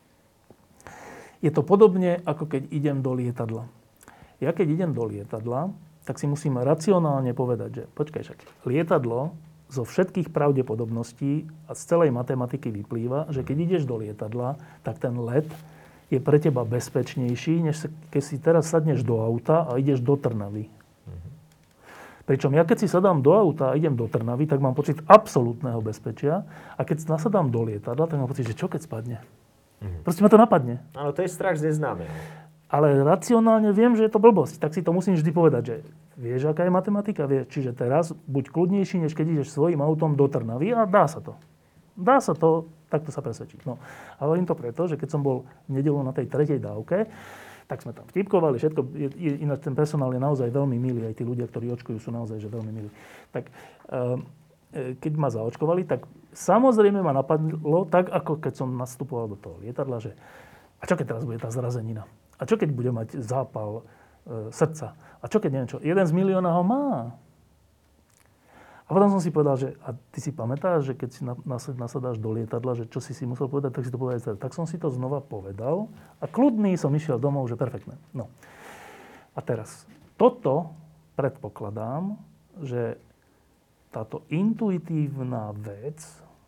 Je to podobne, ako keď idem do lietadla. Ja keď idem do lietadla, tak si musím racionálne povedať, že počkaj však, lietadlo zo všetkých pravdepodobností a z celej matematiky vyplýva, že keď ideš do lietadla, tak ten let je pre teba bezpečnejší, než keď si teraz sadneš do auta a ideš do Trnavy. Mm-hmm. Pričom ja keď si sadám do auta a idem do Trnavy, tak mám pocit absolútneho bezpečia a keď nasadám do lietadla, tak mám pocit, že čo keď spadne? Mm-hmm. Proste ma to napadne. Áno, to je strach z neznámeho. Ale racionálne viem, že je to blbosť. Tak si to musím vždy povedať, že vieš, aká je matematika? Vieš, čiže teraz buď kľudnejší, než keď ideš svojím autom do Trnavy a dá sa to. Dá sa to, takto sa presvedčiť. No. A hovorím to preto, že keď som bol v nedeľu na tej tretej dávke, tak sme tam vtipkovali, všetko, ináč ten personál je naozaj veľmi milý, aj tí ľudia, ktorí očkujú, sú naozaj že veľmi milí. Tak keď ma zaočkovali, tak samozrejme ma napadlo, tak ako keď som nastupoval do toho lietadla, že a čo keď teraz bude tá zrazenina? A čo keď bude mať zápal e, srdca? A čo keď neviem čo? Jeden z milióna ho má. A potom som si povedal, že a ty si pamätáš, že keď si nasadáš do lietadla, že čo si si musel povedať, tak si to povedal. Tak som si to znova povedal a kľudný som išiel domov, že perfektné. No. A teraz, toto predpokladám, že táto intuitívna vec,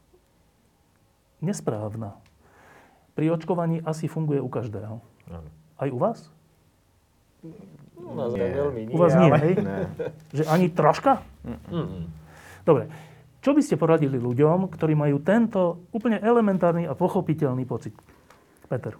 nesprávna, pri očkovaní asi funguje u každého. Áno. Aj u vás? U nás nie. Veľmi nie. U vás nie, ale... hej? Že ani troška? Mm-mm. Dobre. Čo by ste poradili ľuďom, ktorí majú tento úplne elementárny a pochopiteľný pocit? Peter.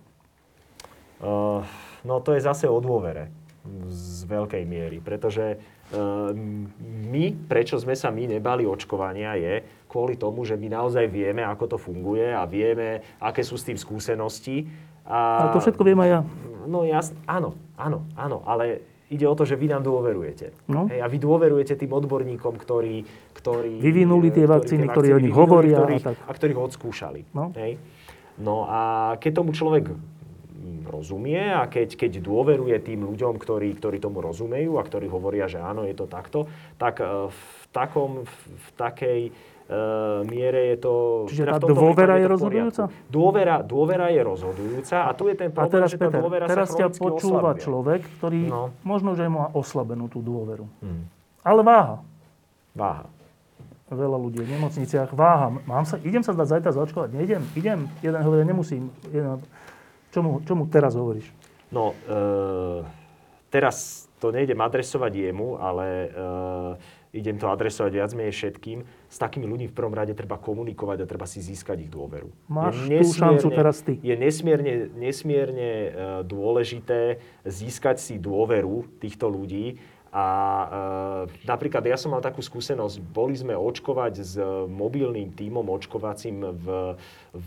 Uh, no to je zase o dôvere z veľkej miery, pretože uh, my, prečo sme sa my nebali očkovania, je kvôli tomu, že my naozaj vieme, ako to funguje a vieme, aké sú s tým skúsenosti. A... Ale to všetko viem aj ja. No jasne, áno, áno, áno, ale ide o to, že vy nám dôverujete. No. Hej, a vy dôverujete tým odborníkom, ktorí... ktorí vyvinuli tie vakcíny, ktorí o nich hovoria. Ktorí, a, tak. a ktorých odskúšali. No. Hej. No a keď tomu človek rozumie a keď, keď dôveruje tým ľuďom, ktorí, ktorí tomu rozumejú a ktorí hovoria, že áno, je to takto, tak v takom, v takej Uh, miere je to... Čiže tá dôvera je rozhodujúca? Dôvera, dôvera je rozhodujúca a tu je ten problém, teraz, že tá Peter, dôvera teraz sa chronicky ťa počúva oslabuje. Človek, ktorý no. možno, že má oslabenú tú dôveru. Hmm. Ale váha. Váha. Veľa ľudí v nemocniciach váha. Mám sa, idem sa dať zajtra zaočkovať? Neidem? Idem? Jeden hovorí, nemusím. Jeden... Čomu, čomu teraz hovoríš? No, uh, teraz to nejdem adresovať jemu, ale... Uh, idem to adresovať viac menej všetkým. S takými ľuďmi v prvom rade treba komunikovať a treba si získať ich dôveru. Máš tú šancu teraz ty. Je nesmierne, nesmierne dôležité získať si dôveru týchto ľudí. A e, napríklad ja som mal takú skúsenosť. Boli sme očkovať s mobilným tímom očkovacím v, v,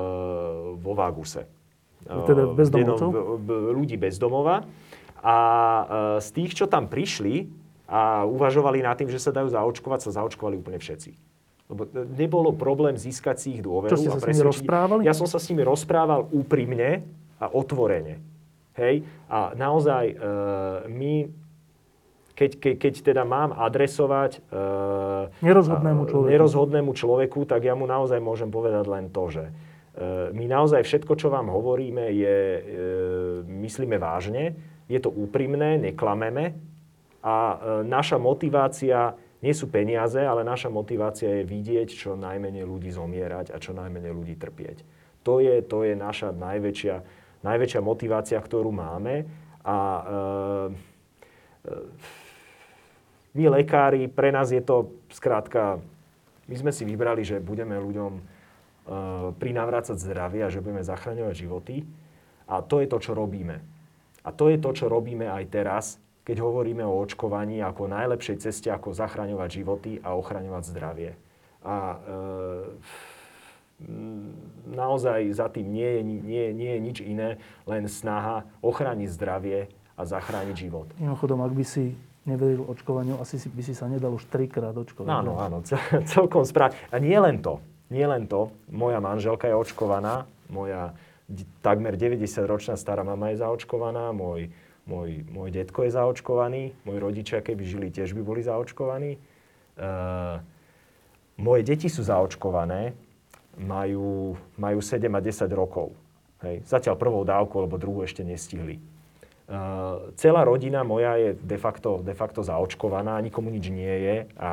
vo Váguse. Teda bezdomovcov? Ľudí bez domova. A e, z tých, čo tam prišli, a uvažovali nad tým, že sa dajú zaočkovať, sa zaočkovali úplne všetci. Lebo nebolo problém získať si ich dôveru. Čo ste sa a s nimi rozprávali? Ja som sa s nimi rozprával úprimne a otvorene. Hej? A naozaj e, my, keď, ke, keď teda mám adresovať e, nerozhodnému človeku. nerozhodnému človeku, tak ja mu naozaj môžem povedať len to, že e, my naozaj všetko, čo vám hovoríme, je, e, myslíme vážne, je to úprimné, neklameme. A naša motivácia nie sú peniaze, ale naša motivácia je vidieť čo najmenej ľudí zomierať a čo najmenej ľudí trpieť. To je, to je naša najväčšia, najväčšia motivácia, ktorú máme. A e, e, my lekári, pre nás je to skrátka, my sme si vybrali, že budeme ľuďom e, prinavrácať zdravie a že budeme zachraňovať životy. A to je to, čo robíme. A to je to, čo robíme aj teraz, keď hovoríme o očkovaní ako o najlepšej ceste, ako zachraňovať životy a ochraňovať zdravie. A e, naozaj za tým nie je, nie, nie je nič iné, len snaha ochrániť zdravie a zachrániť život. Mimochodom, ak by si neveril očkovaniu, asi si, by si sa nedal už trikrát očkovať. Áno, áno, celkom správne. A nie len to, nie len to. Moja manželka je očkovaná, moja takmer deväťdesiatročná stará mama je zaočkovaná, môj, môj, môj detko je zaočkovaný, moji rodičia, keby žili, tiež by boli zaočkovaní. Uh, moje deti sú zaočkované, majú, majú sedem a desať rokov. Hej. Zatiaľ prvou dávku, lebo druhú ešte nestihli. Uh, celá rodina moja je de facto, de facto zaočkovaná, nikomu nič nie je a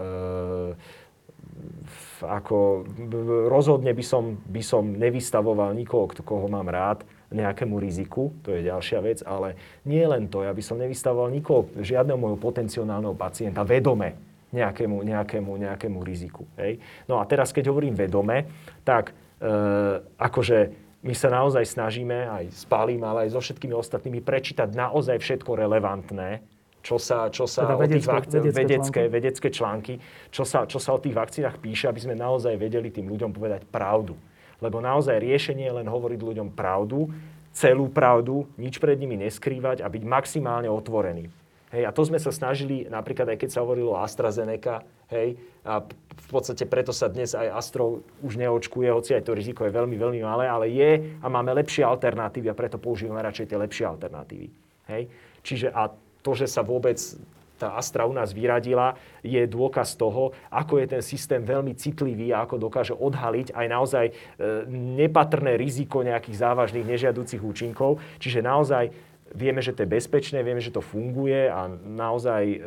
uh, ako rozhodne by som, by som nevystavoval nikoho, koho mám rád, nejakému riziku, to je ďalšia vec, ale nie len to, ja by som nevystavoval nikoho, žiadneho môjho potenciálneho pacienta vedome nejakému, nejakému, nejakému riziku. Hej. No a teraz, keď hovorím vedome, tak uh, akože my sa naozaj snažíme aj s Pálim, ale aj so všetkými ostatnými prečítať naozaj všetko relevantné, čo sa, čo sa teda o tých vedecké, vakcínach, vedecké, vedecké, články. vedecké články, čo sa, čo sa o tých vakcínach píše, aby sme naozaj vedeli tým ľuďom povedať pravdu. Lebo naozaj riešenie je len hovoriť ľuďom pravdu, celú pravdu, nič pred nimi neskrývať a byť maximálne otvorený. Hej, a to sme sa snažili, napríklad aj keď sa hovorilo o AstraZeneca, hej, a v podstate preto sa dnes aj Astro už neočkuje, hoci aj to riziko je veľmi, veľmi malé, ale je a máme lepšie alternatívy a preto používame radšej tie lepšie alternatívy. Hej. Čiže a to, že sa vôbec tá Astra u nás vyradila, je dôkaz toho, ako je ten systém veľmi citlivý a ako dokáže odhaliť aj naozaj e, nepatrné riziko nejakých závažných nežiaducich účinkov. Čiže naozaj vieme, že to je bezpečné, vieme, že to funguje a naozaj e,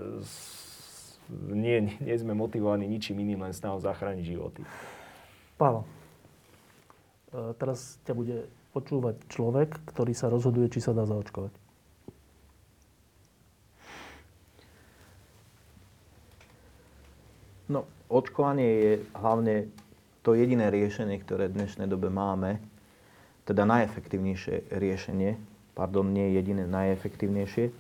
nie, nie sme motivovaní ničím iným, len snahou zachrániť životy. Pálo, e, teraz ťa bude počúvať človek, ktorý sa rozhoduje, či sa dá zaočkovať. No, očkovanie je hlavne to jediné riešenie, ktoré v dnešnej dobe máme, teda najefektívnejšie riešenie. Pardon, nie jediné, najefektívnejšie. E,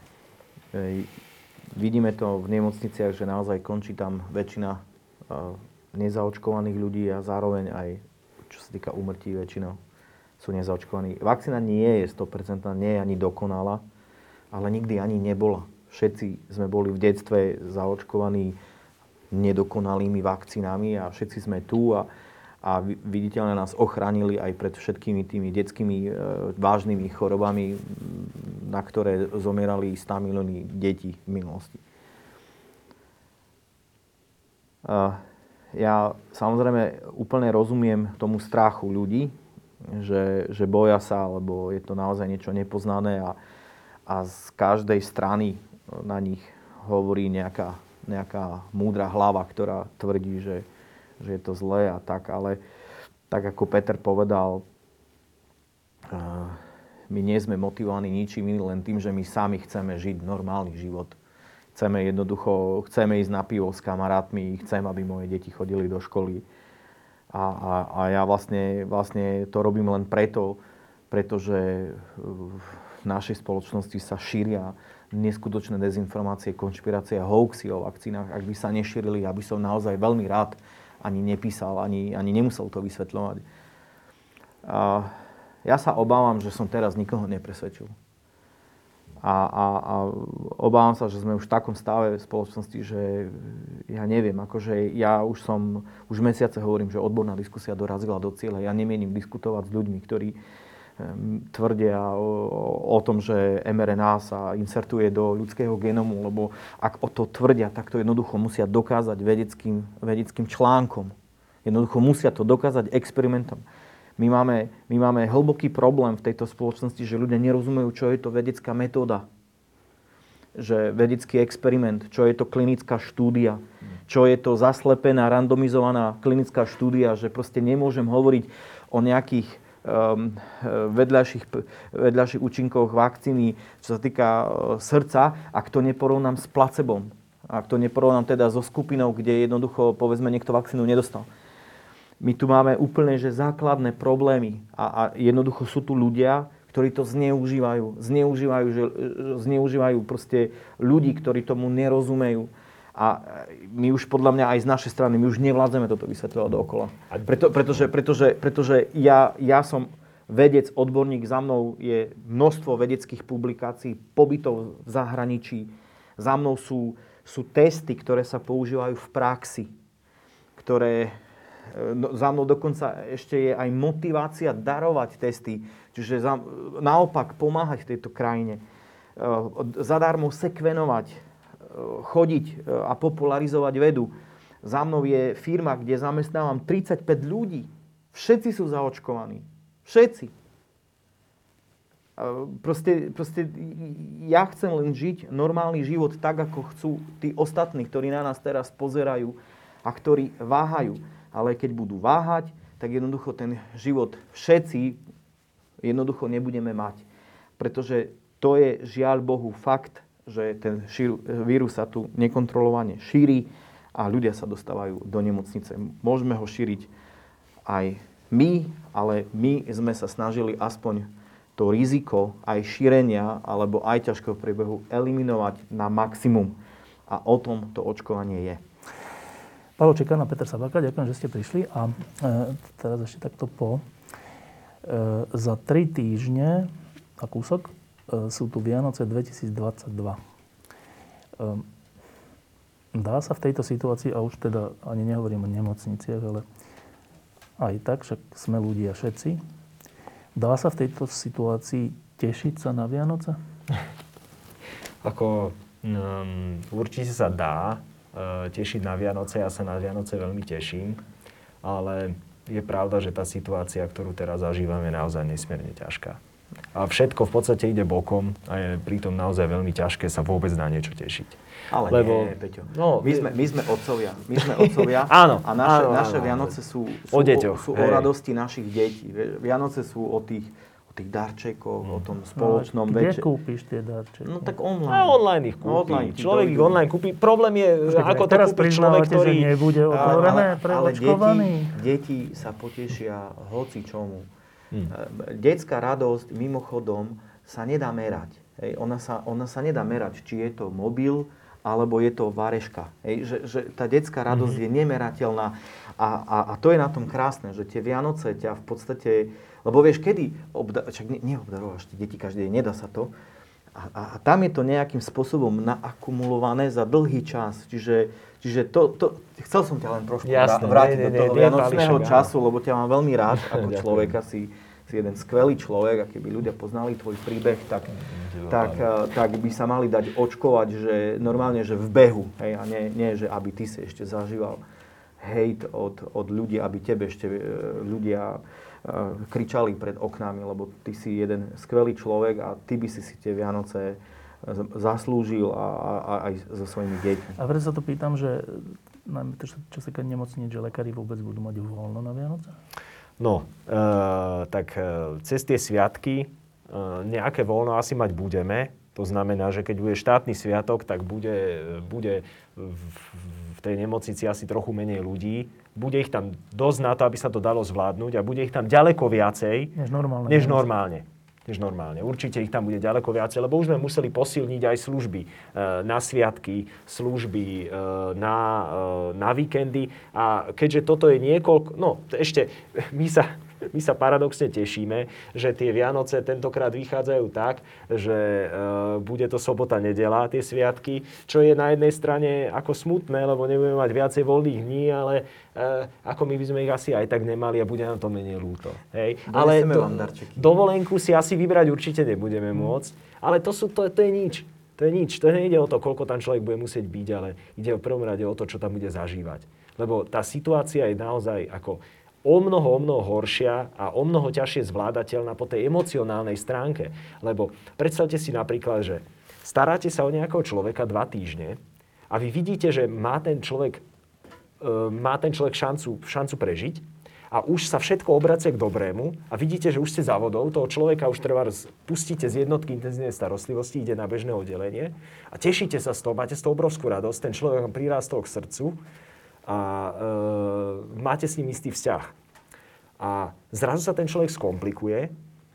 vidíme to v nemocniciach, že naozaj končí tam väčšina e, nezaočkovaných ľudí a zároveň aj, čo sa týka úmrtí, väčšinou sú nezaočkovaní. Vakcína nie je sto percent, nie je ani dokonalá, ale nikdy ani nebola. Všetci sme boli v detstve zaočkovaní nedokonalými vakcínami a všetci sme tu a a viditeľne nás ochránili aj pred všetkými tými detskými e, vážnymi chorobami, na ktoré zomierali sto milióny detí v minulosti. E, ja samozrejme úplne rozumiem tomu strachu ľudí, že, že boja sa, lebo je to naozaj niečo nepoznané a, a z každej strany na nich hovorí nejaká, nejaká múdra hlava, ktorá tvrdí, že že je to zlé a tak, ale tak ako Peter povedal, my nie sme motivovaní ničím iným, len tým, že my sami chceme žiť normálny život. Chceme jednoducho, chceme ísť na pivo s kamarátmi, chcem, aby moje deti chodili do školy. A, a, a ja vlastne, vlastne to robím len preto, pretože v našej spoločnosti sa šíria neskutočné dezinformácie, konšpirácie, hoaxy o vakcínach. Ak by sa nešírili, ja by som naozaj veľmi rád ani nepísal, ani, ani nemusel to vysvetľovať. A ja sa obávam, že som teraz nikoho nepresvedčil. A, a, a obávam sa, že sme už v takom stave v spoločnosti, že ja neviem, akože ja už som, už mesiace hovorím, že odborná diskusia dorazila do cieľa. Ja nemienim diskutovať s ľuďmi, ktorí tvrdia o, o tom, že em er en á sa insertuje do ľudského genomu, lebo ak o to tvrdia, tak to jednoducho musia dokázať vedeckým, vedeckým článkom. Jednoducho musia to dokázať experimentom. My máme, my máme hlboký problém v tejto spoločnosti, že ľudia nerozumejú, čo je to vedecká metóda. Že vedecký experiment, čo je to klinická štúdia, čo je to zaslepená, randomizovaná klinická štúdia, že proste nemôžem hovoriť o nejakých vedľajších, vedľajších účinkoch vakcíny, čo sa týka srdca, ak to neporovnám s placebom. Ak to neporovnám teda so skupinou, kde jednoducho, povedzme, niekto vakcínu nedostal. My tu máme úplne že základné problémy a, a jednoducho sú tu ľudia, ktorí to zneužívajú. Zneužívajú, že, zneužívajú proste ľudí, ktorí tomu nerozumejú. A my už podľa mňa aj z našej strany, my už nevládzeme toto vysvetľovať dookola. Preto, pretože, pretože, pretože ja, ja som vedec, odborník, za mnou je množstvo vedeckých publikácií, pobytov v zahraničí. Za mnou sú, sú testy, ktoré sa používajú v praxi, ktoré... No, za mnou dokonca ešte je aj motivácia darovať testy, čiže za, naopak pomáhať v tejto krajine. Zadarmo sekvenovať, chodiť a popularizovať vedu. Za mnou je firma, kde zamestnávam tridsaťpäť ľudí. Všetci sú zaočkovaní. Všetci. Proste, proste ja chcem len žiť normálny život tak, ako chcú tí ostatní, ktorí na nás teraz pozerajú a ktorí váhajú. Ale keď budú váhať, tak jednoducho ten život všetci jednoducho nebudeme mať. Pretože to je žiaľ Bohu fakt, že ten šíru, vírus sa tu nekontrolovane šíri a ľudia sa dostávajú do nemocnice. Môžeme ho šíriť aj my, ale my sme sa snažili aspoň to riziko aj šírenia alebo aj ťažkého priebehu eliminovať na maximum. A o tom to očkovanie je. Paolo Čekán a Peter Sabaka, ďakujem, že ste prišli. A e, teraz ešte takto po. E, za tri týždne a kúsok e, sú tu Vianoce dvetisícdvadsaťdva. E, dá sa v tejto situácii, a už teda ani nehovorím o nemocniciach, ale aj tak, však sme ľudia všetci, dá sa v tejto situácii tešiť sa na Vianoce? Ako um, určite sa dá tešiť na Vianoce. Ja sa na Vianoce veľmi teším, ale je pravda, že tá situácia, ktorú teraz zažívame, je naozaj nesmierne ťažká. A všetko v podstate ide bokom a je pritom naozaj veľmi ťažké sa vôbec na niečo tešiť. Ale Lebo, nie, Peťo. No, my, sme, my sme otcovia. My sme otcovia áno, a naše, áno, naše áno, Vianoce sú, sú, o, deťoch, sú o radosti našich detí. Vianoce sú o tých tých darčekoch, mm. o tom spoločnom no, večeri. Kde kúpiš tie darčeky? No tak online. A online ich kúpi. No, online človek ich online kúpi. Problém je, Počkej, ako to teraz kúpi človek, ktorý... že nebude otvorené pre očkovaný. Ale deti, deti sa potešia hoci čomu. Hmm. Detská radosť, mimochodom, sa nedá merať. Hej, ona, sa, ona sa nedá merať, či je to mobil, alebo je to vareška. Hej, že, že tá detská radosť mm-hmm. je nemerateľná. A, a, a to je na tom krásne, že tie Vianoce ťa v podstate... Lebo vieš, kedy obda- čak ne, neobdarováš tie deti každý deň, nedá sa to. A, a, a tam je to nejakým spôsobom naakumulované za dlhý čas. Čiže, čiže to, to... Chcel som ťa len trošku Jasne, vrátiť nie, nie, do toho nie, vianočného nie, času, lebo ťa mám veľmi rád ako človeka. Si, si jeden skvelý človek a keby ľudia poznali tvoj príbeh, tak, tak, tak by sa mali dať očkovať, že normálne, že v behu. Hej, a nie, nie, že aby ty si ešte zažíval hejt od, od ľudí, aby tebe ešte ľudia kričali pred oknami, lebo ty si jeden skvelý človek a ty by si si tie Vianoce zaslúžil a, a, a aj so svojimi deťmi. A preto sa to pýtam, že najmä to, čo sa keď nemocniť, že lekári vôbec budú mať voľno na Vianoce? No, e, tak e, cez tie sviatky e, nejaké voľno asi mať budeme. To znamená, že keď bude štátny sviatok, tak bude, bude v, v tej nemocnici asi trochu menej ľudí. Bude ich tam dosť na to, aby sa to dalo zvládnuť a bude ich tam ďaleko viacej, než normálne. Než normálne. Než normálne. Určite ich tam bude ďaleko viacej, lebo už sme museli posilniť aj služby e, na sviatky, služby e, na, e, na víkendy. A keďže toto je niekoľko... No, ešte my sa... My sa paradoxne tešíme, že tie Vianoce tentokrát vychádzajú tak, že e, bude to sobota, nedeľa, tie sviatky, čo je na jednej strane ako smutné, lebo nebudeme mať viacej voľných dní, ale e, ako my by sme ich asi aj tak nemali a bude nám to menej ľúto. Hej? Ale do, dovolenku si asi vybrať určite nebudeme môcť, ale to, sú, to, to je nič. To je nič. To nejde o to, koľko tam človek bude musieť byť, ale ide v prvom rade o to, čo tam bude zažívať. Lebo tá situácia je naozaj ako... o mnoho, o mnoho horšia a o mnoho ťažšie zvládateľná po tej emocionálnej stránke. Lebo predstavte si napríklad, že staráte sa o nejakého človeka dva týždne a vy vidíte, že má ten človek, e, má ten človek šancu, šancu prežiť a už sa všetko obracia k dobrému a vidíte, že už ste za vodou, toho človeka už treba pustíte z jednotky intenzívnej starostlivosti, ide na bežné oddelenie a tešíte sa z toho, máte z toho obrovskú radosť, ten človek vám prirástol k srdcu a e, máte s ním istý vzťah. A zrazu sa ten človek skomplikuje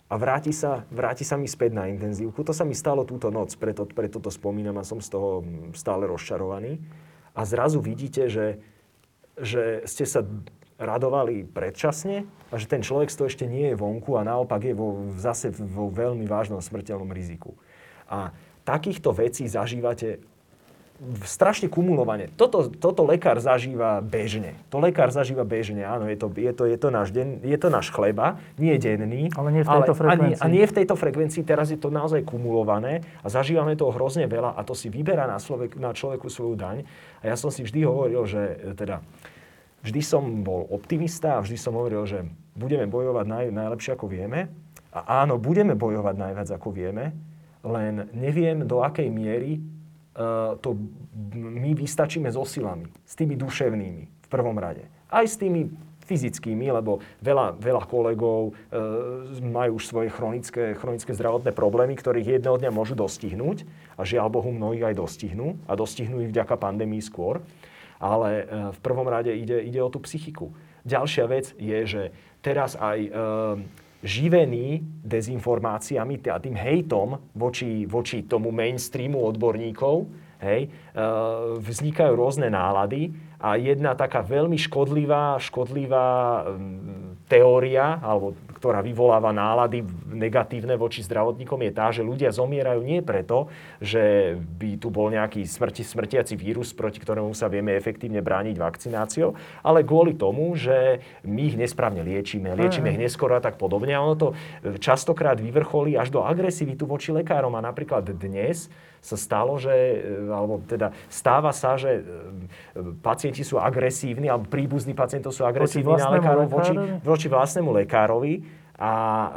a vráti sa, vráti sa mi späť na intenzívku. To sa mi stalo túto noc, preto, preto to spomínam a som z toho stále rozčarovaný. A zrazu vidíte, že, že ste sa radovali predčasne a že ten človek to ešte nie je vonku a naopak je vo, zase vo veľmi vážnom smrteľnom riziku. A takýchto vecí zažívate strašne kumulovane. Toto, toto lekár zažíva bežne. To lekár zažíva bežne, áno, je to, je to, je to náš deň, je to náš chleba, nie denný. Ale nie v tejto ale, frekvencii. A nie, a nie v tejto frekvencii, teraz je to naozaj kumulované a zažívame toho hrozne veľa a to si vyberá na, človek, na človeku svoju daň. A ja som si vždy hovoril, že teda vždy som bol optimista a vždy som hovoril, že budeme bojovať naj, najlepšie, ako vieme. A áno, budeme bojovať najviac, ako vieme, len neviem, do akej miery to my vystačíme so silami, s tými duševnými v prvom rade. Aj s tými fyzickými, lebo veľa, veľa kolegov e, majú už svoje chronické, chronické zdravotné problémy, ktorých jedného dňa môžu dostihnúť a žiaľ Bohu mnohých aj dostihnú a dostihnú ich vďaka pandémii skôr. Ale e, v prvom rade ide, ide o tú psychiku. Ďalšia vec je, že teraz aj e, živený dezinformáciami a tým hejtom voči, voči tomu mainstreamu odborníkov, hej, vznikajú rôzne nálady a jedna taká veľmi škodlivá, škodlivá teória, alebo ktorá vyvoláva nálady negatívne voči zdravotníkom, je tá, že ľudia zomierajú nie preto, že by tu bol nejaký smrti, smrtiaci vírus, proti ktorému sa vieme efektívne brániť vakcináciou, ale kvôli tomu, že my ich nesprávne liečíme, liečíme ich neskoro a tak podobne. A ono to častokrát vyvrcholí až do agresivitu voči lekárom. A napríklad dnes sa stalo, že, alebo teda stáva sa, že pacienti sú agresívni, alebo príbuzní pacientov sú agresívni na lekárov voči, voči vlastnému lekárovi a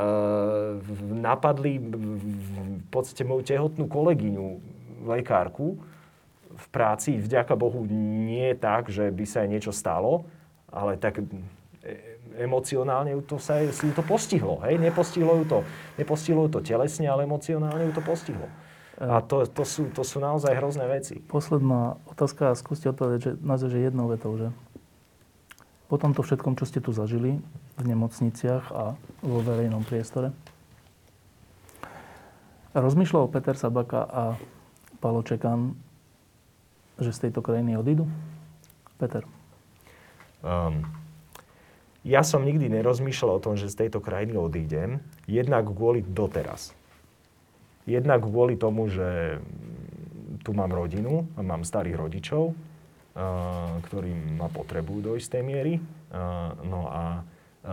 e, napadli v podstate moju tehotnú kolegyňu, lekárku, v práci. Vďaka Bohu nie je tak, že by sa jej niečo stalo, ale tak emocionálne to sa si to postihlo. Hej? Nepostihlo ju to, nepostihlo ju to telesne, ale emocionálne ju to postihlo. A to, to, sú, to sú naozaj hrozné veci. Posledná otázka, skúste odpovedať, že naozaj že jednou vetou, že po tomto všetkom, čo ste tu zažili v nemocniciach a vo verejnom priestore, rozmýšľal Peter Sabaka a Paolo Čekan, že z tejto krajiny odídu? Peter. Um, ja som nikdy nerozmýšľal o tom, že z tejto krajiny odídem, jednak kvôli doteraz. Jednak kvôli tomu, že tu mám rodinu a mám starých rodičov, ktorí ma potrebujú do istej miery. No a,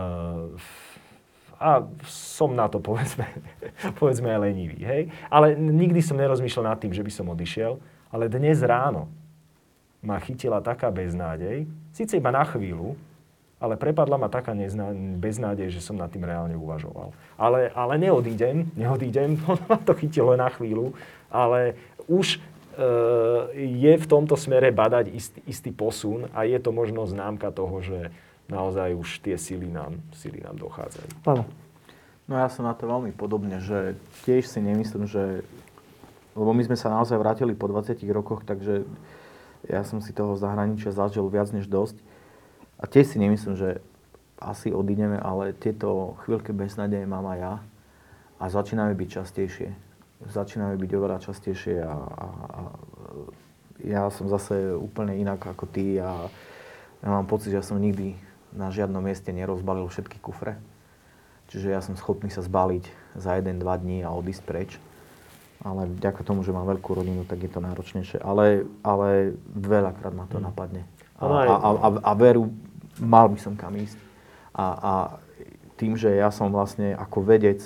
a som na to, povedzme, povedzme aj lenivý. Hej? Ale nikdy som nerozmýšľal nad tým, že by som odišiel. Ale dnes ráno ma chytila taká beznádej, síce iba na chvíľu, ale prepadla ma taká nezná, beznádej, že som nad tým reálne uvažoval. Ale, ale neodídem, neodídem, ono ma to chytilo na chvíľu, ale už e, je v tomto smere badať istý, istý posun a je to možno známka toho, že naozaj už tie sily nám, sily nám dochádzajú. Paolo. No ja som na to veľmi podobne, že tiež si nemyslím, že... Lebo my sme sa naozaj vrátili po dvadsiatich rokoch, takže ja som si toho zahraničia zažil viac než dosť. A tiež si nemyslím, že asi odídeme, ale tieto chvíľky beznádeje mám aj ja. A začínajú byť častejšie. Začínajú byť oveľa častejšie a, a, a ja som zase úplne inak ako ty a ja mám pocit, že som nikdy na žiadnom mieste nerozbalil všetky kufre. Čiže ja som schopný sa zbaliť za jeden, dva dní a odísť preč. Ale vďaka tomu, že mám veľkú rodinu, tak je to náročnejšie. Ale, ale veľakrát ma to napadne. A, a, a, a veru, mal by som kam ísť. A, a tým, že ja som vlastne ako vedec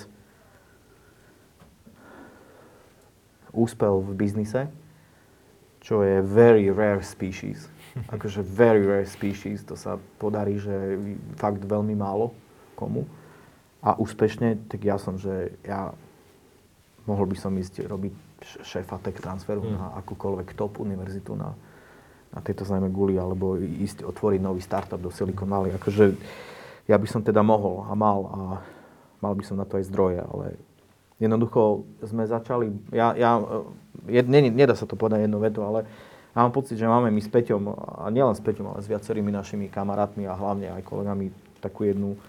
úspel v biznise, čo je very rare species, akože very rare species, to sa podarí, že fakt veľmi málo komu. A úspešne, tak ja som, že ja mohol by som ísť robiť šéfa tech transferu mm. na akúkoľvek top univerzitu na na tejto známej guli, alebo ísť otvoriť nový startup do Silicon Valley. Akože ja by som teda mohol a mal a mal by som na to aj zdroje, ale jednoducho sme začali, ja, ja jed, ne, nedá sa to povedať jednu vetu, ale ja mám pocit, že máme my s Peťom, a nielen s Peťom, ale s viacerými našimi kamarátmi a hlavne aj kolegami takú jednu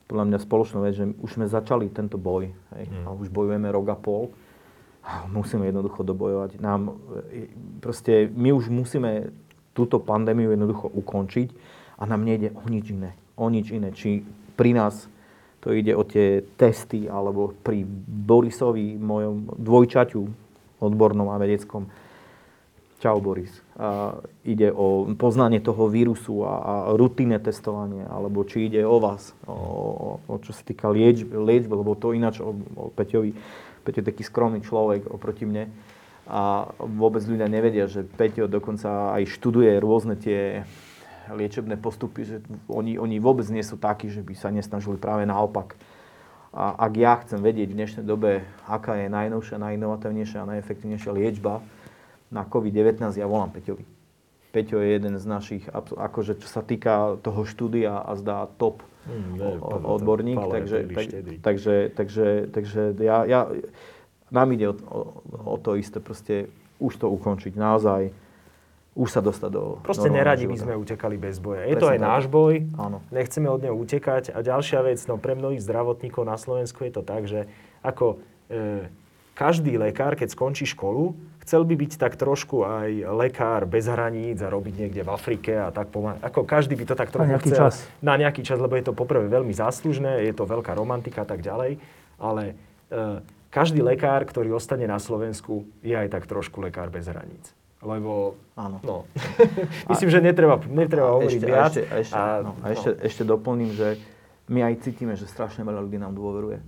podľa mňa spoločnú vec, že už sme začali tento boj. Hej, Mm. a už bojujeme rok a pol. A musíme jednoducho dobojovať. Nám, e, proste, my už musíme túto pandémiu jednoducho ukončiť a nám nejde o nič iné. O nič iné. Či pri nás to ide o tie testy, alebo pri Borisovi, mojom dvojčaťu odbornom a vedeckom. Čau, Boris. A ide o poznanie toho vírusu a, a rutinné testovanie, alebo či ide o vás, o, o, o čo sa týka liečby, liečby, lebo to ináč o, o Peťovi. Peťo je taký skromný človek oproti mne a vôbec ľudia nevedia, že Peťo dokonca aj študuje rôzne tie liečebné postupy, že oni, oni vôbec nie sú takí, že by sa nesnažili, práve naopak. A ak ja chcem vedieť v dnešnej dobe, aká je najnovšia, najinovatívnejšia a najefektívnejšia liečba na covid devätnásť, ja volám Peťovi. Peťo je jeden z našich, akože čo sa týka toho štúdia a zdá top Mm, o, ne, odborník, Pálo je takže, príliš tak, štedrý. takže, takže, takže ja, ja, nám ide o, o, o to isté, proste už to ukončiť, naozaj, už sa dostať do Proste normálneho neradi by života. sme utekali bez boja. Je to Presne aj tak. náš boj, Áno. nechceme od neho utekať. A ďalšia vec, no pre mnohých zdravotníkov na Slovensku je to tak, že ako e, každý lekár, keď skončí školu, chcel by byť tak trošku aj lekár bez hraníc a robiť niekde v Afrike a tak pomáhať. Ako každý by to tak trochu nejaký chcel. čas. Na nejaký čas, lebo je to poprvé veľmi záslužné, je to veľká romantika a tak ďalej. Ale e, každý lekár, ktorý ostane na Slovensku, je aj tak trošku lekár bez hraníc. Lebo, Áno. no, myslím, že netreba, netreba A hovoriť ešte, a viac. ešte, a ešte, A, no, a ešte, no. ešte doplním, že my aj cítime, že strašne veľa ľudí nám dôveruje.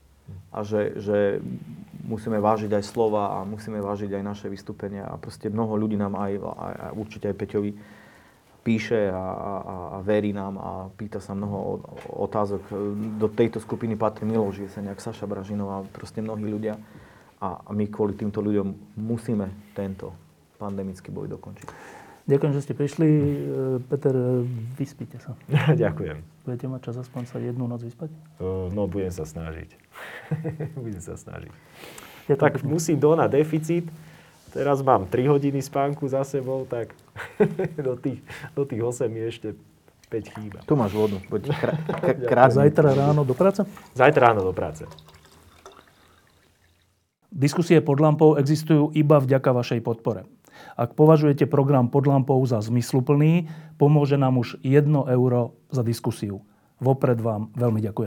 A že, že musíme vážiť aj slova a musíme vážiť aj naše vystúpenia. A proste mnoho ľudí nám aj, aj, aj určite aj Peťovi píše a, a, a verí nám a pýta sa mnoho otázok. Do tejto skupiny patrí Miloš Jeseniak, Saša Bražinová, proste mnohí ľudia. A, a my kvôli týmto ľuďom musíme tento pandemický boj dokončiť. Ďakujem, že ste prišli. Peter, vyspíte sa. Ďakujem. Budete mať čas aspoň sa jednu noc vyspať? Uh, no, budem sa snažiť. budem sa snažiť. Ďakujem Tak pekne. musím do na deficit. Teraz mám tri hodiny spánku za sebou, tak do tých, do tých osem mi ešte päť chýba. Tu máš vodu. Poď krá, krá, A krásne. zajtra ráno do práce? Zajtra ráno do práce. Diskusie pod lampou existujú iba vďaka vašej podpore. Ak považujete program Pod lampou za zmysluplný, pomôže nám už jedno euro za diskusiu. Vopred vám veľmi ďakujem.